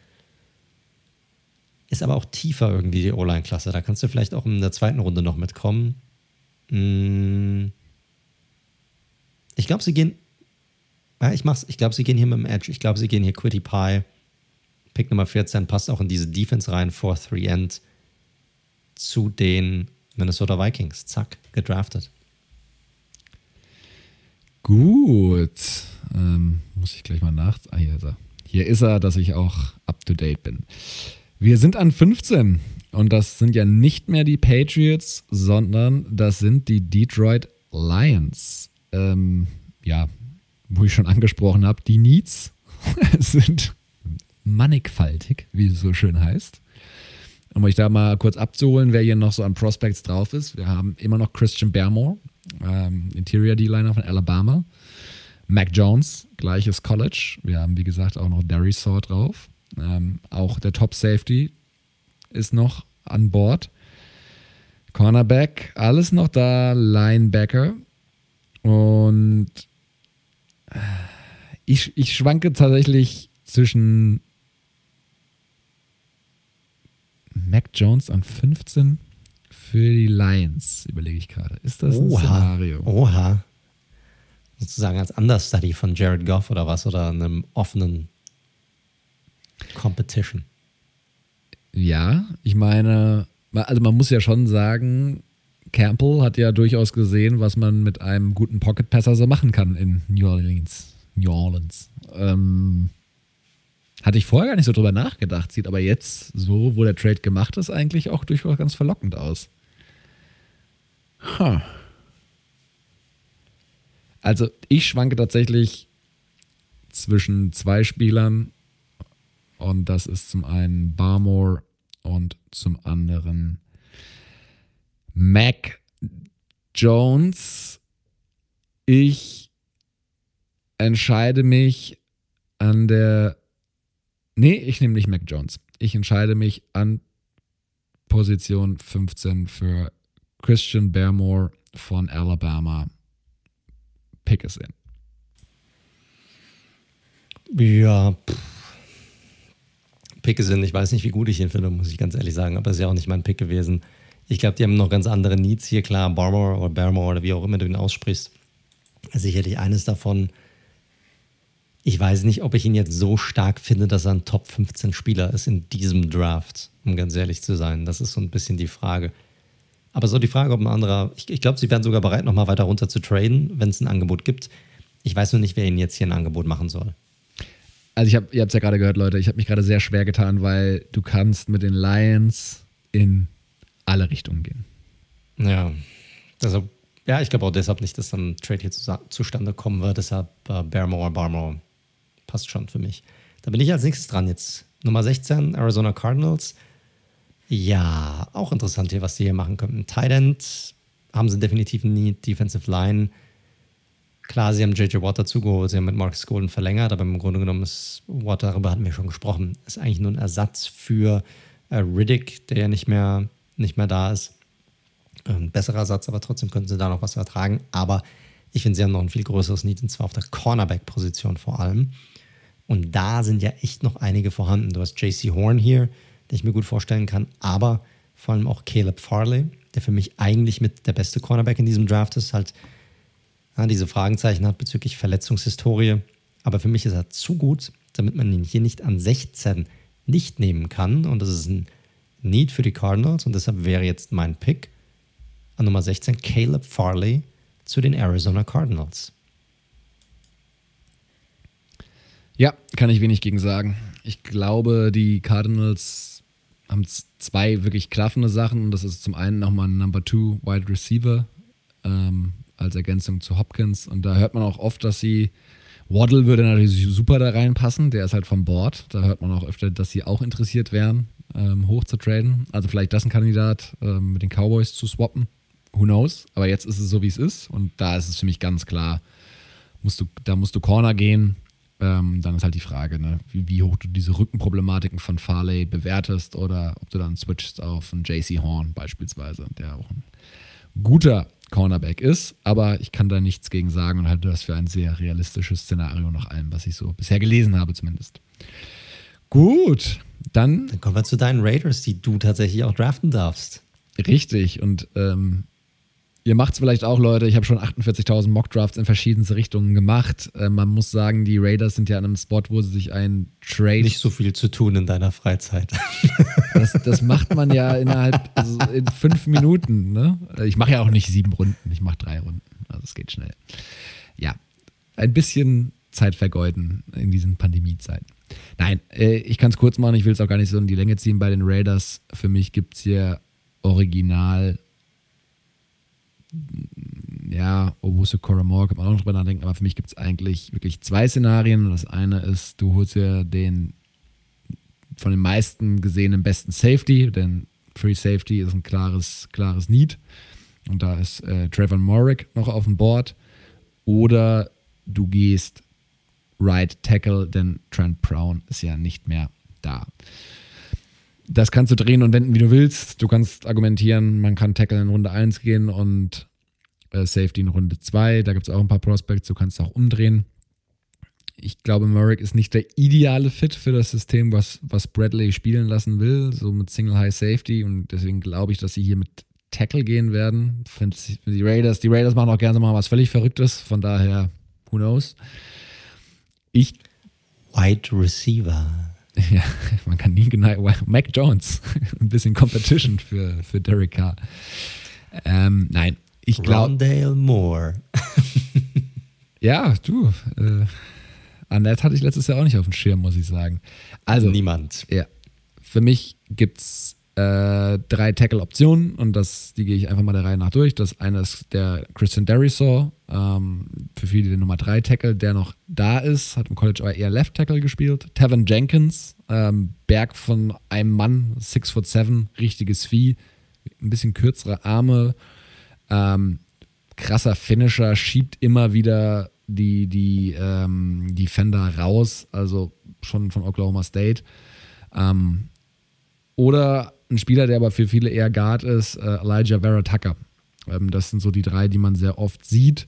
Ist aber auch tiefer irgendwie die O-Line-Klasse. Da kannst du vielleicht auch in der zweiten Runde noch mitkommen. Hm. Ich glaube, sie gehen, ja, ich mach's, ich glaube, sie gehen hier mit dem Edge. Ich glaube, sie gehen hier Quitty Pie. Pick Nummer vierzehn, passt auch in diese Defense rein, vier drei End zu den Minnesota Vikings. Zack, gedraftet. Gut. Ähm, muss ich gleich mal nach... Ah, hier ist er. Hier ist er, dass ich auch up-to-date bin. Wir sind an fünfzehn und das sind ja nicht mehr die Patriots, sondern das sind die Detroit Lions. Ähm, ja, wo ich schon angesprochen habe, die Needs sind mannigfaltig, wie es so schön heißt. Um euch da mal kurz abzuholen, wer hier noch so an Prospects drauf ist. Wir haben immer noch Christian Barmore, ähm, Interior D-Liner von Alabama. Mac Jones, gleiches College. Wir haben, wie gesagt, auch noch Darrisaw drauf. Ähm, auch der Top Safety ist noch an Bord. Cornerback, alles noch da. Linebacker. Und ich, ich schwanke tatsächlich zwischen Mac Jones an fünfzehn für die Lions, überlege ich gerade. Ist das ein Oha. Szenario? Oha. Sozusagen als Understudy von Jared Goff oder was? Oder einem offenen Competition. Ja, ich meine, also man muss ja schon sagen, Campbell hat ja durchaus gesehen, was man mit einem guten Pocket-Passer so machen kann in New Orleans. New Orleans. Ähm, hatte ich vorher gar nicht so drüber nachgedacht, sieht aber jetzt so, wo der Trade gemacht ist, eigentlich auch durchaus ganz verlockend aus. Huh. Also ich schwanke tatsächlich zwischen zwei Spielern und das ist zum einen Barmore und zum anderen Mac Jones. Ich entscheide mich an der Nee, ich nehme nicht Mac Jones. Ich entscheide mich an Position fünfzehn für Christian Barmore von Alabama. Pick es in. Ja, pff. Pick es in. Ich weiß nicht, wie gut ich ihn finde, muss ich ganz ehrlich sagen. Aber es ist ja auch nicht mein Pick gewesen. Ich glaube, die haben noch ganz andere Needs hier. Klar, Barmore oder Barmore oder wie auch immer du ihn aussprichst. Sicherlich eines davon. Ich weiß nicht, ob ich ihn jetzt so stark finde, dass er ein Top fünfzehn Spieler ist in diesem Draft, um ganz ehrlich zu sein. Das ist so ein bisschen die Frage. Aber so die Frage, ob ein anderer, ich, ich glaube, sie wären sogar bereit, nochmal weiter runter zu traden, wenn es ein Angebot gibt. Ich weiß nur nicht, wer ihnen jetzt hier ein Angebot machen soll. Also ich habe, ihr habt es ja gerade gehört, Leute, ich habe mich gerade sehr schwer getan, weil du kannst mit den Lions in alle Richtungen gehen. Ja, also ja, ich glaube auch deshalb nicht, dass dann ein Trade hier zu, zustande kommen wird. Deshalb äh, Barmore, Barmore passt schon für mich. Da bin ich als nächstes dran jetzt. Nummer sechzehn, Arizona Cardinals. Ja, auch interessant hier, was die hier machen könnten. Tight End haben sie definitiv nie. Defensive Line. Klar, sie haben J J Watt dazugeholt, sie haben mit Marcus Golden verlängert, aber im Grunde genommen ist Watt, darüber hatten wir schon gesprochen, ist eigentlich nur ein Ersatz für äh, Riddick, der ja nicht mehr, nicht mehr da ist. Ein besserer Ersatz, aber trotzdem könnten sie da noch was ertragen. Aber ich finde, sie haben noch ein viel größeres Need, und zwar auf der Cornerback-Position vor allem. Und da sind ja echt noch einige vorhanden. Du hast J C Horn hier, den ich mir gut vorstellen kann, aber vor allem auch Caleb Farley, der für mich eigentlich mit der beste Cornerback in diesem Draft ist, halt ja, diese Fragezeichen hat bezüglich Verletzungshistorie. Aber für mich ist er zu gut, damit man ihn hier nicht an sechzehn nicht nehmen kann. Und das ist ein Need für die Cardinals. Und deshalb wäre jetzt mein Pick an Nummer sechzehn Caleb Farley zu den Arizona Cardinals. Ja, kann ich wenig gegen sagen. Ich glaube, die Cardinals haben zwei wirklich klaffende Sachen. Das ist zum einen nochmal ein Number Two Wide Receiver ähm, als Ergänzung zu Hopkins. Und da hört man auch oft, dass sie Waddle würde natürlich super da reinpassen. Der ist halt vom Board. Da hört man auch öfter, dass sie auch interessiert wären, ähm, hoch zu traden. Also vielleicht das ein Kandidat, ähm, mit den Cowboys zu swappen. Who knows? Aber jetzt ist es so, wie es ist. Und da ist es für mich ganz klar, musst du, da musst du Corner gehen. Ähm, dann ist halt die Frage, ne, wie, wie hoch du diese Rückenproblematiken von Farley bewertest oder ob du dann switchst auf einen J C Horn beispielsweise, der auch ein guter Cornerback ist. Aber ich kann da nichts gegen sagen und halte das für ein sehr realistisches Szenario nach allem, was ich so bisher gelesen habe zumindest. Gut, dann... Dann kommen wir zu deinen Raiders, die du tatsächlich auch draften darfst. Richtig, und ähm, ihr macht es vielleicht auch, Leute. Ich habe schon achtundvierzigtausend Mockdrafts in verschiedenste Richtungen gemacht. Äh, man muss sagen, die Raiders sind ja an einem Spot, wo sie sich einen Trade... Nicht so viel zu tun in deiner Freizeit. Das, das macht man ja innerhalb, also in fünf Minuten. Ne? Ich mache ja auch nicht sieben Runden, ich mache drei Runden. Also es geht schnell. Ja, ein bisschen Zeit vergeuden in diesen Pandemiezeiten. Nein, äh, ich kann es kurz machen. Ich will es auch gar nicht so in die Länge ziehen bei den Raiders. Für mich gibt es hier original... Ja, Owusu Koramoah, kann man auch noch drüber nachdenken, aber für mich gibt es eigentlich wirklich zwei Szenarien. Das eine ist, du holst dir den von den meisten gesehenen besten Safety, denn Free Safety ist ein klares, klares Need. Und da ist äh, Trevor Morrick noch auf dem Board. Oder du gehst Right Tackle, denn Trent Brown ist ja nicht mehr da. Das kannst du drehen und wenden, wie du willst. Du kannst argumentieren, man kann Tackle in Runde eins gehen und äh, Safety in Runde zwei. Da gibt es auch ein paar Prospects, du kannst auch umdrehen. Ich glaube, Morrick ist nicht der ideale Fit für das System, was, was Bradley spielen lassen will, so mit Single High Safety. Und deswegen glaube ich, dass sie hier mit Tackle gehen werden. Für die Raiders, die Raiders machen auch gerne mal was völlig Verrücktes. Von daher, who knows. Ich... Wide Receiver. Ja, man kann nie genau. Mac Jones, ein bisschen Competition für, für Derek Carr. Ähm, nein, ich glaube. Rondale Moore. Ja, du. Äh, Annette hatte ich letztes Jahr auch nicht auf dem Schirm, muss ich sagen. Also, niemand. Ja, für mich gibt es äh, drei Tackle-Optionen und das, die gehe ich einfach mal der Reihe nach durch. Das eine ist der Christian Darrisaw, ähm, für viele der Nummer drei Tackle, der noch da ist, hat im College aber eher Left Tackle gespielt. Tevin Jenkins, ähm, Berg von einem Mann, six foot seven, richtiges Vieh, ein bisschen kürzere Arme, ähm, krasser Finisher, schiebt immer wieder die, die ähm, Defender raus, also schon von Oklahoma State. Ähm, oder ein Spieler, der aber für viele eher Guard ist, äh, Elijah Vera Tucker. Ähm, das sind so die drei, die man sehr oft sieht.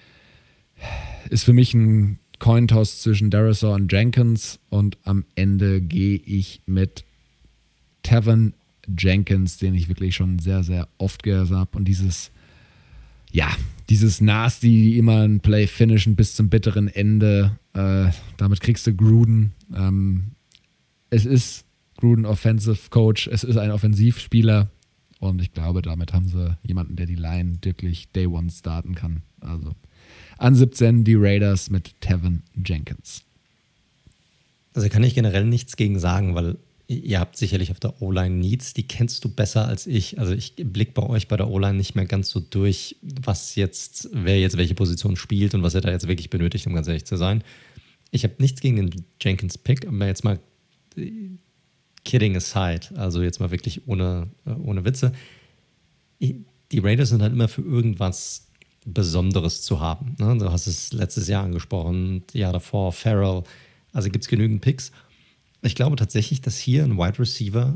Ist für mich ein Cointoss zwischen Darrisaw und Jenkins und am Ende gehe ich mit Tevin Jenkins, den ich wirklich schon sehr, sehr oft gesehen habe. Und dieses, ja, dieses Nasty, immer ein Play finishen bis zum bitteren Ende, äh, damit kriegst du Gruden. Ähm, es ist Gruden Offensive Coach, es ist ein Offensivspieler und ich glaube, damit haben sie jemanden, der die Line wirklich Day One starten kann. Also an siebzehn die Raiders mit Tevin Jenkins. Also kann ich generell nichts gegen sagen, weil ihr habt sicherlich auf der O-Line Needs, die kennst du besser als ich. Also ich blicke bei euch bei der O-Line nicht mehr ganz so durch, was jetzt, wer jetzt welche Position spielt und was er da jetzt wirklich benötigt, um ganz ehrlich zu sein. Ich habe nichts gegen den Jenkins-Pick, aber jetzt mal kidding aside, also jetzt mal wirklich ohne, ohne Witze. Die Raiders sind halt immer für irgendwas Besonderes zu haben. Ne? Du hast es letztes Jahr angesprochen, Jahr davor, Farrell. Also gibt es genügend Picks. Ich glaube tatsächlich, dass hier ein Wide Receiver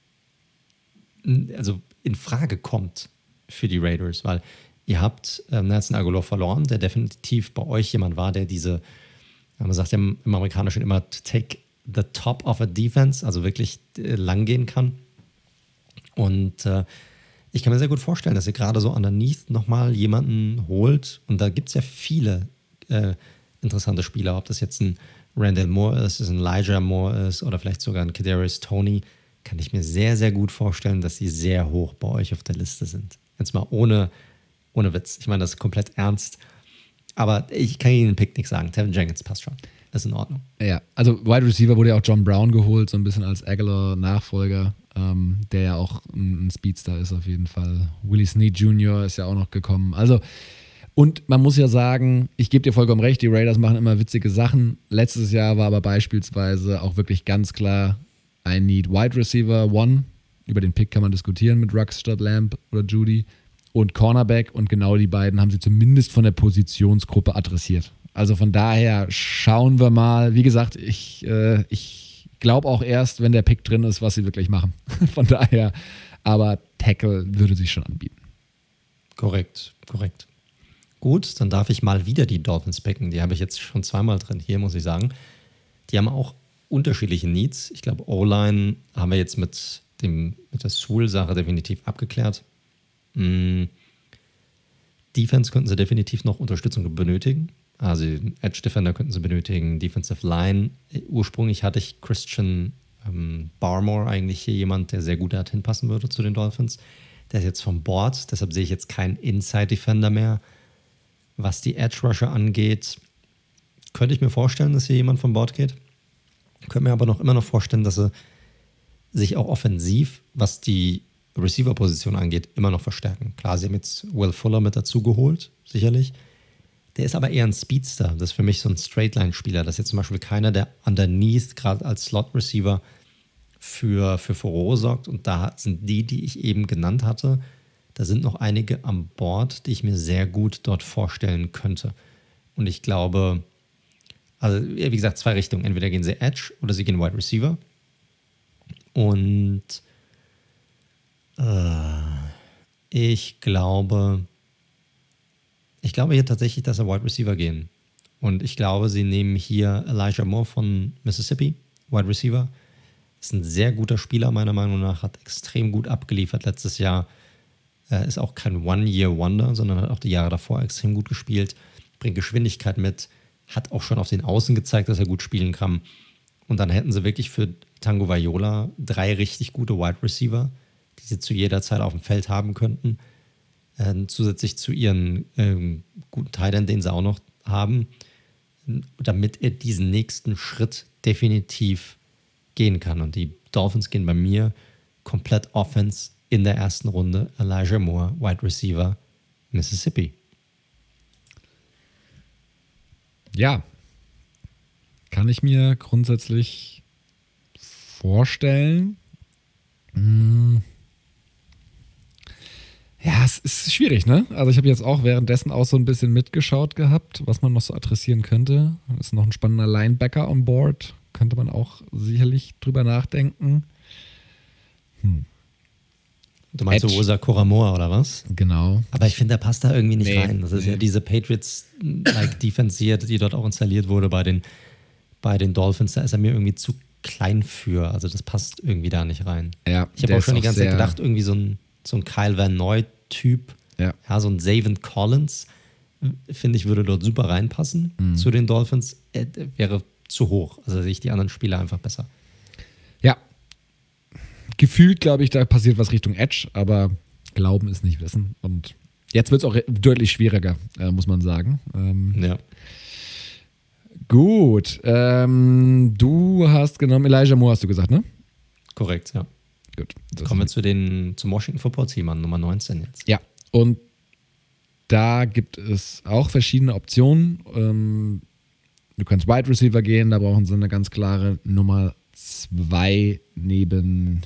also in Frage kommt für die Raiders, weil ihr habt ähm, Nelson Agholor verloren, der definitiv bei euch jemand war, der diese, man sagt ja im Amerikanischen immer, take the top of a defense, also wirklich äh, lang gehen kann. Und äh, ich kann mir sehr gut vorstellen, dass ihr gerade so underneath nochmal jemanden holt. Und da gibt es ja viele äh, interessante Spieler, ob das jetzt ein Randall Moore ist, ein Elijah Moore ist oder vielleicht sogar ein Kadarius Toney, kann ich mir sehr, sehr gut vorstellen, dass sie sehr hoch bei euch auf der Liste sind. Jetzt mal ohne, ohne Witz. Ich meine das ist komplett ernst. Aber ich kann Ihnen den Pick nicht sagen. Tevin Jenkins passt schon. Ist in Ordnung. Ja, also Wide Receiver wurde ja auch John Brown geholt, so ein bisschen als Aguilar-Nachfolger, ähm, der ja auch ein, ein Speedster ist auf jeden Fall. Willie Snead Junior ist ja auch noch gekommen. Also, und man muss ja sagen, ich gebe dir vollkommen recht, die Raiders machen immer witzige Sachen. Letztes Jahr war aber beispielsweise auch wirklich ganz klar, I need Wide Receiver One. Über den Pick kann man diskutieren mit Rux statt Lamb oder Judy. Und Cornerback, und genau die beiden haben sie zumindest von der Positionsgruppe adressiert. Also von daher schauen wir mal. Wie gesagt, ich, äh, ich glaube auch erst, wenn der Pick drin ist, was sie wirklich machen. Von daher, aber Tackle würde sich schon anbieten. Korrekt, korrekt. Gut, dann darf ich mal wieder die Dolphins picken. Die habe ich jetzt schon zweimal drin hier, muss ich sagen. Die haben auch unterschiedliche Needs. Ich glaube, O-Line haben wir jetzt mit, dem, mit der Sewell-Sache definitiv abgeklärt. Mm. Defense könnten sie definitiv noch Unterstützung benötigen. Also Edge Defender könnten sie benötigen, Defensive Line. Ursprünglich hatte ich Christian ähm, Barmore eigentlich hier jemand, der sehr gut dorthin passen würde zu den Dolphins. Der ist jetzt vom Board, deshalb sehe ich jetzt keinen Inside Defender mehr. Was die Edge Rusher angeht, könnte ich mir vorstellen, dass hier jemand vom Board geht. Könnte mir aber noch immer noch vorstellen, dass sie sich auch offensiv, was die Receiver-Position angeht, immer noch verstärken. Klar, sie haben jetzt Will Fuller mit dazu geholt, sicherlich. Der ist aber eher ein Speedster. Das ist für mich so ein Straight-Line-Spieler. Das ist jetzt zum Beispiel keiner, der underneath gerade als Slot-Receiver für, für Furore sorgt. Und da sind die, die ich eben genannt hatte, da sind noch einige am Board, die ich mir sehr gut dort vorstellen könnte. Und ich glaube, also wie gesagt, zwei Richtungen. Entweder gehen sie Edge oder sie gehen Wide Receiver. Und äh, ich glaube... Ich glaube hier tatsächlich, dass sie Wide Receiver gehen. Und ich glaube, sie nehmen hier Elijah Moore von Mississippi, Wide Receiver. Ist ein sehr guter Spieler, meiner Meinung nach. Hat extrem gut abgeliefert letztes Jahr. Äh, ist auch kein One-Year-Wonder, sondern hat auch die Jahre davor extrem gut gespielt. Bringt Geschwindigkeit mit. Hat auch schon auf den Außen gezeigt, dass er gut spielen kann. Und dann hätten sie wirklich für Tango Vailoa drei richtig gute Wide Receiver, die sie zu jeder Zeit auf dem Feld haben könnten. Äh, zusätzlich zu ihren ähm, guten Teilen, den sie auch noch haben, damit er diesen nächsten Schritt definitiv gehen kann. Und die Dolphins gehen bei mir komplett Offense in der ersten Runde. Elijah Moore, Wide Receiver, Mississippi. Ja, kann ich mir grundsätzlich vorstellen. Hm. Ja, es ist schwierig, ne? Also ich habe jetzt auch währenddessen auch so ein bisschen mitgeschaut gehabt, was man noch so adressieren könnte. Ist noch ein spannender Linebacker on board. Könnte man auch sicherlich drüber nachdenken. Hm. Du meinst so Rosa Coramoa oder was? Genau. Aber ich finde, der passt da irgendwie nicht nee, rein. Das ist nee. ja diese Patriots-like-Defense, die dort auch installiert wurde bei den, bei den Dolphins. Da ist er mir irgendwie zu klein für. Also das passt irgendwie da nicht rein. Ja, ich habe auch schon die ganze Zeit gedacht, irgendwie so ein so ein Kyle Van Noy-Typ, ja. ja, so ein Zaven Collins, finde ich, würde dort super reinpassen mhm. zu den Dolphins. Er wäre zu hoch. Also sehe ich die anderen Spieler einfach besser. Ja. Gefühlt, glaube ich, da passiert was Richtung Edge, aber Glauben ist nicht Wissen. Und jetzt wird es auch deutlich schwieriger, äh, muss man sagen. Ähm, ja. Gut. Ähm, du hast genommen, Elijah Moore hast du gesagt, ne? Korrekt, ja. Gut. Kommen wir zu den, zum Washington Football Team an, Nummer neunzehn jetzt. Ja, und da gibt es auch verschiedene Optionen. Ähm, du kannst Wide Receiver gehen, da brauchen sie eine ganz klare Nummer zwei neben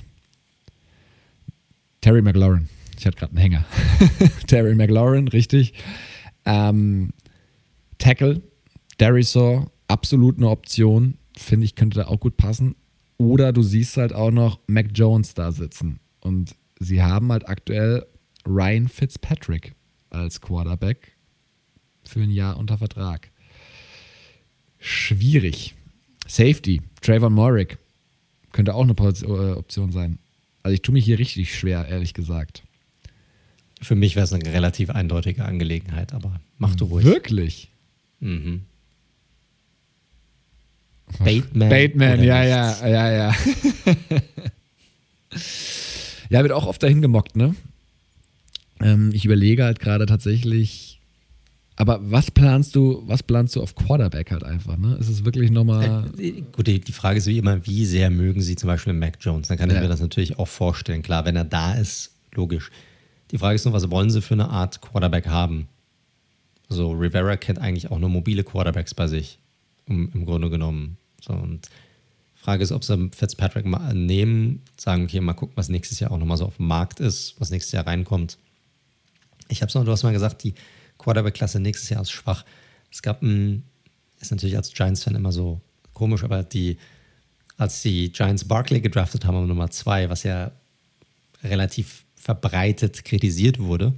Terry McLaurin. Ich hatte gerade einen Hänger. Terry McLaurin, richtig. Ähm, Tackle, Darisaw, absolut eine Option. Finde ich, könnte da auch gut passen. Oder du siehst halt auch noch Mac Jones da sitzen. Und sie haben halt aktuell Ryan Fitzpatrick als Quarterback für ein Jahr unter Vertrag. Schwierig. Safety, Trayvon Moehrig könnte auch eine Option sein. Also ich tue mich hier richtig schwer, ehrlich gesagt. Für mich wäre es eine relativ eindeutige Angelegenheit, aber mach du ruhig. Wirklich? Mhm. Bateman. Bateman, ja, ja, ja, ja. Ja, wird auch oft dahin gemockt, ne? Ähm, ich überlege halt gerade tatsächlich, aber was planst du, was planst du auf Quarterback halt einfach, ne? Ist es wirklich nochmal. Äh, gut, die, die Frage ist wie immer, wie sehr mögen sie zum Beispiel Mac Jones? Dann kann ich Ja. mir das natürlich auch vorstellen. Klar, wenn er da ist, logisch. Die Frage ist nur, was wollen sie für eine Art Quarterback haben? Also Rivera kennt eigentlich auch nur mobile Quarterbacks bei sich, um, im Grunde genommen. So, und die Frage ist, ob sie Fitzpatrick mal nehmen, sagen, okay, mal gucken, was nächstes Jahr auch nochmal so auf dem Markt ist, was nächstes Jahr reinkommt. Ich habe es noch, du hast mal gesagt, die Quarterback-Klasse nächstes Jahr ist schwach. Es gab ein, ist natürlich als Giants-Fan immer so komisch, aber die, als die Giants Barkley gedraftet haben, um Nummer zwei, was ja relativ verbreitet kritisiert wurde,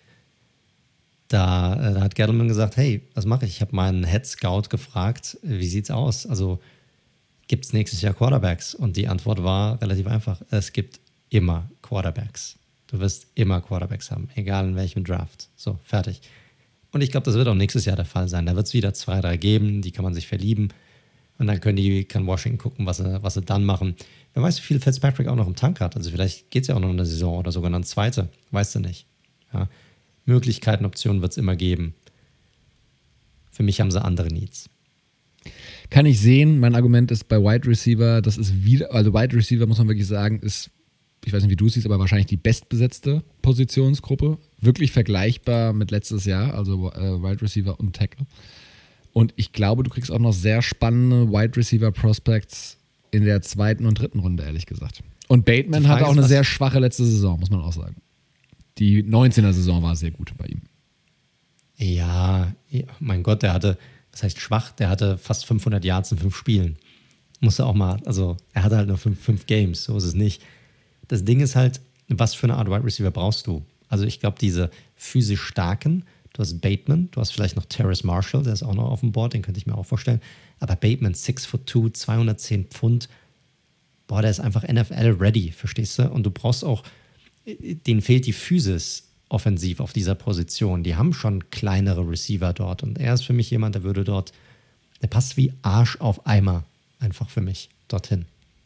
da, äh, da hat Gettleman gesagt, hey, was mache ich? Ich habe meinen Head Scout gefragt, wie sieht's aus? Also gibt es nächstes Jahr Quarterbacks? Und die Antwort war relativ einfach, es gibt immer Quarterbacks. Du wirst immer Quarterbacks haben, egal in welchem Draft. So, fertig. Und ich glaube, das wird auch nächstes Jahr der Fall sein. Da wird es wieder zwei, drei geben, die kann man sich verlieben. Und dann können die, kann Washington gucken, was sie, was sie dann machen. Wer weiß, wie viel Fitzpatrick auch noch im Tank hat. Also vielleicht geht es ja auch noch in der Saison oder sogar eine zweite. Weißt du nicht. Ja. Möglichkeiten, Optionen wird es immer geben. Für mich haben sie andere Needs. Kann ich sehen. Mein Argument ist bei Wide Receiver, das ist wieder, also Wide Receiver muss man wirklich sagen, ist, ich weiß nicht, wie du es siehst, aber wahrscheinlich die bestbesetzte Positionsgruppe. Wirklich vergleichbar mit letztes Jahr, also äh, Wide Receiver und Tackle. Und ich glaube, du kriegst auch noch sehr spannende Wide Receiver Prospects in der zweiten und dritten Runde, ehrlich gesagt. Und Bateman hatte auch eine sehr schwache letzte Saison, muss man auch sagen. Die neunzehner Saison war sehr gut bei ihm. Ja, ja, mein Gott, der hatte, was heißt schwach, der hatte fast fünfhundert Yards in fünf Spielen. Musste auch mal, also er hatte halt nur fünf, fünf Games, so ist es nicht. Das Ding ist halt, was für eine Art Wide Receiver brauchst du? Also ich glaube, diese physisch starken, du hast Bateman, du hast vielleicht noch Terrace Marshall, der ist auch noch auf dem Board, den könnte ich mir auch vorstellen. Aber Bateman, six foot two, zweihundertzehn Pfund, boah, der ist einfach N F L-ready, verstehst du? Und du brauchst auch, denen fehlt die Physis offensiv auf dieser Position. Die haben schon kleinere Receiver dort. Und er ist für mich jemand, der würde dort, der passt wie Arsch auf Eimer einfach für mich dorthin.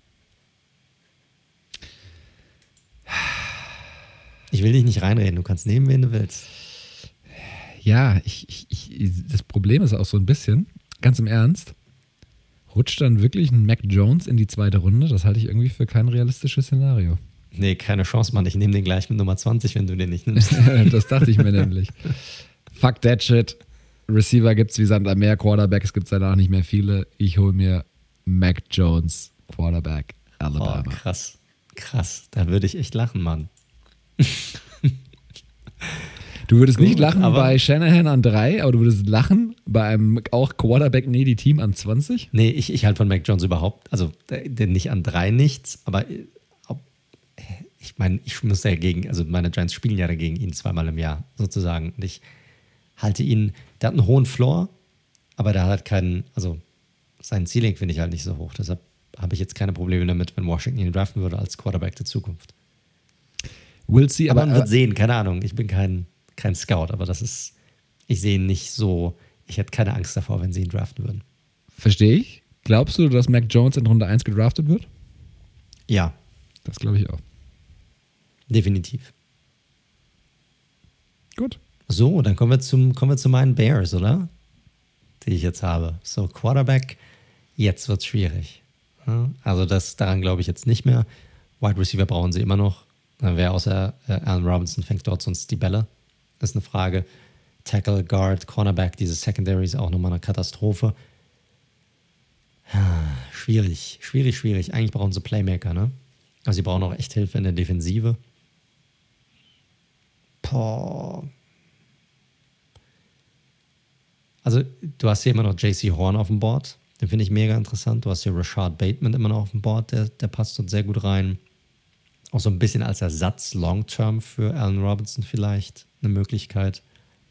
Ich will dich nicht reinreden, du kannst nehmen, wen du willst. Ja, ich, ich, ich, das Problem ist auch so ein bisschen, ganz im Ernst, rutscht dann wirklich ein Mac Jones in die zweite Runde? Das halte ich irgendwie für kein realistisches Szenario. Nee, keine Chance, Mann. Ich nehme den gleich mit Nummer zwanzig, wenn du den nicht nimmst. Das dachte ich mir nämlich. Fuck that shit. Receiver gibt's wie Sand am Meer, Quarterbacks gibt's danach nicht mehr viele. Ich hole mir Mac Jones, Quarterback, Alabama. Oh, krass, krass. Da würde ich echt lachen, Mann. Du würdest Gut, nicht lachen aber bei Shanahan an drei, aber du würdest lachen bei einem auch Quarterback-Needy-Team an zwanzig? Nee, ich, ich halte von Mac Jones überhaupt, also denn nicht an drei nichts, aber ob, ich meine, ich muss ja gegen, also meine Giants spielen ja dagegen ihn zweimal im Jahr sozusagen. Und ich halte ihn, der hat einen hohen Floor, aber der hat keinen, also sein Ceiling finde ich halt nicht so hoch. Deshalb habe ich jetzt keine Probleme damit, wenn Washington ihn draften würde als Quarterback der Zukunft. We'll see, aber aber man wird sehen, keine Ahnung. Ich bin kein, kein Scout, aber das ist, ich sehe ihn nicht so, ich hätte keine Angst davor, wenn sie ihn draften würden. Verstehe ich. Glaubst du, dass Mac Jones in Runde eins gedraftet wird? Ja. Das glaube ich auch. Definitiv. Gut. So, dann kommen wir, zum, kommen wir zu meinen Bears, oder? Die ich jetzt habe. So, Quarterback, jetzt wird es schwierig. Ja, also das, daran glaube ich jetzt nicht mehr. Wide Receiver brauchen sie immer noch. Wer außer äh, Allen Robinson fängt dort sonst die Bälle? Das ist eine Frage. Tackle, Guard, Cornerback, diese Secondary ist auch nochmal eine Katastrophe. Schwierig, schwierig, schwierig. Eigentlich brauchen sie Playmaker, ne? Also sie brauchen auch echt Hilfe in der Defensive. Boah. Also du hast hier immer noch J C Horn auf dem Board. Den finde ich mega interessant. Du hast hier Rashad Bateman immer noch auf dem Board. Der, der passt dort sehr gut rein. Auch so ein bisschen als Ersatz Long-Term für Allen Robinson vielleicht eine Möglichkeit.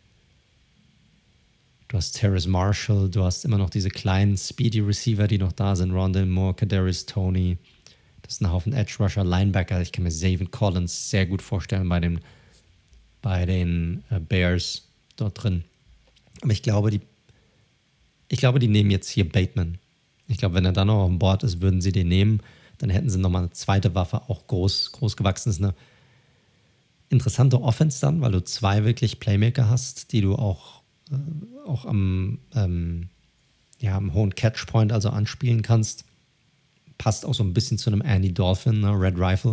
Du hast Terrace Marshall, du hast immer noch diese kleinen Speedy-Receiver, die noch da sind. Rondale Moore, Kadarius Toney. Das ist ein Haufen Edge-Rusher, Linebacker. Ich kann mir Zaven Collins sehr gut vorstellen bei den bei den äh, Bears dort drin. Aber ich glaube, die, ich glaube, die nehmen jetzt hier Bateman. Ich glaube, wenn er dann noch auf dem Board ist, würden sie den nehmen. Dann hätten sie nochmal eine zweite Waffe, auch groß, groß gewachsen. Ist eine interessante Offense dann, weil du zwei wirklich Playmaker hast, die du auch, äh, auch am, ähm, ja, am hohen Catchpoint also anspielen kannst. Passt auch so ein bisschen zu einem Andy Dolphin, ne? Red Rifle.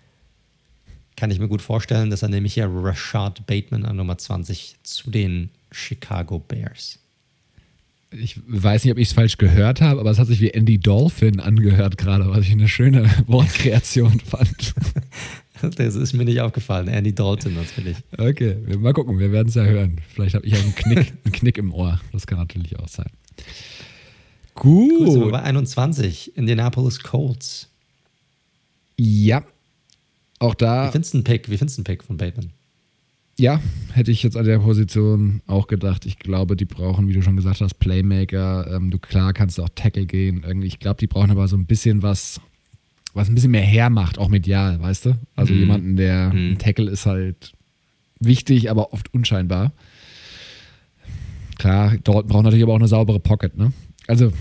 Kann ich mir gut vorstellen, dass er nämlich ja Rashad Bateman an Nummer zwanzig zu den Chicago Bears. Ich weiß nicht, ob ich es falsch gehört habe, aber es hat sich wie Andy Dolphin angehört gerade, was ich eine schöne Wortkreation fand. Das ist mir nicht aufgefallen. Andy Dalton natürlich. Okay, mal gucken, wir werden es ja hören. Vielleicht habe ich einen Knick, einen Knick im Ohr. Das kann natürlich auch sein. Gut. Gut, sind wir bei einundzwanzig. Indianapolis Colts. Ja, auch da. Wie findest du einen Pick? Wie findest du einen Pick von Bateman? Ja, hätte ich jetzt an der Position auch gedacht. Ich glaube, die brauchen, wie du schon gesagt hast, Playmaker. Ähm, du klar kannst auch Tackle gehen. Irgendwie, ich glaube, die brauchen aber so ein bisschen was, was ein bisschen mehr hermacht, auch medial, weißt du? Also mm. jemanden, der mm. ein Tackle ist halt wichtig, aber oft unscheinbar. Klar, dort braucht natürlich aber auch eine saubere Pocket, ne? Also,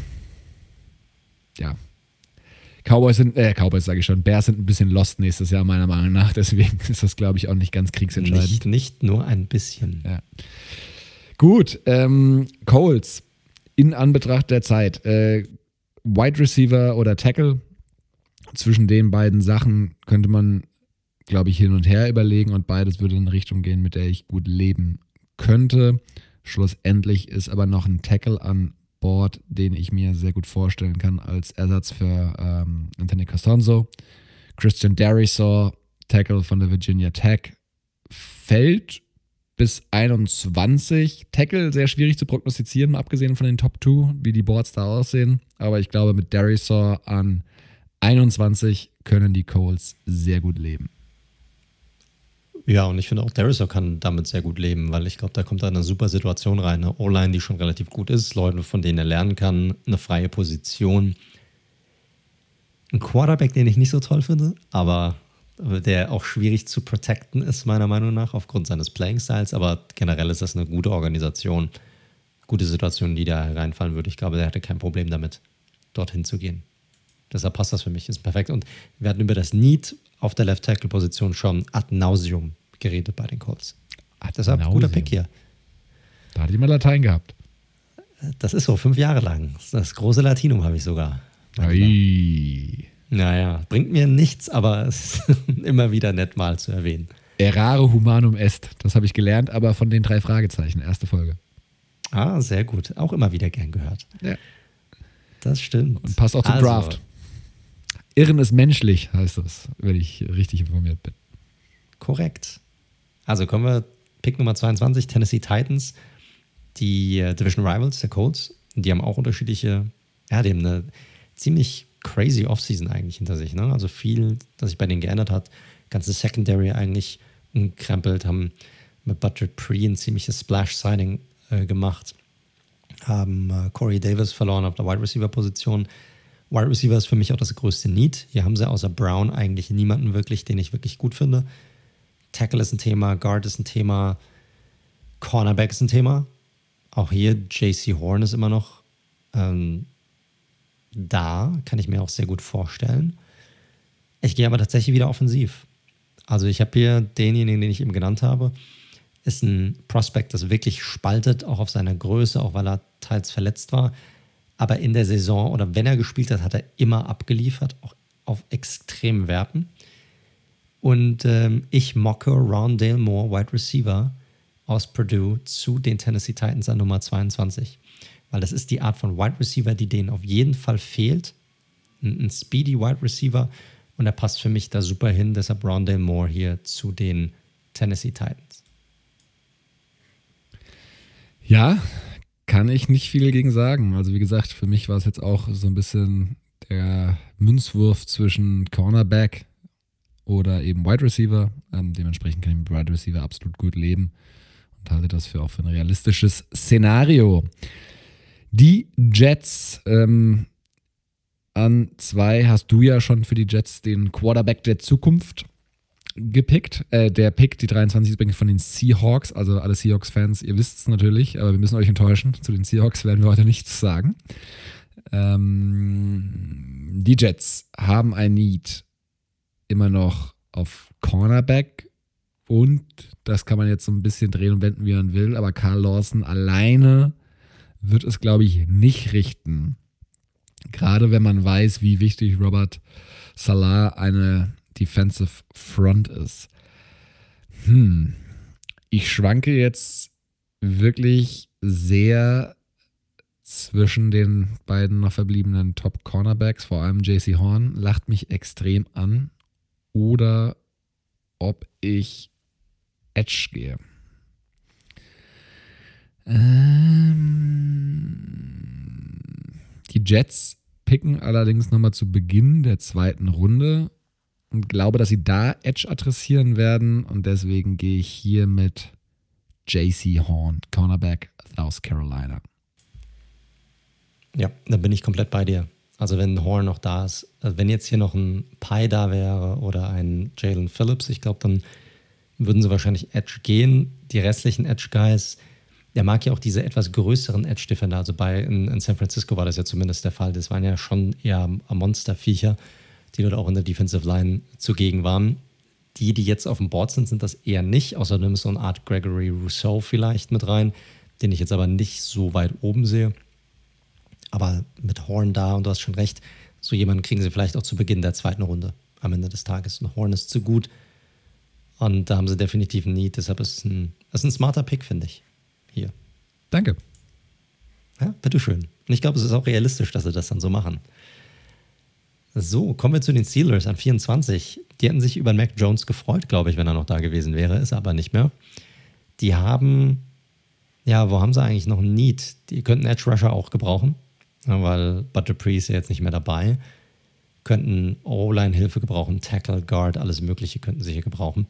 ja. Cowboys sind, äh, Cowboys sage ich schon, Bears sind ein bisschen lost nächstes Jahr, meiner Meinung nach. Deswegen ist das, glaube ich, auch nicht ganz kriegsentscheidend. Nicht, nicht nur ein bisschen. Ja. Gut, ähm, Colts, in Anbetracht der Zeit, äh, Wide Receiver oder Tackle, zwischen den beiden Sachen könnte man, glaube ich, hin und her überlegen und beides würde in eine Richtung gehen, mit der ich gut leben könnte. Schlussendlich ist aber noch ein Tackle an Board, den ich mir sehr gut vorstellen kann als Ersatz für ähm, Anthony Castonzo. Christian Darrisaw, Tackle von der Virginia Tech, fällt bis einundzwanzig. Tackle sehr schwierig zu prognostizieren, abgesehen von den Top zwei, wie die Boards da aussehen. Aber ich glaube, mit Darrisaw an einundzwanzig können die Colts sehr gut leben. Ja, und ich finde auch, Darrisaw kann damit sehr gut leben, weil ich glaube, da kommt da eine super Situation rein. Eine O-Line, die schon relativ gut ist, Leute, von denen er lernen kann, eine freie Position. Ein Quarterback, den ich nicht so toll finde, aber der auch schwierig zu protecten ist, meiner Meinung nach, aufgrund seines Playing-Styles. Aber generell ist das eine gute Organisation, gute Situation, die da hereinfallen würde. Ich glaube, der hätte kein Problem damit, dorthin zu gehen. Deshalb passt das für mich, ist perfekt. Und wir hatten über das Need auf der Left-Tackle-Position schon ad nauseum geredet bei den Colts. Ad Deshalb nauseum. Guter Pick hier. Da hatte ich mal Latein gehabt. Das ist so, fünf Jahre lang. Das große Latinum habe ich sogar. Ei. Naja, bringt mir nichts, aber es ist immer wieder nett mal zu erwähnen. Errare humanum est. Das habe ich gelernt, aber von den drei Fragezeichen, erste Folge. Ah, sehr gut. Auch immer wieder gern gehört. Ja. Das stimmt. Und passt auch zum also, Draft. Irren ist menschlich, heißt das, wenn ich richtig informiert bin. Korrekt. Also kommen wir, Pick Nummer zweiundzwanzig, Tennessee Titans, die äh, Division Rivals der Colts. Die haben auch unterschiedliche, ja, die haben eine ziemlich crazy Offseason eigentlich hinter sich. Ne? Also viel, das sich bei denen geändert hat. Ganze Secondary eigentlich umkrempelt, haben mit Butcher Pre ein ziemliches Splash-Signing äh, gemacht. Haben äh, Corey Davis verloren auf der Wide Receiver-Position. Wide Receiver ist für mich auch das größte Need. Hier haben sie außer Brown eigentlich niemanden wirklich, den ich wirklich gut finde. Tackle ist ein Thema, Guard ist ein Thema, Cornerback ist ein Thema. Auch hier J C Horn ist immer noch ähm, da, kann ich mir auch sehr gut vorstellen. Ich gehe aber tatsächlich wieder offensiv. Also ich habe hier denjenigen, den ich eben genannt habe, ist ein Prospect, das wirklich spaltet, auch auf seiner Größe, auch weil er teils verletzt war. Aber in der Saison oder wenn er gespielt hat, hat er immer abgeliefert, auch auf extremen Werten. Und ähm, ich mocke Rondale Moore, Wide Receiver aus Purdue, zu den Tennessee Titans an Nummer zweiundzwanzig. Weil das ist die Art von Wide Receiver, die denen auf jeden Fall fehlt. Ein, ein speedy Wide Receiver. Und er passt für mich da super hin. Deshalb Rondale Moore hier zu den Tennessee Titans. Ja, kann ich nicht viel gegen sagen. Also wie gesagt, für mich war es jetzt auch so ein bisschen der Münzwurf zwischen Cornerback oder eben Wide Receiver. Ähm, dementsprechend kann ich mit Wide Receiver absolut gut leben und halte das für auch für ein realistisches Szenario. Die Jets, ähm, an zwei hast du ja schon für die Jets den Quarterback der Zukunft gepickt. Äh, der Pick, die dreiundzwanzig, ist übrigens von den Seahawks. Also alle Seahawks-Fans, ihr wisst es natürlich, aber wir müssen euch enttäuschen. Zu den Seahawks werden wir heute nichts sagen. Ähm, die Jets haben ein Need immer noch auf Cornerback und das kann man jetzt so ein bisschen drehen und wenden, wie man will, aber Carl Lawson alleine wird es, glaube ich, nicht richten. Gerade wenn man weiß, wie wichtig Robert Saleh eine Defensive Front ist. Hm. Ich schwanke jetzt wirklich sehr zwischen den beiden noch verbliebenen Top-Cornerbacks, vor allem J C Horn, lacht mich extrem an. Oder ob ich Edge gehe. Ähm, die Jets picken allerdings nochmal zu Beginn der zweiten Runde und glaube, dass sie da Edge adressieren werden und deswegen gehe ich hier mit J C Horn, Cornerback South Carolina. Ja, da bin ich komplett bei dir. Also wenn Horn noch da ist, also wenn jetzt hier noch ein Pye da wäre oder ein Jalen Phillips, ich glaube, dann würden sie wahrscheinlich Edge gehen. Die restlichen Edge-Guys, der mag ja auch diese etwas größeren Edge-Defender. Also bei in, in San Francisco war das ja zumindest der Fall. Das waren ja schon eher Monsterviecher, die dort auch in der Defensive Line zugegen waren. Die, die jetzt auf dem Board sind, sind das eher nicht. Außerdem ist so eine Art Gregory Rousseau vielleicht mit rein, den ich jetzt aber nicht so weit oben sehe. Aber mit Horn da, und du hast schon recht, so jemanden kriegen sie vielleicht auch zu Beginn der zweiten Runde am Ende des Tages. Und Horn ist zu gut und da haben sie definitiv ein Need. Deshalb ist es ein, ist ein smarter Pick, finde ich, hier. Danke. Ja, bitteschön. Und ich glaube, es ist auch realistisch, dass sie das dann so machen. So, kommen wir zu den Steelers an vierundzwanzig. Die hätten sich über Mac Jones gefreut, glaube ich, wenn er noch da gewesen wäre, ist er aber nicht mehr. Die haben, ja, wo haben sie eigentlich noch ein Need? Die könnten Edge Rusher auch gebrauchen. Ja, weil Bud Dupree ist ja jetzt nicht mehr dabei. Könnten O-Line-Hilfe gebrauchen, Tackle, Guard, alles Mögliche könnten sie hier gebrauchen.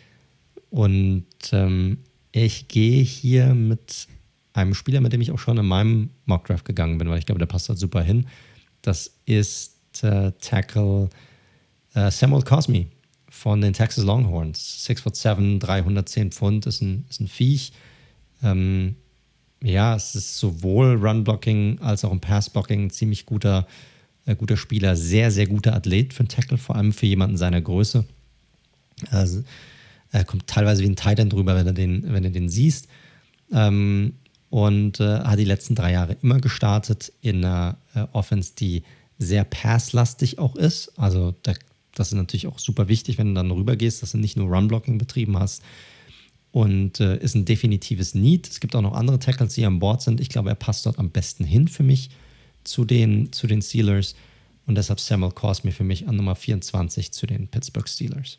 Und ähm, ich gehe hier mit einem Spieler, mit dem ich auch schon in meinem Mockdraft gegangen bin, weil ich glaube, der passt halt super hin. Das ist äh, Tackle äh, Samuel Cosmi von den Texas Longhorns. six foot seven, dreihundertzehn Pfund, ist ein, ist ein Viech. Ähm, Ja, es ist sowohl Run-Blocking als auch im Pass-Blocking ein ziemlich guter, äh, guter Spieler. Sehr, sehr guter Athlet für einen Tackle, vor allem für jemanden seiner Größe. Also, er kommt teilweise wie ein Tight End drüber, wenn du den, wenn du den siehst. Ähm, und äh, hat die letzten drei Jahre immer gestartet in einer äh, Offense, die sehr passlastig auch ist. Also da, das ist natürlich auch super wichtig, wenn du dann rübergehst, dass du nicht nur Run-Blocking betrieben hast. Und äh, ist ein definitives Need. Es gibt auch noch andere Tackles, die an Bord sind. Ich glaube, er passt dort am besten hin für mich zu den, zu den Steelers. Und deshalb Samuel Cosmi für mich an Nummer vierundzwanzig zu den Pittsburgh Steelers.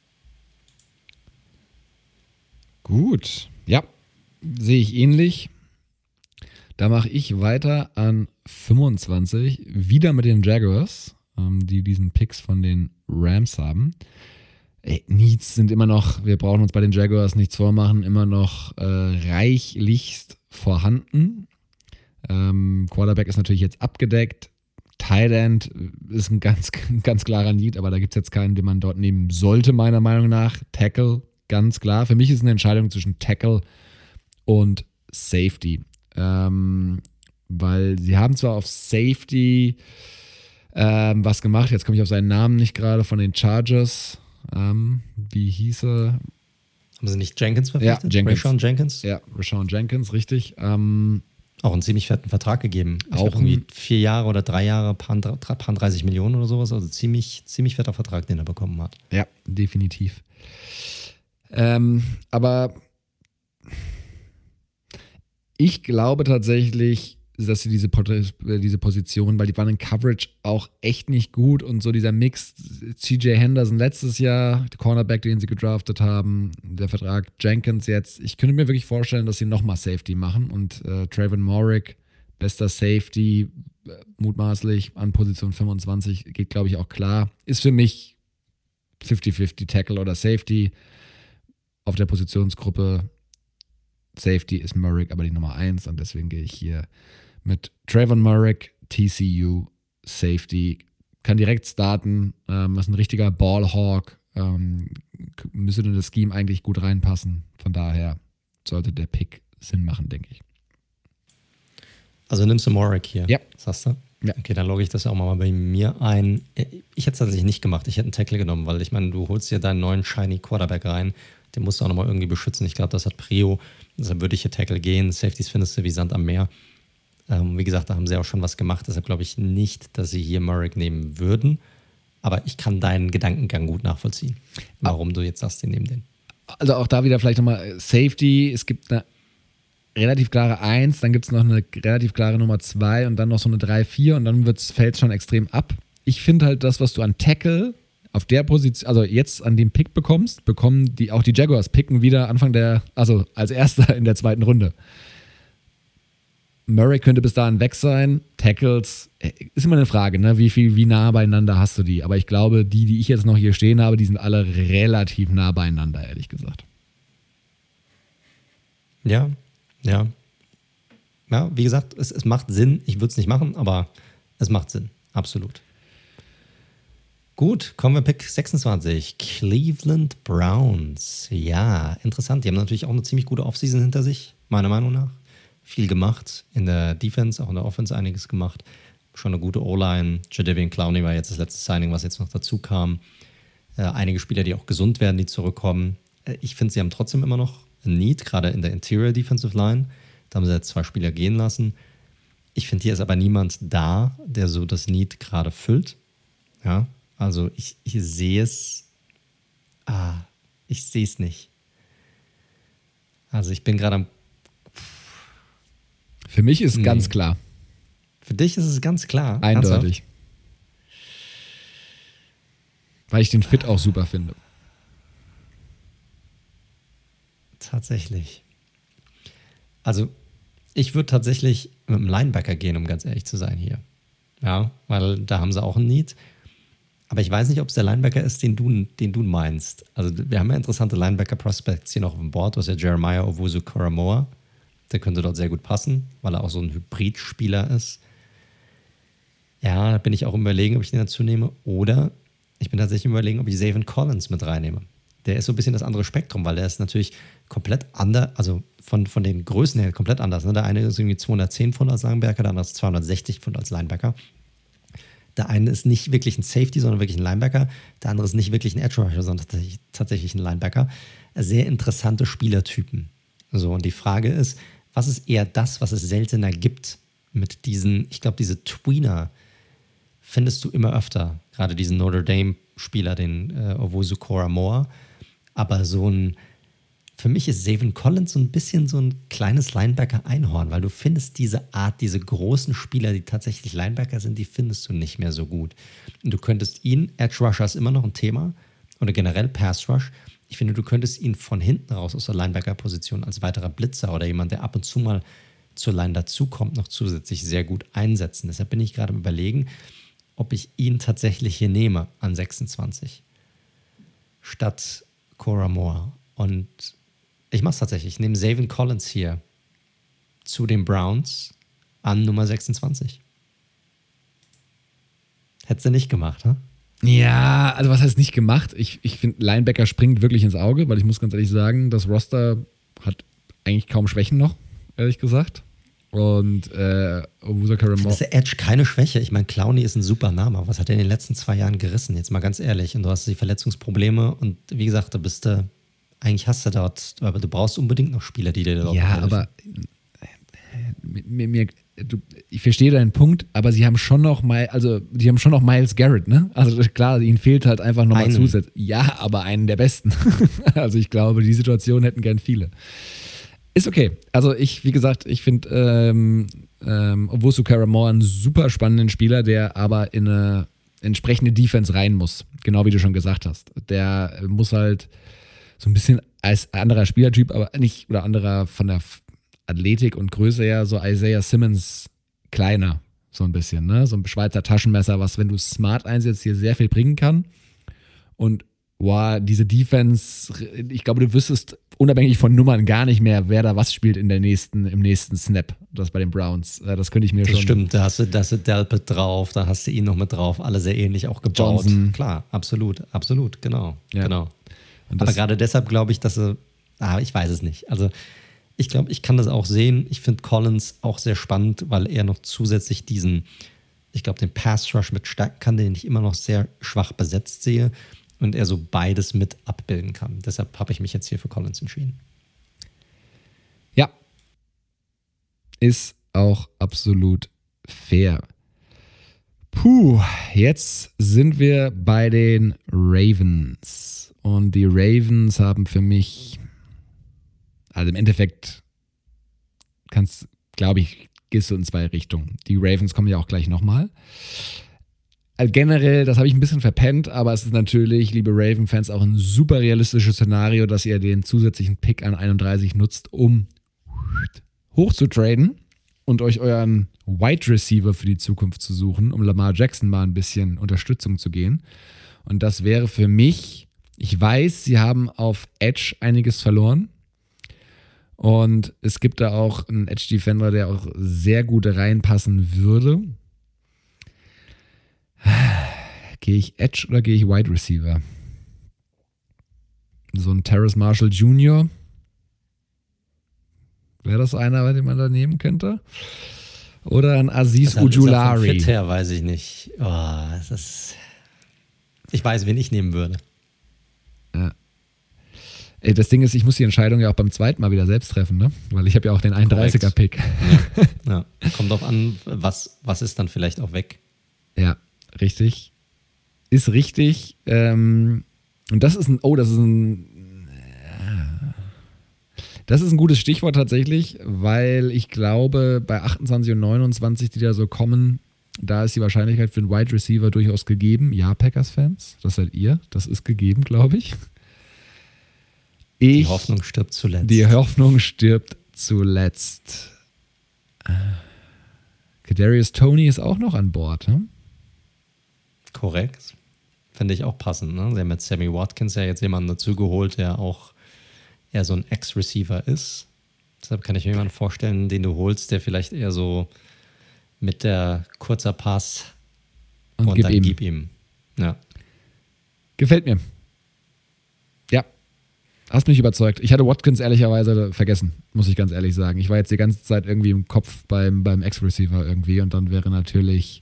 Gut, ja, sehe ich ähnlich. Da mache ich weiter an fünfundzwanzig, wieder mit den Jaguars, ähm, die diesen Picks von den Rams haben. Ey, Needs sind immer noch, wir brauchen uns bei den Jaguars nichts vormachen, immer noch äh, reichlichst vorhanden. Ähm, Quarterback ist natürlich jetzt abgedeckt. Tight End ist ein ganz, ganz klarer Need, aber da gibt es jetzt keinen, den man dort nehmen sollte, meiner Meinung nach. Tackle, ganz klar. Für mich ist es eine Entscheidung zwischen Tackle und Safety. Ähm, weil sie haben zwar auf Safety ähm, was gemacht, jetzt komme ich auf seinen Namen nicht gerade, von den Chargers. Ähm, wie hieß er? Haben sie nicht Jenkins verpflichtet? Ja, Jenkins. Rashawn Jenkins? Ja, Rashawn Jenkins, richtig. Ähm, auch einen ziemlich fetten Vertrag gegeben. Ich auch glaub, irgendwie vier Jahre oder drei Jahre, paar, paar dreißig Millionen oder sowas. Also ziemlich, ziemlich fetter Vertrag, den er bekommen hat. Ja, definitiv. Ähm, aber ich glaube tatsächlich, dass sie diese, diese Position, weil die waren in Coverage auch echt nicht gut und so dieser Mix, C J Henderson letztes Jahr, der Cornerback, den sie gedraftet haben, der Vertrag Jenkins jetzt, ich könnte mir wirklich vorstellen, dass sie nochmal Safety machen und äh, Trayvon Moehrig, bester Safety, äh, mutmaßlich an Position fünfundzwanzig, geht glaube ich auch klar, ist für mich fifty fifty Tackle oder Safety auf der Positionsgruppe. Safety ist Moehrig aber die Nummer eins und deswegen gehe ich hier mit Trayvon Moehrig, T C U, Safety, kann direkt starten, ähm, ist ein richtiger Ballhawk, ähm, müsste dann das Scheme eigentlich gut reinpassen. Von daher sollte der Pick Sinn machen, denke ich. Also nimmst du Morik hier? Ja. Was hast du? Ja. Okay, dann logge ich das auch mal bei mir ein. Ich hätte es tatsächlich nicht gemacht. Ich hätte einen Tackle genommen, weil ich meine, du holst dir deinen neuen shiny Quarterback rein. Den musst du auch nochmal irgendwie beschützen. Ich glaube, das hat Prio. Deshalb würde ich hier Tackle gehen. Safeties findest du wie Sand am Meer. Ähm, wie gesagt, da haben sie auch schon was gemacht. Deshalb glaube ich nicht, dass sie hier Morik nehmen würden. Aber ich kann deinen Gedankengang gut nachvollziehen, warum ah. du jetzt sagst, die nehmen den. Also auch da wieder vielleicht nochmal Safety. Es gibt eine relativ klare eins, dann gibt es noch eine relativ klare Nummer zwei und dann noch so eine drei vier und dann fällt es schon extrem ab. Ich finde halt das, was du an Tackle auf der Position, also jetzt an dem Pick bekommst, bekommen die auch die Jaguars picken wieder Anfang der, also als erster in der zweiten Runde. Murray könnte bis dahin weg sein. Tackles, ist immer eine Frage, ne? Wie viel, wie nah beieinander hast du die? Aber ich glaube, die, die ich jetzt noch hier stehen habe, die sind alle relativ nah beieinander, ehrlich gesagt. Ja, ja. Ja, wie gesagt, es, es macht Sinn. Ich würde es nicht machen, aber es macht Sinn. Absolut. Gut, kommen wir Pick sechsundzwanzig. Cleveland Browns. Ja, interessant. Die haben natürlich auch eine ziemlich gute Offseason hinter sich, meiner Meinung nach. Viel gemacht in der Defense, auch in der Offense einiges gemacht. Schon eine gute O-Line. Jadeveon Clowney war jetzt das letzte Signing, was jetzt noch dazu kam. Äh, einige Spieler, die auch gesund werden, die zurückkommen. Äh, ich finde, sie haben trotzdem immer noch ein Need, gerade in der Interior Defensive Line. Da haben sie jetzt zwei Spieler gehen lassen. Ich finde, hier ist aber niemand da, der so das Need gerade füllt. Ja, also ich, ich sehe es. Ah, ich sehe es nicht. Also ich bin gerade am. Für mich ist nee. ganz klar. Für dich ist es ganz klar. Eindeutig. Ernsthaft? Weil ich den Fit auch super finde. Tatsächlich. Also, ich würde tatsächlich mit einem Linebacker gehen, um ganz ehrlich zu sein hier. Ja, weil da haben sie auch einen Need. Aber ich weiß nicht, ob es der Linebacker ist, den du, den du meinst. Also, wir haben ja interessante Linebacker-Prospects hier noch auf dem Board. Du hast ja Jeremiah Owusu-Koramoah. Der könnte dort sehr gut passen, weil er auch so ein Hybrid-Spieler ist. Ja, da bin ich auch im Überlegen, ob ich den dazu nehme. Oder ich bin tatsächlich im Überlegen, ob ich Zaven Collins mit reinnehme. Der ist so ein bisschen das andere Spektrum, weil der ist natürlich komplett anders, also von, von den Größen her komplett anders. Ne? Der eine ist irgendwie zweihundertzehn Pfund als Linebacker, der andere ist zweihundertsechzig Pfund als Linebacker. Der eine ist nicht wirklich ein Safety, sondern wirklich ein Linebacker. Der andere ist nicht wirklich ein Edge Rusher, sondern tatsächlich, tatsächlich ein Linebacker. Sehr interessante Spielertypen. So, und die Frage ist, was ist eher das, was es seltener gibt mit diesen, ich glaube, diese Tweener findest du immer öfter. Gerade diesen Notre Dame-Spieler, den äh, Owusu-Koramoah. Aber so ein, für mich ist Zaven Collins so ein bisschen so ein kleines Linebacker-Einhorn, weil du findest diese Art, diese großen Spieler, die tatsächlich Linebacker sind, die findest du nicht mehr so gut. Und du könntest ihn, Edge Rusher ist immer noch ein Thema, oder generell Pass Rush. Ich finde, du könntest ihn von hinten raus aus der Linebacker-Position als weiterer Blitzer oder jemand, der ab und zu mal zur Line dazukommt, noch zusätzlich sehr gut einsetzen. Deshalb bin ich gerade am Überlegen, ob ich ihn tatsächlich hier nehme an sechsundzwanzig statt Koramoah. Und ich mache es tatsächlich. Ich nehme Zaven Collins hier zu den Browns an Nummer sechsundzwanzig. Hättest du nicht gemacht, ne? Ja, also was heißt nicht gemacht? Ich, ich finde, Linebacker springt wirklich ins Auge, weil ich muss ganz ehrlich sagen, das Roster hat eigentlich kaum Schwächen noch, ehrlich gesagt. Und äh, Owusu-Koramoah. Ist der Edge keine Schwäche? Ich meine, Clowney ist ein super Name. Was hat er in den letzten zwei Jahren gerissen? Jetzt mal ganz ehrlich. Und du hast die Verletzungsprobleme und wie gesagt, da bist du, eigentlich hast du dort, aber du brauchst unbedingt noch Spieler, die dir dort Ja, helfen. aber mir, mir, du, ich verstehe deinen Punkt, aber sie haben schon noch mal, also die haben schon noch Miles Garrett, ne? Also klar, ihnen fehlt halt einfach nochmal Zusatz. Ja, aber einen der besten. Also ich glaube, die Situation hätten gern viele. Ist okay. Also ich, wie gesagt, ich finde ähm, ähm, Owusu-Koramoah einen super spannenden Spieler, der aber in eine entsprechende Defense rein muss. Genau wie du schon gesagt hast. Der muss halt so ein bisschen als anderer Spielertyp, aber nicht, oder anderer von der Athletik und Größe her, so Isaiah Simmons kleiner, so ein bisschen, ne? So ein Schweizer Taschenmesser, was, wenn du smart einsetzt, hier sehr viel bringen kann. Und boah, diese Defense, ich glaube, du wüsstest unabhängig von Nummern gar nicht mehr, wer da was spielt in der nächsten, im nächsten Snap. Das bei den Browns. Das könnte ich mir das schon. Stimmt, da hast du, da hast du Delpit drauf, da hast du ihn noch mit drauf, alle sehr ähnlich auch gebaut. Johnson. Klar, absolut, absolut, genau. Ja. genau. Und Aber das, gerade deshalb glaube ich, dass sie, ah, ich weiß es nicht. Also ich glaube, ich kann das auch sehen. Ich finde Collins auch sehr spannend, weil er noch zusätzlich diesen, ich glaube, den Pass-Rush mit stark kann, den ich immer noch sehr schwach besetzt sehe und er so beides mit abbilden kann. Deshalb habe ich mich jetzt hier für Collins entschieden. ja, ist auch absolut fair. Puh, jetzt sind wir bei den Ravens. Und die Ravens haben für mich, also im Endeffekt kannst, glaube ich, gehst du in zwei Richtungen. Die Ravens kommen ja auch gleich nochmal. Also generell, das habe ich ein bisschen verpennt, aber es ist natürlich, liebe Raven-Fans, auch ein super realistisches Szenario, dass ihr den zusätzlichen Pick an einunddreißig nutzt, um hochzutraden und euch euren Wide Receiver für die Zukunft zu suchen, um Lamar Jackson mal ein bisschen Unterstützung zu gehen. Und das wäre für mich, ich weiß, sie haben auf Edge einiges verloren. Und es gibt da auch einen Edge-Defender, der auch sehr gut reinpassen würde. Gehe ich Edge oder gehe ich Wide Receiver? So ein Terrace Marshall Junior Wäre das einer, den man da nehmen könnte? Oder ein Aziz Das ist Ujulari? Fit her, weiß ich nicht. Oh, das ist, ich weiß, wen ich nehmen würde. Ja. Ey, das Ding ist, ich muss die Entscheidung ja auch beim zweiten Mal wieder selbst treffen, ne? Weil ich habe ja auch den einunddreißiger-Pick. Ja. ja. Kommt drauf an, was, was ist dann vielleicht auch weg. Ja, richtig. Ist richtig. Ähm, und das ist ein, oh, das ist ein, das ist ein gutes Stichwort tatsächlich, weil ich glaube, bei achtundzwanzig und neunundzwanzig, die da so kommen, da ist die Wahrscheinlichkeit für einen Wide Receiver durchaus gegeben. Ja, Packers-Fans, das seid ihr. Das ist gegeben, glaube ich. ich. Die Hoffnung stirbt zuletzt. Die Hoffnung stirbt zuletzt. Kadarius Toney ist auch noch an Bord, ne? Korrekt. Finde ich auch passend. Ne? Sie haben mit Sammy Watkins ja jetzt jemanden dazugeholt, der auch eher so ein Ex-Receiver ist. Deshalb kann ich mir jemanden vorstellen, den du holst, der vielleicht eher so mit der kurzer Pass und, und gib dann ihm. gib ihm. Ja. Gefällt mir. Ja. Hast mich überzeugt. Ich hatte Watkins ehrlicherweise vergessen, muss ich ganz ehrlich sagen. Ich war jetzt die ganze Zeit irgendwie im Kopf beim, beim Ex-Receiver irgendwie und dann wäre natürlich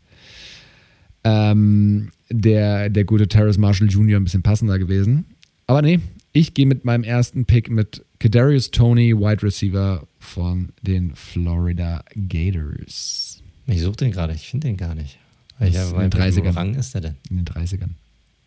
ähm, der, der gute Terrace Marshall Junior ein bisschen passender gewesen. Aber nee, ich gehe mit meinem ersten Pick mit Kadarius Toney, Wide Receiver von den Florida Gators. Ich suche den gerade, ich finde den gar nicht. In Welcher den dreißigern. Rang ist der denn? In den dreißigern.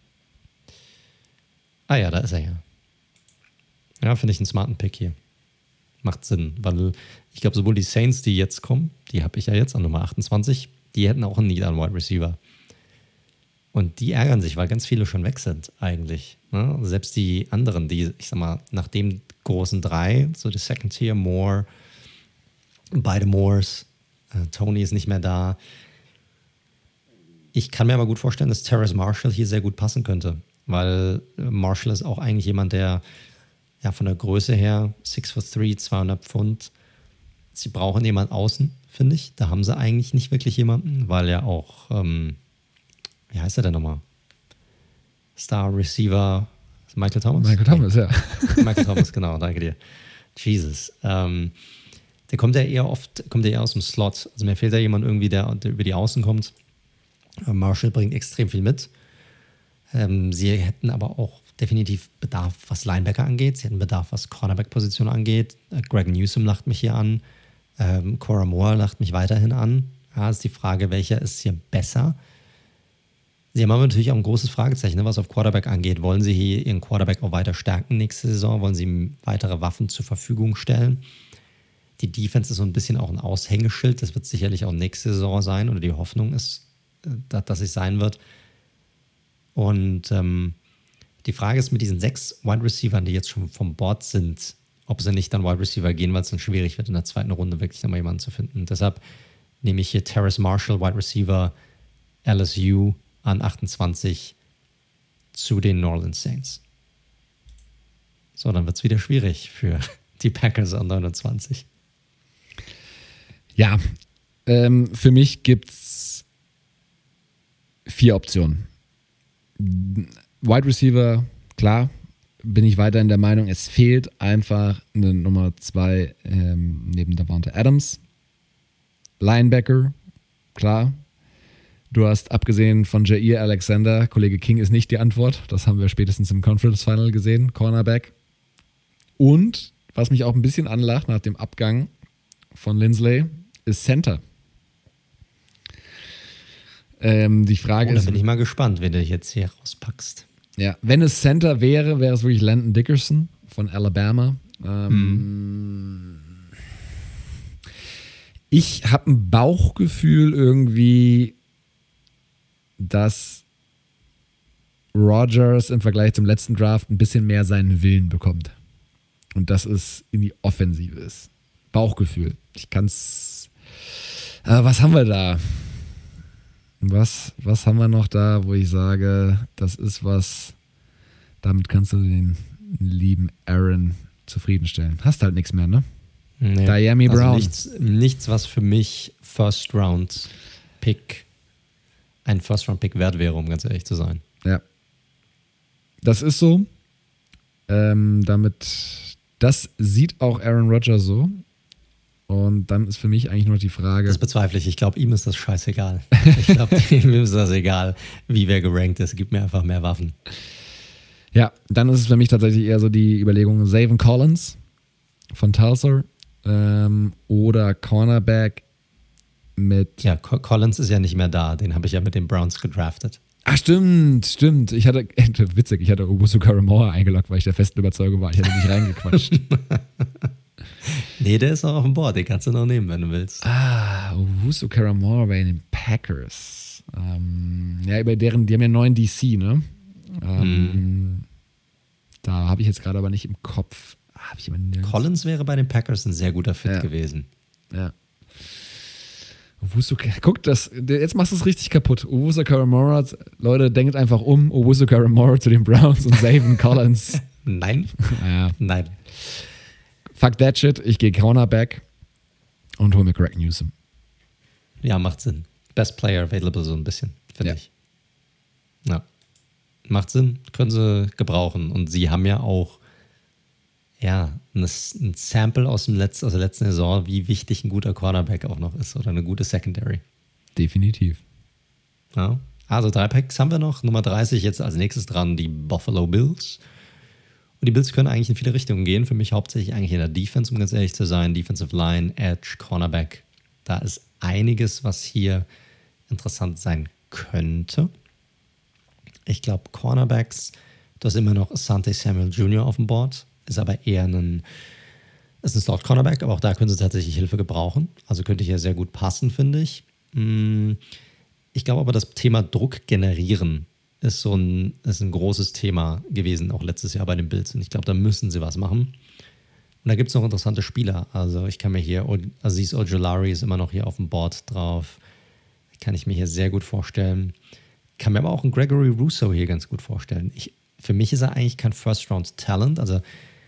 Ah ja, da ist er ja. Ja, finde ich einen smarten Pick hier. Macht Sinn, weil ich glaube, sowohl die Saints, die jetzt kommen, die habe ich ja jetzt an Nummer achtundzwanzig, die hätten auch einen Need an Wide Receiver. Und die ärgern sich, weil ganz viele schon weg sind eigentlich. Ne? Selbst die anderen, die, ich sag mal, nach dem großen drei, so die Second Tier, Moore, beide Moores, äh, Tony ist nicht mehr da. Ich kann mir aber gut vorstellen, dass Terrace Marshall hier sehr gut passen könnte, weil Marshall ist auch eigentlich jemand, der ja von der Größe her six foot three, zweihundert Pfund. Sie brauchen jemanden außen, finde ich. Da haben sie eigentlich nicht wirklich jemanden, weil er auch ähm, wie heißt er denn nochmal? Star Receiver Michael Thomas? Michael Thomas, ja. Michael Thomas, genau, danke dir. Jesus. Ähm, der kommt ja eher oft, kommt ja eher aus dem Slot. Also mir fehlt da jemand irgendwie, der, der über die Außen kommt. Marshall bringt extrem viel mit. Ähm, sie hätten aber auch definitiv Bedarf, was Linebacker angeht. Sie hätten Bedarf, was Cornerback-Position angeht. Äh, Greg Newsome lacht mich hier an. Ähm, Cora Moore lacht mich weiterhin an. Ja, ist die Frage, welcher ist hier besser? Sie haben aber natürlich auch ein großes Fragezeichen, was auf Quarterback angeht. Wollen Sie hier Ihren Quarterback auch weiter stärken nächste Saison? Wollen Sie ihm weitere Waffen zur Verfügung stellen? Die Defense ist so ein bisschen auch ein Aushängeschild. Das wird sicherlich auch nächste Saison sein oder die Hoffnung ist, dass es sein wird. Und ähm, die Frage ist mit diesen sechs Wide Receivern, die jetzt schon vom Board sind, ob sie nicht dann Wide Receiver gehen, weil es dann schwierig wird, in der zweiten Runde wirklich nochmal jemanden zu finden. Und deshalb nehme ich hier Terrace Marshall, Wide Receiver, L S U an achtundzwanzig zu den New Orleans Saints. So, dann wird es wieder schwierig für die Packers an neunundzwanzig. Ja, ähm, für mich gibt es vier Optionen. Wide Receiver, klar, bin ich weiterhin der Meinung, es fehlt einfach eine Nummer zwei ähm, neben Davante Adams. Linebacker, klar. Du hast abgesehen von Jair Alexander, Kollege King ist nicht die Antwort. Das haben wir spätestens im Conference Final gesehen. Cornerback. Und, was mich auch ein bisschen anlacht nach dem Abgang von Lindsley, ist Center. Ähm, die Frage oh, da ist... bin ich mal gespannt, wenn du jetzt hier rauspackst. Ja, wenn es Center wäre, wäre es wirklich Landon Dickerson von Alabama. Ähm, hm. Ich habe ein Bauchgefühl irgendwie, dass Rodgers im Vergleich zum letzten Draft ein bisschen mehr seinen Willen bekommt. Und dass es in die Offensive ist. Bauchgefühl. Ich kann's. Äh, was haben wir da? Was, was haben wir noch da, wo ich sage, das ist was, damit kannst du den lieben Aaron zufriedenstellen. Hast halt nichts mehr, ne? Nee, Diami also Brown. Nichts, nichts, was für mich First-Round-Pick, ein First-Round-Pick wert wäre, um ganz ehrlich zu sein. Ja. Das ist so. Ähm, damit, das sieht auch Aaron Rodgers so. Und dann ist für mich eigentlich nur die Frage. Das bezweifle ich. Ich glaube, ihm ist das scheißegal. Ich glaube, ihm ist das egal, wie wer gerankt ist. Gib mir einfach mehr Waffen. Ja, dann ist es für mich tatsächlich eher so die Überlegung, Zaven Collins von Tulsa ähm, oder Cornerback mit... Ja, Co- Collins ist ja nicht mehr da. Den habe ich ja mit den Browns gedraftet. Ach, stimmt, stimmt. Ich hatte, witzig, ich hatte Owusu Koramoah eingeloggt, weil ich der festen Überzeugung war. Ich hatte nicht reingequatscht. Nee, der ist noch auf dem Board. Den kannst du noch nehmen, wenn du willst. Ah, Owusu Koramoah bei den Packers. Ähm, ja, über deren, die haben ja neuen D C, ne? Ähm, hm. Da habe ich jetzt gerade aber nicht im Kopf. Ah, hab ich aber Collins wäre bei den Packers ein sehr guter Fit ja. gewesen. Ja. Owusu, guck, das, jetzt machst du es richtig kaputt. Owusu Koramoah, Leute, denkt einfach um. Owusu Koramoah zu den Browns und Zaven Collins. Nein. Ja. Nein. Fuck that shit. Ich gehe Cornerback und hole mir Greg Newsome. Ja, macht Sinn. Best Player available so ein bisschen, finde ja. ich. Ja. Macht Sinn. Können sie gebrauchen. Und sie haben ja auch ja, ein Sample aus, dem Letz-, aus der letzten Saison, wie wichtig ein guter Cornerback auch noch ist oder eine gute Secondary. Definitiv. Ja. Also drei Packs haben wir noch. Nummer dreißig jetzt als nächstes dran, die Buffalo Bills. Und die Bills können eigentlich in viele Richtungen gehen. Für mich hauptsächlich eigentlich in der Defense, um ganz ehrlich zu sein. Defensive Line, Edge, Cornerback. Da ist einiges, was hier interessant sein könnte. Ich glaube, Cornerbacks, du hast immer noch Asante Samuel Junior auf dem Board. Ist aber eher ein, ist ein Slot-Cornerback, aber auch da können sie tatsächlich Hilfe gebrauchen. Also könnte hier sehr gut passen, finde ich. Ich glaube aber, das Thema Druck generieren ist so ein, ist ein großes Thema gewesen, auch letztes Jahr bei den Bills. Und ich glaube, da müssen sie was machen. Und da gibt es noch interessante Spieler. Also ich kann mir hier, Azeez Ojulari ist immer noch hier auf dem Board drauf. Kann ich mir hier sehr gut vorstellen. Kann mir aber auch einen Gregory Rousseau hier ganz gut vorstellen. Ich, für mich ist er eigentlich kein First-Round-Talent. Also,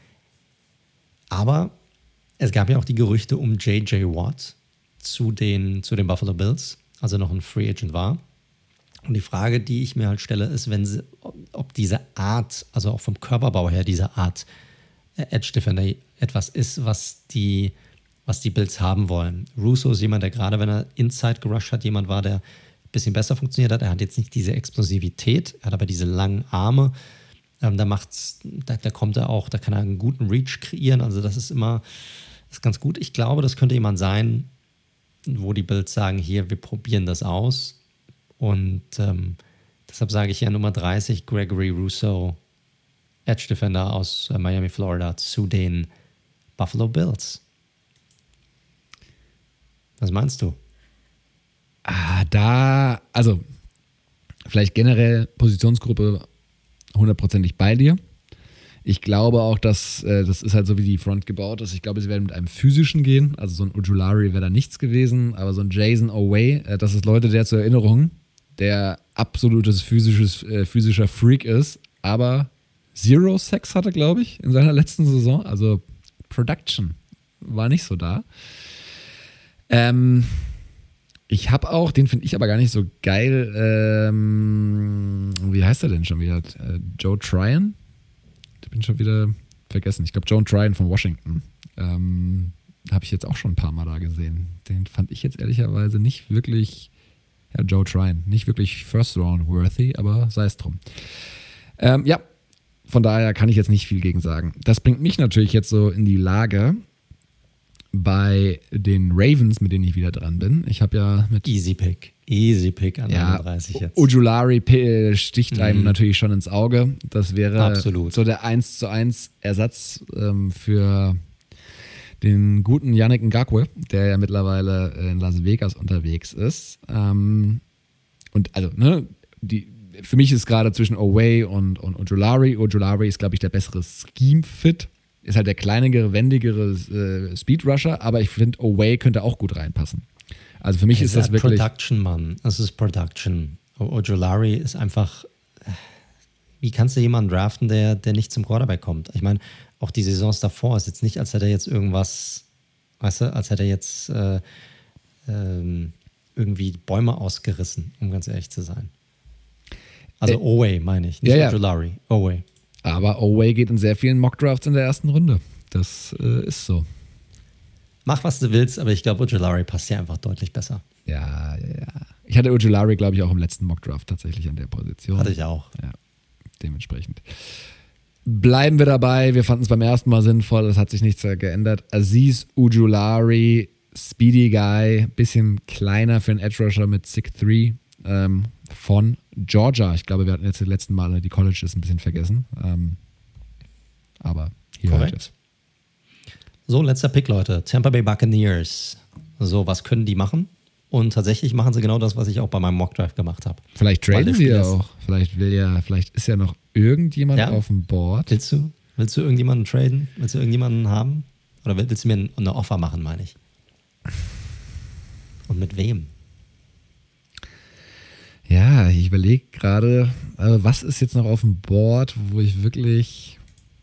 aber es gab ja auch die Gerüchte um J J Watt zu den, zu den Buffalo Bills, als er noch ein Free Agent war. Und die Frage, die ich mir halt stelle, ist, wenn sie, ob diese Art, also auch vom Körperbau her, diese Art Edge Defender etwas ist, was die, was die Bills haben wollen. Rousseau ist jemand, der gerade, wenn er Inside gerusht hat, jemand war, der ein bisschen besser funktioniert hat. Er hat jetzt nicht diese Explosivität, er hat aber diese langen Arme. Ähm, da macht's, da, da kommt er auch, da kann er einen guten Reach kreieren. Also das ist immer, das ist ganz gut. Ich glaube, das könnte jemand sein, wo die Bills sagen, hier, wir probieren das aus. Und ähm, deshalb sage ich ja Nummer dreißig, Gregory Rousseau, Edge Defender aus äh, Miami, Florida, zu den Buffalo Bills. Was meinst du? Ah, da, also vielleicht generell Positionsgruppe hundertprozentig bei dir. Ich glaube auch, dass äh, das ist halt so, wie die Front gebaut ist. Ich glaube, sie werden mit einem physischen gehen. Also so ein Ojulari wäre da nichts gewesen, aber so ein Jason Oweh, äh, das ist, Leute, der zur Erinnerung, der absolutes physisches, äh, physischer Freak ist, aber Zero Sex hatte, glaube ich, in seiner letzten Saison. Also Production war nicht so da. Ähm, ich habe auch, den finde ich aber gar nicht so geil, ähm, wie heißt er denn schon wieder? Äh, Joe Tryon? Ich bin schon wieder vergessen. Ich glaube, Joe Tryon von Washington. Ähm, habe ich jetzt auch schon ein paar Mal da gesehen. Den fand ich jetzt ehrlicherweise nicht wirklich, ja, Joe Tryon, nicht wirklich First Round worthy, aber sei es drum. Ähm, ja, von daher kann ich jetzt nicht viel gegen sagen. Das bringt mich natürlich jetzt so in die Lage bei den Ravens, mit denen ich wieder dran bin. Ich habe ja mit Easy Pick. Easy Pick an ja, einunddreißig jetzt. Ojulari sticht Mhm. einem natürlich schon ins Auge. Das wäre Absolut. so der eins zu eins Ersatz ähm, für den guten Yannick Ngakoue, der ja mittlerweile in Las Vegas unterwegs ist. Ähm, und also, ne, die, für mich ist gerade zwischen Oway und, und Ojulari. Ojulari ist, glaube ich, der bessere Scheme-Fit. Ist halt der kleinere, wendigere äh, Speed-Rusher, aber ich finde, Oway könnte auch gut reinpassen. Also für mich Es ist das halt wirklich... Production, Mann. Es ist Production. O- Ojulari ist einfach... Wie kannst du jemanden draften, der, der nicht zum Quarterback kommt? Ich meine, auch die Saisons davor ist jetzt nicht, als hätte er jetzt irgendwas, weißt du, als hätte er jetzt äh, ähm, irgendwie Bäume ausgerissen, um ganz ehrlich zu sein. Also Äh, Oway meine ich, nicht ja, ja. Ojulari. Oway. Aber Oway geht in sehr vielen Mockdrafts in der ersten Runde. Das äh, ist so. Mach, was du willst, aber ich glaube, Ojulari passt hier einfach deutlich besser. Ja, ja, ja. Ich hatte Ojulari, glaube ich, auch im letzten Mockdraft tatsächlich an der Position. Hatte ich auch. Ja, dementsprechend. Bleiben wir dabei. Wir fanden es beim ersten Mal sinnvoll. Es hat sich nichts geändert. Azeez Ojulari, Speedy Guy, bisschen kleiner für einen Edge Rusher mit six drei ähm, von Georgia. Ich glaube, wir hatten jetzt die letzten Male die Colleges ein bisschen vergessen. Ähm, aber hier Korrekt. halt es. So, letzter Pick, Leute. Tampa Bay Buccaneers. So, was können die machen? Und tatsächlich machen sie genau das, was ich auch bei meinem Mockdraft gemacht habe. Vielleicht Weil traden der sie ja Spieler ist- auch. Vielleicht will ja, vielleicht ist ja noch irgendjemand Ja. auf dem Board. Willst du, willst du irgendjemanden traden? Willst du irgendjemanden haben? Oder willst du mir ein- eine Offer machen, meine ich? Und mit wem? Ja, ich überlege gerade, also was ist jetzt noch auf dem Board, wo ich wirklich.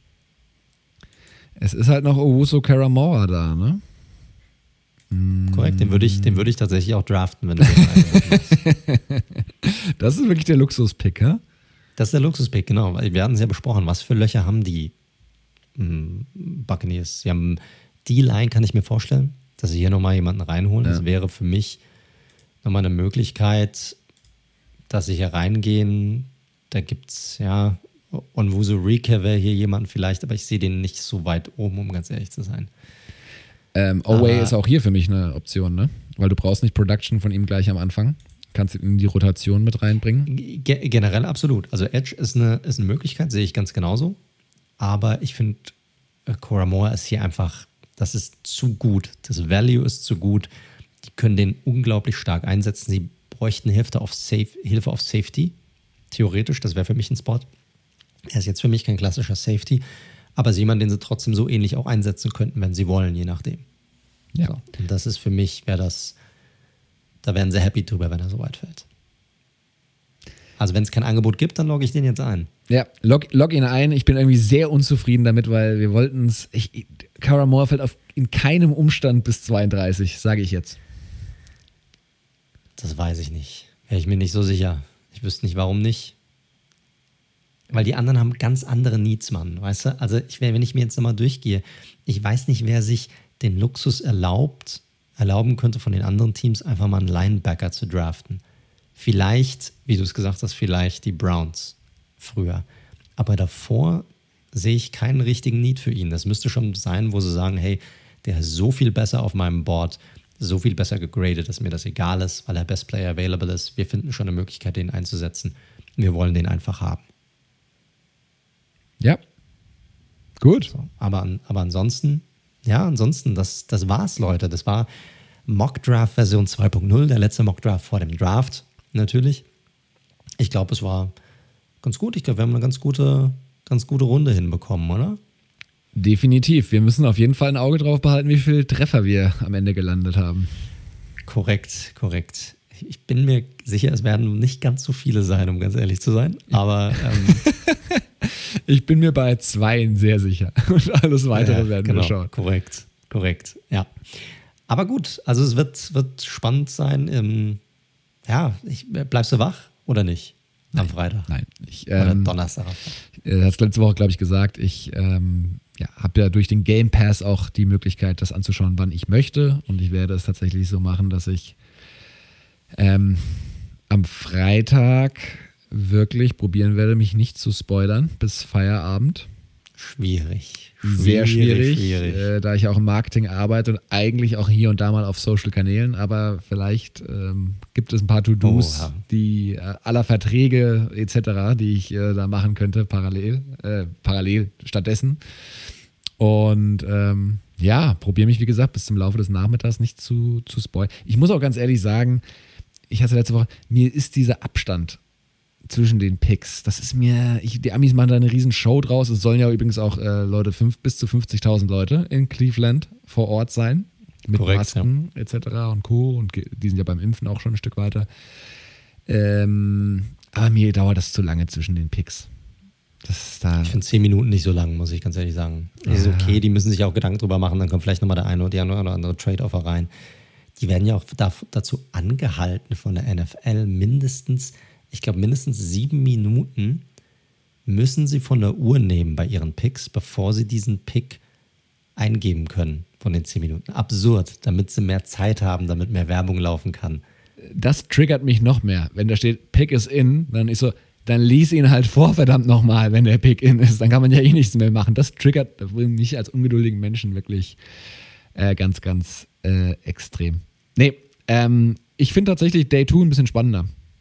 Es ist halt noch Owusu Karamora da, ne? Korrekt, den würde ich, den würde ich tatsächlich auch draften, wenn du den Angebot machst. Das ist wirklich der Luxus-Pick, ja? Das ist der Luxuspick, genau. Weil wir hatten es ja besprochen. Was für Löcher haben die mh, Buccaneers? Sie haben die Line, kann ich mir vorstellen, dass sie hier nochmal jemanden reinholen. Ja. Das wäre für mich nochmal eine Möglichkeit, dass sie hier reingehen. Da gibt es, ja, Onwuzu Rika wäre hier jemand vielleicht, aber ich sehe den nicht so weit oben, um ganz ehrlich zu sein. Ähm, Oway Aber- ist auch hier für mich eine Option, ne? Weil du brauchst nicht Production von ihm gleich am Anfang. Kannst ihn in die Rotation mit reinbringen. Ge- generell absolut. Also Edge ist eine, ist eine Möglichkeit, sehe ich ganz genauso. Aber ich finde, äh, Koramoah ist hier einfach, das ist zu gut. Das Value ist zu gut. Die können den unglaublich stark einsetzen. Sie bräuchten Hilfe auf, Safe, Hilfe auf Safety. Theoretisch, das wäre für mich ein Spot. Er ist jetzt für mich kein klassischer Safety, aber ist jemand, den sie trotzdem so ähnlich auch einsetzen könnten, wenn sie wollen, je nachdem. Ja. So. Und das ist für mich, wäre das, da wären sie happy drüber, wenn er so weit fällt. Also wenn es kein Angebot gibt, dann logge ich den jetzt ein. Ja, log, log ihn ein. Ich bin irgendwie sehr unzufrieden damit, weil wir wollten es. Karamora fällt auf, in keinem Umstand bis zweiunddreißig, sage ich jetzt. Das weiß ich nicht. Wäre ich mir nicht so sicher. Ich wüsste nicht, warum nicht. Weil die anderen haben ganz andere Needs, Mann, weißt du? Also ich, wenn ich mir jetzt nochmal durchgehe, ich weiß nicht, wer sich den Luxus erlaubt, erlauben könnte von den anderen Teams, einfach mal einen Linebacker zu draften. Vielleicht, wie du es gesagt hast, vielleicht die Browns früher. Aber davor sehe ich keinen richtigen Need für ihn. Das müsste schon sein, wo sie sagen, hey, der ist so viel besser auf meinem Board, so viel besser gegradet, dass mir das egal ist, weil er Best Player available ist. Wir finden schon eine Möglichkeit, den einzusetzen. Wir wollen den einfach haben. Ja. Gut. So, aber, an- aber ansonsten, ja, ansonsten, das, das war's, Leute. Das war Mock Draft Version zwei Punkt null, der letzte Mock Draft vor dem Draft, natürlich. Ich glaube, es war ganz gut. Ich glaube, wir haben eine ganz gute, ganz gute Runde hinbekommen, oder? Definitiv. Wir müssen auf jeden Fall ein Auge drauf behalten, wie viele Treffer wir am Ende gelandet haben. Korrekt, korrekt. Ich bin mir sicher, es werden nicht ganz so viele sein, um ganz ehrlich zu sein. Aber ähm, ich bin mir bei zweien sehr sicher. Und alles Weitere ja, werden genau, wir schauen. Korrekt, korrekt, ja. Aber gut, also es wird, wird spannend sein. Im, ja, ich, bleibst du wach oder nicht? Am Nein, Freitag? Nein. Ich, Oder ähm, Donnerstag? äh, hast letzte Woche, glaube ich, gesagt, ich ähm, ja, habe ja durch den Game Pass auch die Möglichkeit, das anzuschauen, wann ich möchte. Und ich werde es tatsächlich so machen, dass ich ähm, am Freitag wirklich probieren werde, mich nicht zu spoilern bis Feierabend. Schwierig. Sehr schwierig, schwierig. Äh, da ich auch im Marketing arbeite und eigentlich auch hier und da mal auf Social-Kanälen, aber vielleicht ähm, gibt es ein paar To-Dos, Oh, ja. die äh, aller Verträge et cetera, die ich äh, da machen könnte, parallel, äh, parallel stattdessen. Und ähm, ja, probiere mich, wie gesagt, bis zum Laufe des Nachmittags nicht zu, zu spoilern. Ich muss auch ganz ehrlich sagen, ich hatte letzte Woche, mir ist dieser Abstand zwischen den Picks, das ist mir, ich, die Amis machen da eine riesen Show draus. Es sollen ja übrigens auch äh, Leute, fünf, bis zu fünfzigtausend Leute in Cleveland vor Ort sein. Mit Korrekt, Masken ja. et cetera und Co. Und ge- die sind ja beim Impfen auch schon ein Stück weiter. Ähm, aber mir dauert das zu lange zwischen den Picks. Das ist da. Ich finde zehn Minuten nicht so lang, muss ich ganz ehrlich sagen. Das ist Ja. okay, die müssen sich auch Gedanken drüber machen, dann kommt vielleicht nochmal der eine oder die eine oder andere Trade-Offer rein. Die werden ja auch da, dazu angehalten von der N F L, mindestens, ich glaube mindestens sieben Minuten müssen sie von der Uhr nehmen bei ihren Picks, bevor sie diesen Pick eingeben können von den zehn Minuten. Absurd, damit sie mehr Zeit haben, damit mehr Werbung laufen kann. Das triggert mich noch mehr. Wenn da steht, Pick is in, dann ist so, dann lies ihn halt vor, verdammt nochmal, wenn der Pick in ist. Dann kann man ja eh nichts mehr machen. Das triggert mich als ungeduldigen Menschen wirklich äh, ganz, ganz äh, extrem. Nee, ähm, ich finde tatsächlich Day zwei ein bisschen spannender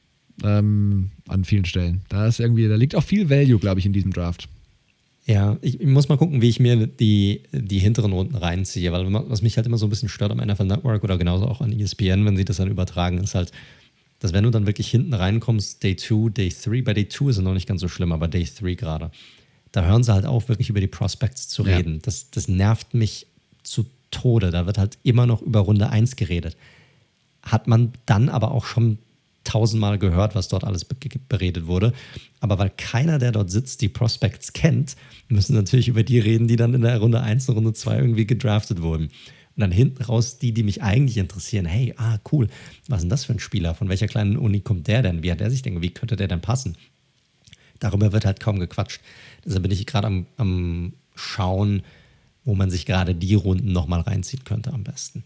ähm, an vielen Stellen. Da ist irgendwie, da liegt auch viel Value, glaube ich, in diesem Draft. Ja, ich, ich muss mal gucken, wie ich mir die, die hinteren Runden reinziehe, weil was mich halt immer so ein bisschen stört am N F L Network oder genauso auch an E S P N, wenn sie das dann übertragen, ist halt, dass wenn du dann wirklich hinten reinkommst, Day zwei, Day drei, bei Day zwei ist es noch nicht ganz so schlimm, aber Day drei gerade, da hören sie halt auf, wirklich über die Prospects zu Ja. reden. Das, das nervt mich zu Tode. Da wird halt immer noch über Runde eins geredet. Hat man dann aber auch schon tausendmal gehört, was dort alles be- beredet wurde. Aber weil keiner, der dort sitzt, die Prospects kennt, müssen natürlich über die reden, die dann in der Runde eins und Runde zwei irgendwie gedraftet wurden. Und dann hinten raus die, die mich eigentlich interessieren. Hey, ah, cool, was ist denn das für ein Spieler? Von welcher kleinen Uni kommt der denn? Wie hat der sich denn, wie könnte der denn passen? Darüber wird halt kaum gequatscht. Deshalb bin ich gerade am, am Schauen, wo man sich gerade die Runden nochmal reinziehen könnte am besten.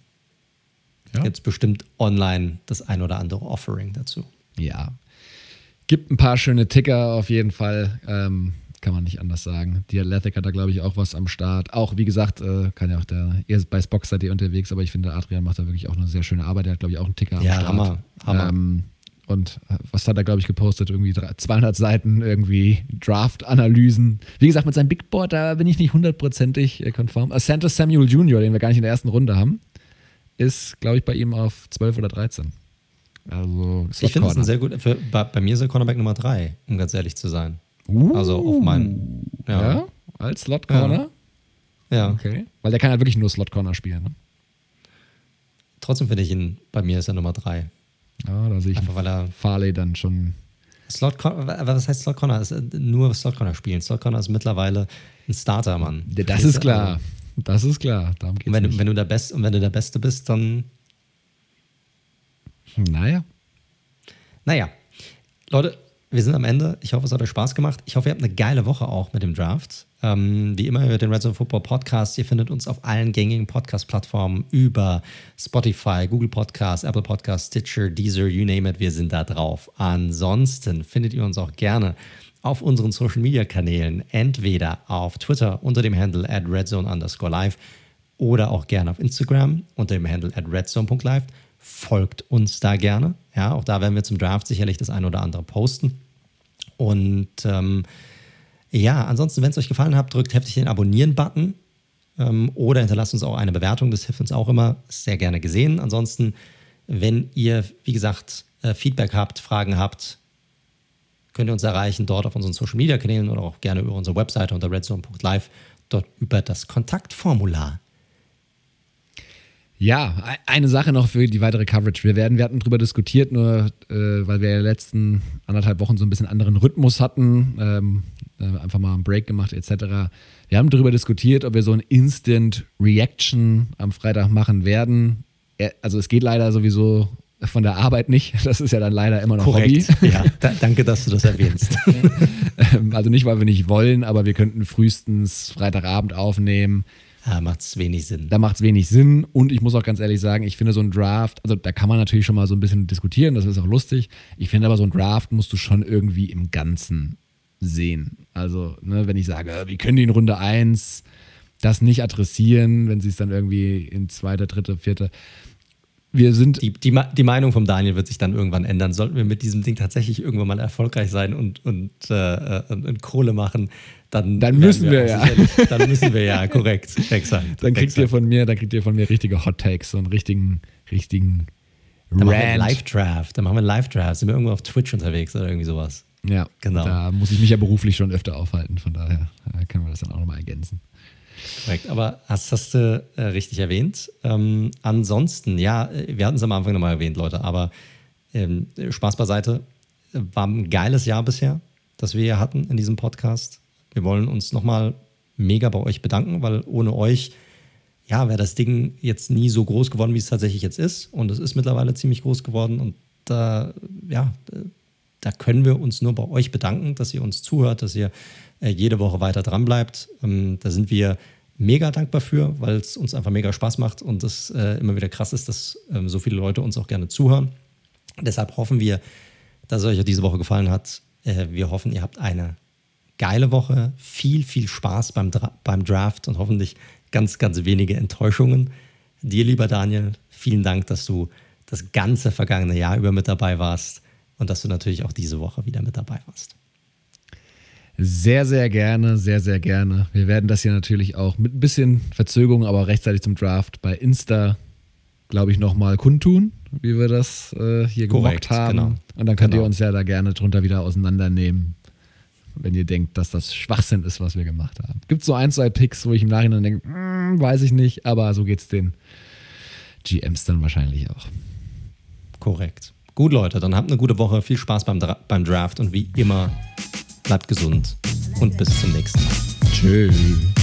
Ja. Gibt es bestimmt online das ein oder andere Offering dazu. Ja. Gibt ein paar schöne Ticker auf jeden Fall. Ähm, kann man nicht anders sagen. Die Athletic hat da, glaube ich, auch was am Start. Auch, wie gesagt, äh, kann ja auch der, ihr ist bei Spox.de unterwegs, aber ich finde, Adrian macht da wirklich auch eine sehr schöne Arbeit. Der hat, glaube ich, auch einen Ticker am Ja, Start. Hammer, Hammer. Ähm, und was hat er, glaube ich, gepostet? Irgendwie zweihundert Seiten, irgendwie Draft-Analysen. Wie gesagt, mit seinem Big Board, da bin ich nicht hundertprozentig äh, konform. Äh, Santos Samuel Junior, den wir gar nicht in der ersten Runde haben, ist, glaube ich, bei ihm auf zwölf oder dreizehn. Also, Ich finde es ein sehr gut, für, bei, bei mir ist er Cornerback Nummer drei, um ganz ehrlich zu sein. Uh, Also auf meinen. Ja, Ja. als Slot Corner. ja. Okay. Weil der kann halt wirklich nur Slot Corner spielen. Ne? Trotzdem finde ich ihn, bei mir ist er Nummer drei. Ja, da sehe ich Einfach weil er. Farley dann schon. Slot Corner, was heißt Slot Corner? Ist nur Slot Corner spielen. Slot Corner ist mittlerweile ein Starter, Mann. Das ist klar. Das ist klar. Darum geht's Und wenn, nicht. wenn, du der Best, und wenn du der Beste bist, dann. Naja. Naja. Leute, wir sind am Ende. Ich hoffe, es hat euch Spaß gemacht. Ich hoffe, ihr habt eine geile Woche auch mit dem Draft. Ähm, wie immer, ihr hört den Red Zone Football Podcast. Ihr findet uns auf allen gängigen Podcast-Plattformen über Spotify, Google Podcasts, Apple Podcasts, Stitcher, Deezer, you name it. Wir sind da drauf. Ansonsten findet ihr uns auch gerne auf unseren Social-Media-Kanälen, entweder auf Twitter unter dem Handle at redzone underscore live oder auch gerne auf Instagram unter dem Handle at redzone punkt live. Folgt uns da gerne. Ja, auch da werden wir zum Draft sicherlich das ein oder andere posten. Und ähm, ja, ansonsten, wenn es euch gefallen hat, drückt heftig den Abonnieren-Button ähm, oder hinterlasst uns auch eine Bewertung. Das hilft uns auch immer. Sehr gerne gesehen. Ansonsten, wenn ihr, wie gesagt, äh, Feedback habt, Fragen habt, könnt ihr uns erreichen dort auf unseren Social-Media-Kanälen oder auch gerne über unsere Webseite unter redzone punkt live, dort über das Kontaktformular. Ja, eine Sache noch für die weitere Coverage. Wir werden, wir hatten drüber diskutiert, nur äh, weil wir in den letzten anderthalb Wochen so ein bisschen anderen Rhythmus hatten, ähm, äh, einfach mal einen Break gemacht et cetera. Wir haben darüber diskutiert, ob wir so ein Instant Reaction am Freitag machen werden. Also es geht leider sowieso von der Arbeit nicht. Das ist ja dann leider immer noch Korrekt. Hobby. Ja, da, danke, dass du das erwähnst. Also nicht, weil wir nicht wollen, aber wir könnten frühestens Freitagabend aufnehmen. Da macht es wenig Sinn. Da macht es wenig Sinn und ich muss auch ganz ehrlich sagen, ich finde so ein Draft, also da kann man natürlich schon mal so ein bisschen diskutieren, das ist auch lustig. Ich finde aber so ein Draft musst du schon irgendwie im Ganzen sehen. Also ne, wenn ich sage, wir können die in Runde eins das nicht adressieren, wenn sie es dann irgendwie in zweiter, dritter, vierter. Wir sind die, die, die Meinung vom Daniel wird sich dann irgendwann ändern. Sollten wir mit diesem Ding tatsächlich irgendwann mal erfolgreich sein und, und, äh, und, und Kohle machen, dann, dann müssen wir, wir ja. Dann müssen wir ja, korrekt. Exakt. Dann kriegt exakt. ihr von mir, dann kriegt ihr von mir richtige Hot Takes, so einen richtigen, richtigen Dann machen wir einen Live-Draft. Dann machen wir einen Live-Draft. Sind wir irgendwo auf Twitch unterwegs oder irgendwie sowas. Ja, genau. Da muss ich mich ja beruflich schon öfter aufhalten. Von daher können wir das dann auch nochmal ergänzen. Korrekt, aber hast, hast du äh, richtig erwähnt. Ähm, ansonsten, ja, wir hatten es am Anfang nochmal erwähnt, Leute, aber ähm, Spaß beiseite, war ein geiles Jahr bisher, das wir hier hatten in diesem Podcast. Wir wollen uns nochmal mega bei euch bedanken, weil ohne euch, ja, wäre das Ding jetzt nie so groß geworden, wie es tatsächlich jetzt ist. Und es ist mittlerweile ziemlich groß geworden und da, äh, ja, da können wir uns nur bei euch bedanken, dass ihr uns zuhört, dass ihr jede Woche weiter dran bleibt. Ähm, da sind wir mega dankbar für, weil es uns einfach mega Spaß macht und es äh, immer wieder krass ist, dass ähm, so viele Leute uns auch gerne zuhören. Deshalb hoffen wir, dass es euch diese Woche gefallen hat. Äh, wir hoffen, ihr habt eine geile Woche, viel, viel Spaß beim, Dra- beim Draft und hoffentlich ganz, ganz wenige Enttäuschungen. Dir, lieber Daniel, vielen Dank, dass du das ganze vergangene Jahr über mit dabei warst und dass du natürlich auch diese Woche wieder mit dabei warst. Sehr, sehr gerne, sehr, sehr gerne. Wir werden das hier natürlich auch mit ein bisschen Verzögerung, aber rechtzeitig zum Draft bei Insta, glaube ich, nochmal kundtun, wie wir das äh, hier Korrekt, gemockt haben. Genau. Und dann könnt genau. ihr uns ja da gerne drunter wieder auseinandernehmen, wenn ihr denkt, dass das Schwachsinn ist, was wir gemacht haben. Gibt so ein, zwei Picks, wo ich im Nachhinein denke, mm, weiß ich nicht, aber so geht es den G Ms dann wahrscheinlich auch. Korrekt. Gut, Leute, dann habt eine gute Woche, viel Spaß beim, Dra- beim Draft und wie immer, bleibt gesund und bis zum nächsten Mal. Tschüss.